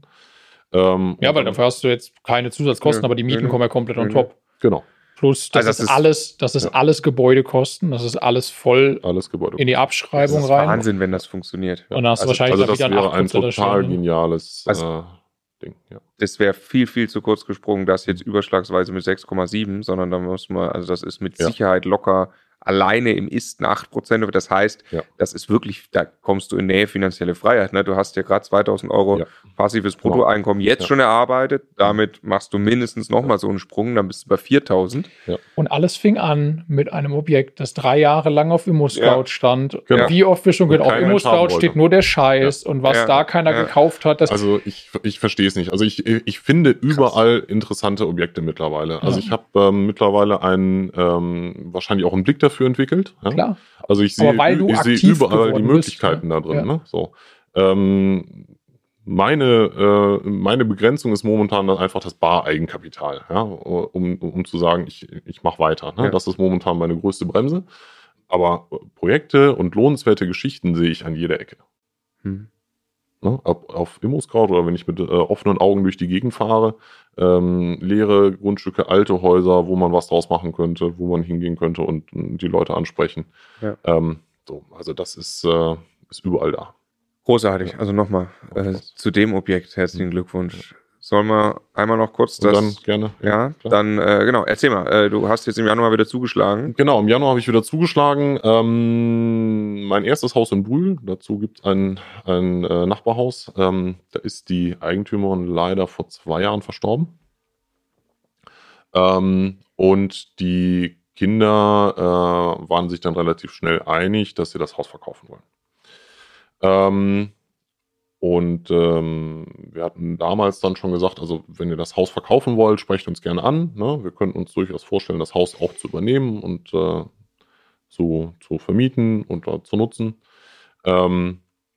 Ähm, Ja, und weil dann- dafür hast du jetzt keine Zusatzkosten, Nö, aber die Mieten nö, kommen ja komplett on nö. top. Genau, Plus, das, Also das ist, ist- alles, das ist ja. alles Gebäudekosten, das ist alles voll alles Gebäude. in die Das Abschreibung ist rein. Wahnsinn, wenn das funktioniert. Und dann hast du Also- wahrscheinlich Also dann das wieder einen wäre ein acht Prozent total stehen. geniales Also- äh, Ding. Ja. Das wäre viel, viel zu kurz gesprungen, das jetzt überschlagsweise mit sechs Komma sieben, sondern da muss man, also das ist mit Ja. Sicherheit locker alleine im Ist eine acht Prozent. Das heißt, Ja. das ist wirklich, da kommst du in Nähe finanzielle Freiheit. Ne? Du hast ja gerade zweitausend Euro Ja. passives Genau. Bruttoeinkommen jetzt Ja. schon erarbeitet. Damit machst du mindestens nochmal so einen Sprung, dann bist du bei viertausend. Und alles fing an mit einem Objekt, das drei Jahre lang auf ImmoScout Ja. stand. Genau. Wie oft wir schon Und gehört, auf keiner haben ImmoScout wollte. steht nur der Scheiß und was Ja. da keiner Ja. gekauft hat, das Also ich, ich verstehe es nicht. Also ich, ich finde überall interessante Objekte mittlerweile. Also Ja. ich habe ähm, mittlerweile einen ähm, wahrscheinlich auch einen Blick dafür entwickelt. Ja? klar. Also ich Aber sehe weil du ich sehe aktiv überall die geworden bist, Möglichkeiten ja. da drin. Ja. Ne? So. Ähm, meine, äh, meine Begrenzung ist momentan dann einfach das Bar-Eigenkapital, ja? um, um zu sagen, ich, ich mache weiter. Ne? Ja. Das ist momentan meine größte Bremse. Aber Projekte und lohnenswerte Geschichten sehe ich an jeder Ecke. Hm. Ne, ob auf ImmoScout oder wenn ich mit äh, offenen Augen durch die Gegend fahre, ähm, leere Grundstücke, alte Häuser, wo man was draus machen könnte, wo man hingehen könnte und, und die Leute ansprechen. Ja. Ähm, so, also das ist, äh, ist überall da. Großartig. Also nochmal äh, zu dem Objekt herzlichen Glückwunsch. Sollen wir einmal noch kurz Und das... dann gerne. ja, klar. dann äh, genau, erzähl mal. Äh, du hast jetzt im Januar wieder zugeschlagen. Genau, im Januar habe ich wieder zugeschlagen. Ähm, mein erstes Haus in Brühl. Dazu gibt es ein, ein äh, Nachbarhaus. Ähm, da ist die Eigentümerin leider vor zwei Jahren verstorben. Ähm, und die Kinder äh, waren sich dann relativ schnell einig, dass sie das Haus verkaufen wollen. Ähm, und ähm, wir hatten damals dann schon gesagt, also wenn ihr das Haus verkaufen wollt, sprecht uns gerne an. Ne? Wir könnten uns durchaus vorstellen, das Haus auch zu übernehmen und äh, zu, zu vermieten und äh, zu nutzen. Ähm,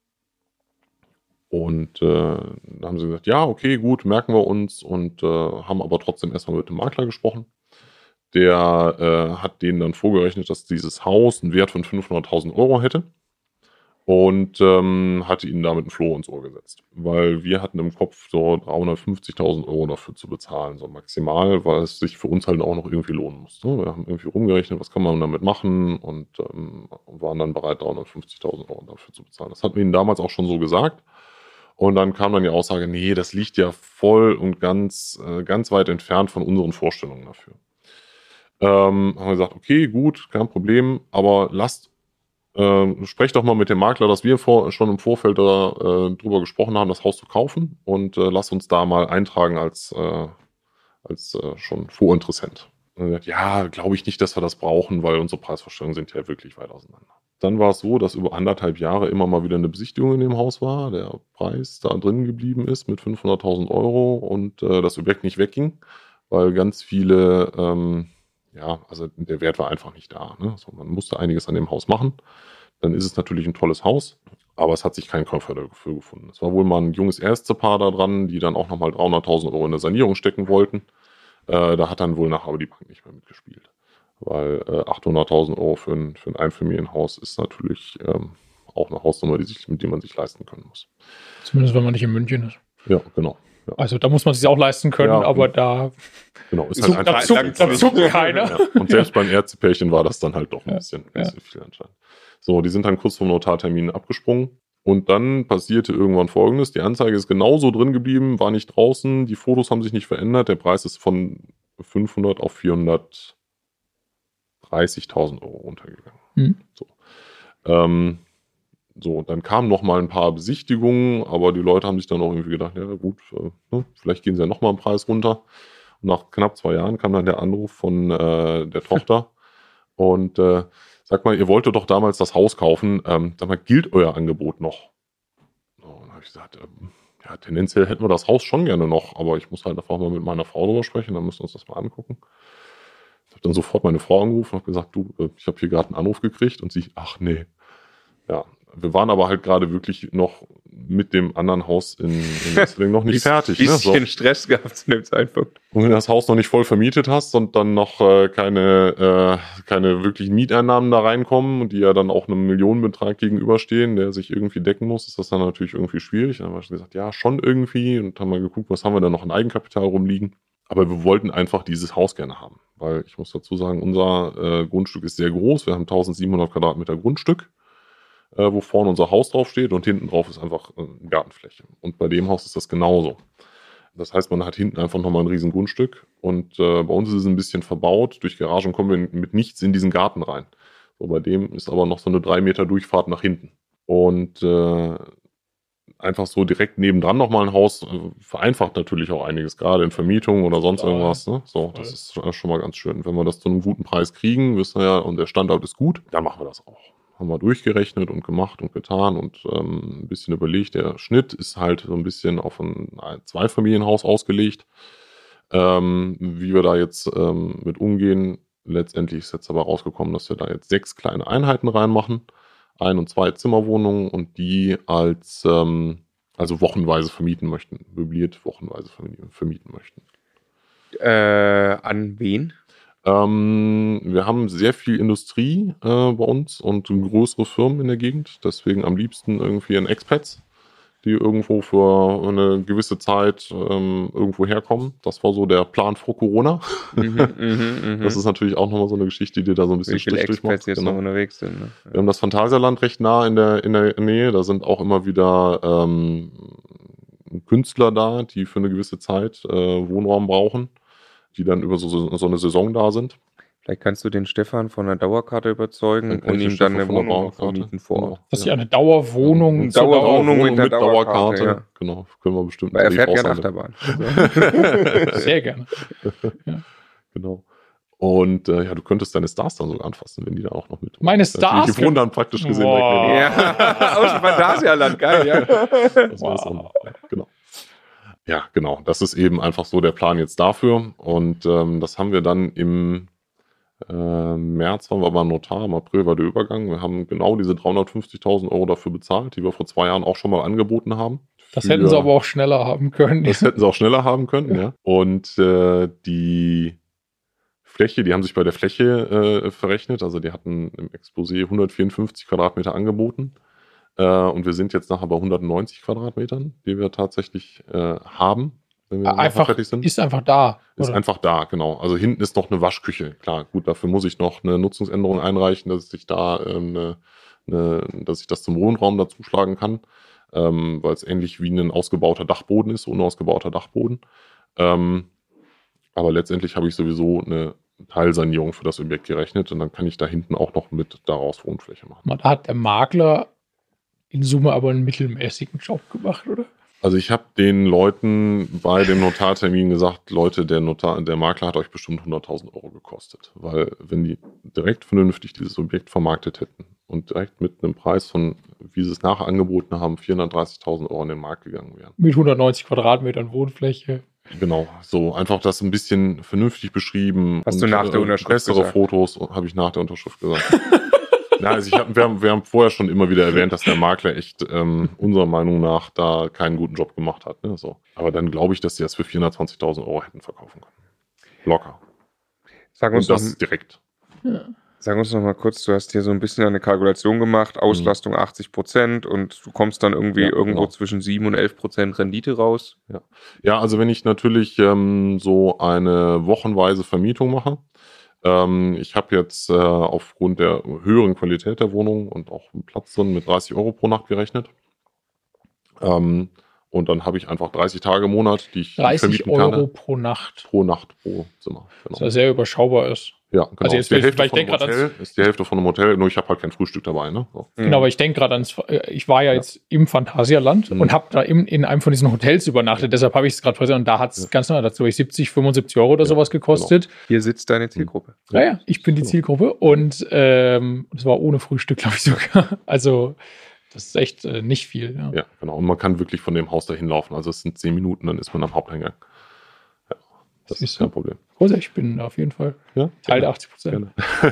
und äh, dann haben sie gesagt, ja, okay, gut, merken wir uns und äh, haben aber trotzdem erstmal mit dem Makler gesprochen. Der äh, hat denen dann vorgerechnet, dass dieses Haus einen Wert von fünfhunderttausend Euro hätte. Und ähm, hatte ihnen damit ein Floh ins Ohr gesetzt. Weil wir hatten im Kopf so dreihundertfünfzigtausend Euro dafür zu bezahlen, so maximal, weil es sich für uns halt auch noch irgendwie lohnen muss. Ne? Wir haben irgendwie rumgerechnet, was kann man damit machen und ähm, waren dann bereit, dreihundertfünfzigtausend Euro dafür zu bezahlen. Das hatten wir ihnen damals auch schon so gesagt. Und dann kam dann die Aussage, nee, das liegt ja voll und ganz, äh, ganz weit entfernt von unseren Vorstellungen dafür. Ähm, haben wir gesagt, okay, gut, kein Problem, aber lasst Äh, sprecht doch mal mit dem Makler, dass wir vor, schon im Vorfeld da, äh, drüber gesprochen haben, das Haus zu kaufen und äh, lasst uns da mal eintragen als, äh, als äh, schon Vorinteressent. Und er sagt, ja, glaube ich nicht, dass wir das brauchen, weil unsere Preisvorstellungen sind ja wirklich weit auseinander. Dann war es so, dass über anderthalb Jahre immer mal wieder eine Besichtigung in dem Haus war, der Preis da drin geblieben ist mit fünfhunderttausend Euro und äh, das Objekt nicht wegging, weil ganz viele, ähm, ja, also der Wert war einfach nicht da. Ne? Also man musste einiges an dem Haus machen. Dann ist es natürlich ein tolles Haus, aber es hat sich kein Käufer dafür gefunden. Es war wohl mal ein junges Ärztepaar da dran, die dann auch nochmal dreihunderttausend Euro in eine Sanierung stecken wollten. Äh, da hat dann wohl nachher aber die Bank nicht mehr mitgespielt. Weil äh, achthunderttausend Euro für ein, für ein Einfamilienhaus ist natürlich ähm, auch eine Hausnummer, die, sich, die man sich leisten können muss. Zumindest, wenn man nicht in München ist. Ja, genau. Ja. Also da muss man sich auch leisten können, Ja, aber und- da, Genau, ist zuckt- halt da, einfach zuckt, da zuckt keiner. Ja. Und selbst beim Ärztepärchen war das dann halt doch ein Ja, bisschen, ein ja. bisschen viel anscheinend. So, die sind dann kurz vom Notartermin abgesprungen. Und dann passierte irgendwann Folgendes. Die Anzeige ist genauso drin geblieben, war nicht draußen. Die Fotos haben sich nicht verändert. Der Preis ist von fünfhundert auf vierhundertdreißigtausend Euro runtergegangen. Hm. So. Ähm, so, dann kamen noch mal ein paar Besichtigungen, aber die Leute haben sich dann auch irgendwie gedacht, ja gut, äh, ne, vielleicht gehen sie ja noch mal einen Preis runter. Und nach knapp zwei Jahren kam dann der Anruf von äh, der Tochter und äh, sag mal, ihr wolltet doch damals das Haus kaufen, ähm, sag mal, gilt euer Angebot noch? So, und dann habe ich gesagt, ähm, ja, tendenziell hätten wir das Haus schon gerne noch, aber ich muss halt einfach mal mit meiner Frau drüber sprechen, dann müssen wir uns das mal angucken. Ich habe dann sofort meine Frau angerufen und habe gesagt, du, äh, ich habe hier gerade einen Anruf gekriegt und sie, ach nee. Ja, wir waren aber halt gerade wirklich noch mit dem anderen Haus in, in Esslingen noch nicht fertig. Ne? So. Bisschen Stress gehabt zu dem Zeitpunkt. Und wenn du das Haus noch nicht voll vermietet hast und dann noch äh, keine, äh, keine wirklichen Mieteinnahmen da reinkommen und die ja dann auch einem Millionenbetrag gegenüberstehen, der sich irgendwie decken muss, ist das dann natürlich irgendwie schwierig. Dann haben wir gesagt, ja, schon irgendwie. Und haben mal geguckt, was haben wir da noch in Eigenkapital rumliegen. Aber wir wollten einfach dieses Haus gerne haben. Weil ich muss dazu sagen, unser äh, Grundstück ist sehr groß. Wir haben eintausendsiebenhundert Quadratmeter Grundstück, äh, wo vorne unser Haus drauf steht und hinten drauf ist einfach äh, eine Gartenfläche. Und bei dem Haus ist das genauso. Das heißt, man hat hinten einfach nochmal ein riesen Grundstück und äh, bei uns ist es ein bisschen verbaut. Durch Garagen kommen wir mit nichts in diesen Garten rein. So, bei dem ist aber noch so eine drei Meter Durchfahrt nach hinten. Und äh, einfach so direkt nebendran nochmal ein Haus äh, vereinfacht natürlich auch einiges, gerade in Vermietung oder sonst Klar. irgendwas. Ne? So, das ist äh, schon mal ganz schön. Wenn wir das zu einem guten Preis kriegen, wissen wir ja, und der Standort ist gut, dann machen wir das auch. Haben wir durchgerechnet und gemacht und getan und ähm, ein bisschen überlegt. Der Schnitt ist halt so ein bisschen auf ein Zweifamilienhaus ausgelegt. Ähm, wie wir da jetzt ähm, mit umgehen, letztendlich ist jetzt aber rausgekommen, dass wir da jetzt sechs kleine Einheiten reinmachen. Ein- und zwei Zimmerwohnungen und die als ähm, also wochenweise vermieten möchten, möbliert wochenweise vermieten, vermieten möchten. Äh, an wen? Ähm, wir haben sehr viel Industrie äh, bei uns und größere Firmen in der Gegend, deswegen am liebsten irgendwie in Expats, die irgendwo für eine gewisse Zeit ähm, irgendwo herkommen. Das war so der Plan vor Corona. Mhm, mhm, Das ist natürlich auch nochmal so eine Geschichte, die da so ein bisschen Wie viele Strich durchmacht. Experts jetzt Genau. noch unterwegs sind. Ne? Wir haben das Phantasialand recht nah in der, in der Nähe. Da sind auch immer wieder ähm, Künstler da, die für eine gewisse Zeit äh, Wohnraum brauchen, die dann über so, so eine Saison da sind. Vielleicht kannst du den Stefan von der Dauerkarte überzeugen Dann kann und ich den ihm dann Stefan eine von der Wohnung Dauerkarte- vermieten vor Ort. Genau. Das ist Ja. ja eine Dauerwohnung. Eine zur Dauerwohnung mit der mit Dauerkarte, Dauerkarte. ja. Genau, können wir bestimmt. Weil er einen fährt Brief gerne aushandeln. Achterbahn. Dauer. Sehr gerne. Genau. Und äh, ja, du könntest deine Stars dann sogar anfassen, wenn die da auch noch mit. Meine Also Stars? Die wohnen dann praktisch gesehen Boah. direkt neben Ja, aus dem Phantasialand, geil, ja. Das Wow. war's auch. Ja, genau. Ja, genau. Das ist eben einfach so der Plan jetzt dafür. Und ähm, das haben wir dann im äh, März waren wir beim Notar, im April war der Übergang. Wir haben genau diese dreihundertfünfzigtausend Euro dafür bezahlt, die wir vor zwei Jahren auch schon mal angeboten haben. Das Für- hätten sie aber auch schneller haben können. Das hätten sie auch schneller haben können, ja. Und äh, die Fläche, die haben sich bei der Fläche äh, verrechnet. Also die hatten im Exposé hundertvierundfünfzig Quadratmeter angeboten. Äh, und wir sind jetzt nachher bei hundertneunzig Quadratmetern, die wir tatsächlich äh, haben, wenn wir nachher Einfach, fertig sind. ist einfach da. Ist oder? einfach da, genau. Also hinten ist noch eine Waschküche. Klar, gut, dafür muss ich noch eine Nutzungsänderung einreichen, dass ich da ähm, eine, eine, dass ich das zum Wohnraum dazu schlagen kann, ähm, weil es ähnlich wie ein ausgebauter Dachboden ist, unausgebauter Dachboden. Ähm, aber letztendlich habe ich sowieso eine Teilsanierung für das Objekt gerechnet und dann kann ich da hinten auch noch mit daraus Wohnfläche machen. Man hat der Makler in Summe aber einen mittelmäßigen Job gemacht, oder? Also ich habe den Leuten bei dem Notartermin gesagt, Leute, der Notar, der Makler hat euch bestimmt hunderttausend Euro gekostet. Weil wenn die direkt vernünftig dieses Objekt vermarktet hätten und direkt mit einem Preis von, wie sie es nachher angeboten haben, vierhundertdreißigtausend Euro in den Markt gegangen wären. Mit hundertneunzig Quadratmetern Wohnfläche. Genau, so einfach das ein bisschen vernünftig beschrieben. Hast du nach der Unterschrift bessere gesagt? Fotos habe ich nach der Unterschrift gesagt. Ja, also ich hab, wir, haben, wir haben vorher schon immer wieder erwähnt, dass der Makler echt ähm, unserer Meinung nach da keinen guten Job gemacht hat. Ne? So. Aber dann glaube ich, dass sie das für vierhundertzwanzigtausend Euro hätten verkaufen können. Locker. Sag Und uns, doch, das direkt. Ja. Sag uns noch mal kurz, du hast hier so ein bisschen eine Kalkulation gemacht, Auslastung mhm. achtzig Prozent und du kommst dann irgendwie ja, irgendwo genau. zwischen sieben und elf Prozent Rendite raus. Ja, ja, also wenn ich natürlich ähm, so eine wochenweise Vermietung mache, ähm, ich habe jetzt äh, aufgrund der höheren Qualität der Wohnung und auch Platz drin mit dreißig Euro pro Nacht gerechnet. Ähm, und dann habe ich einfach dreißig Tage im Monat, die ich vermieten kann. dreißig Euro pro Nacht. Pro Nacht, pro Zimmer. Genau. Was sehr überschaubar ist. Ja, genau. Also jetzt die Hälfte weil ich von einem Hotel ist die Hälfte von einem Hotel, nur ich habe halt kein Frühstück dabei. Ne? So. Genau, aber ich denke gerade ans, ich war ja, ja. jetzt im Phantasialand mhm. und habe da in, in einem von diesen Hotels übernachtet, deshalb habe ich es gerade präsentiert und da hat es ja. ganz normal, dazu siebzig, fünfundsiebzig Euro oder ja, sowas gekostet. Genau. Hier sitzt deine Zielgruppe. Ja, ja, ich bin die Zielgruppe und ähm, das war ohne Frühstück, glaube ich sogar. Also das ist echt äh, nicht viel. Ja. ja, genau. Und man kann wirklich von dem Haus dahin laufen. Also es sind zehn Minuten, dann ist man am Haupteingang. Ja, das ist kein Problem. Großer, ich bin auf jeden Fall ja? Teil der achtzig Prozent.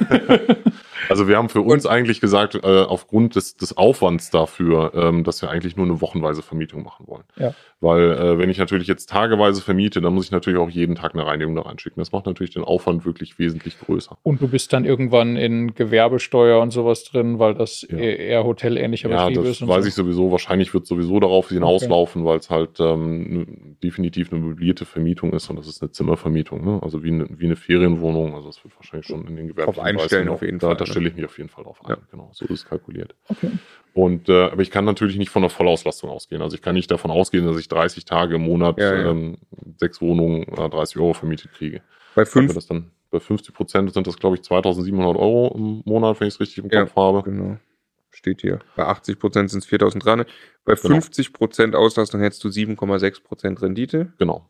Also wir haben für uns und eigentlich gesagt, äh, aufgrund des, des Aufwands dafür, ähm, dass wir eigentlich nur eine wochenweise Vermietung machen wollen. Ja. Weil äh, wenn ich natürlich jetzt tageweise vermiete, dann muss ich natürlich auch jeden Tag eine Reinigung da reinschicken. Das macht natürlich den Aufwand wirklich wesentlich größer. Und du bist dann irgendwann in Gewerbesteuer und sowas drin, weil das ja. eher hotelähnlicher ja, Betrieb ist. Ja, das weiß so. ich sowieso. Wahrscheinlich wird sowieso darauf hinauslaufen, okay. weil es halt ähm, definitiv eine möblierte Vermietung ist und das ist eine Zimmervermietung. Ne? Also wie eine, wie eine Ferienwohnung. Also das wird wahrscheinlich schon in den gewerblichen auf einstellen auf jeden da, Fall. Da stelle ich mich auf jeden Fall drauf ein. Ja. Genau, so ist es kalkuliert. Okay. Und äh, aber ich kann natürlich nicht von einer Vollauslastung ausgehen. Also ich kann nicht davon ausgehen, dass ich dreißig Tage im Monat ja, ja. Ähm, sechs Wohnungen äh, dreißig Euro vermietet kriege. Bei fünf das dann bei fünfzig Prozent sind das, glaube ich, zweitausendsiebenhundert Euro im Monat, wenn ich es richtig im Kopf ja, habe. Genau. Steht hier. Bei achtzig Prozent sind es viertausenddreihundert. Bei fünfzig Prozent genau. Auslastung hättest du sieben Komma sechs Prozent Rendite. Genau.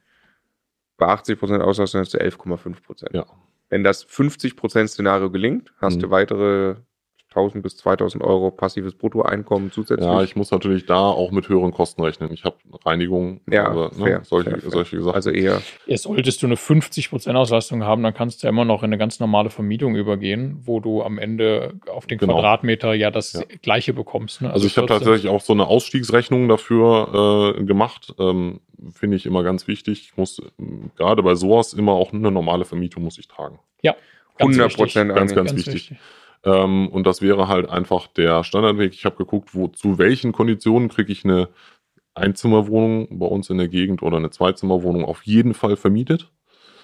Bei achtzig Prozent Auslastung hättest du elf Komma fünf Prozent. Ja. Wenn das fünfzig Prozent Szenario gelingt, hast mhm. du weitere tausend bis zweitausend Euro passives Bruttoeinkommen zusätzlich. Ja, ich muss natürlich da auch mit höheren Kosten rechnen. Ich habe Reinigung, ja, aber, fair, ne, solche, fair, fair. solche Sachen. Also eher. Ja, solltest du eine fünfzig Prozent Auslastung haben, dann kannst du ja immer noch in eine ganz normale Vermietung übergehen, wo du am Ende auf den genau. Quadratmeter ja das ja. Gleiche bekommst. Ne? Also, also ich habe tatsächlich auch so eine Ausstiegsrechnung dafür äh, gemacht. Ähm, finde ich immer ganz wichtig. Ich muss äh, gerade bei sowas immer auch eine normale Vermietung muss ich tragen. Ja, hundert Prozent ganz, ganz, ganz wichtig. wichtig. Ähm, und das wäre halt einfach der Standardweg. Ich habe geguckt, wo, zu welchen Konditionen kriege ich eine Einzimmerwohnung bei uns in der Gegend oder eine Zweizimmerwohnung auf jeden Fall vermietet.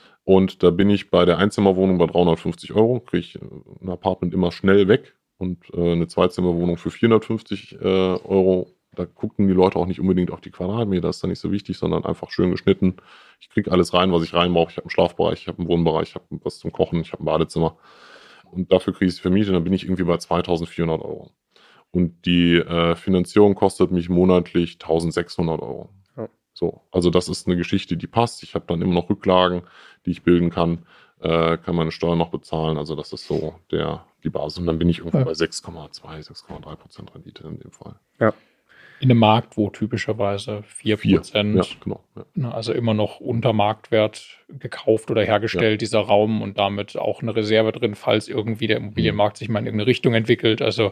Und da bin ich bei der Einzimmerwohnung bei dreihundertfünfzig Euro, kriege ich ein Apartment immer schnell weg. Und äh, eine Zweizimmerwohnung für vierhundertfünfzig äh, Euro, da gucken die Leute auch nicht unbedingt auf die Quadratmeter, das ist da nicht so wichtig, sondern einfach schön geschnitten. Ich kriege alles rein, was ich rein brauche. Ich habe einen Schlafbereich, ich habe einen Wohnbereich, ich habe was zum Kochen, ich habe ein Badezimmer. Und dafür kriege ich es vermietet, dann bin ich irgendwie bei zweitausendvierhundert Euro. Und die äh, Finanzierung kostet mich monatlich eintausendsechshundert Euro. Ja. So, also das ist eine Geschichte, die passt. Ich habe dann immer noch Rücklagen, die ich bilden kann, äh, kann meine Steuern noch bezahlen. Also das ist so der die Basis. Und dann bin ich irgendwo ja. bei sechs Komma zwei, sechs Komma drei Prozent Rendite in dem Fall. Ja. In einem Markt, wo typischerweise vier Prozent, ja, genau, ja. also immer noch unter Marktwert gekauft oder hergestellt, ja. dieser Raum und damit auch eine Reserve drin, falls irgendwie der Immobilienmarkt mhm. sich mal in irgendeine Richtung entwickelt. Also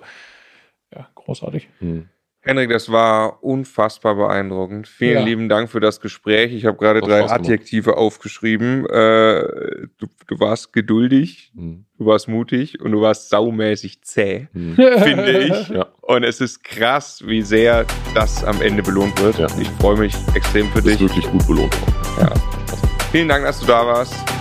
ja, großartig. Mhm. Henrik, das war unfassbar beeindruckend. Vielen ja. lieben Dank für das Gespräch. Ich habe gerade drei Adjektive aufgeschrieben. Äh, du, du warst geduldig, mhm. du warst mutig und du warst saumäßig zäh, mhm. finde ich. Ja. Und es ist krass, wie sehr das am Ende belohnt wird. Ja. Ich freue mich extrem für das dich. Ist wirklich gut belohnt. Ja. Vielen Dank, dass du da warst.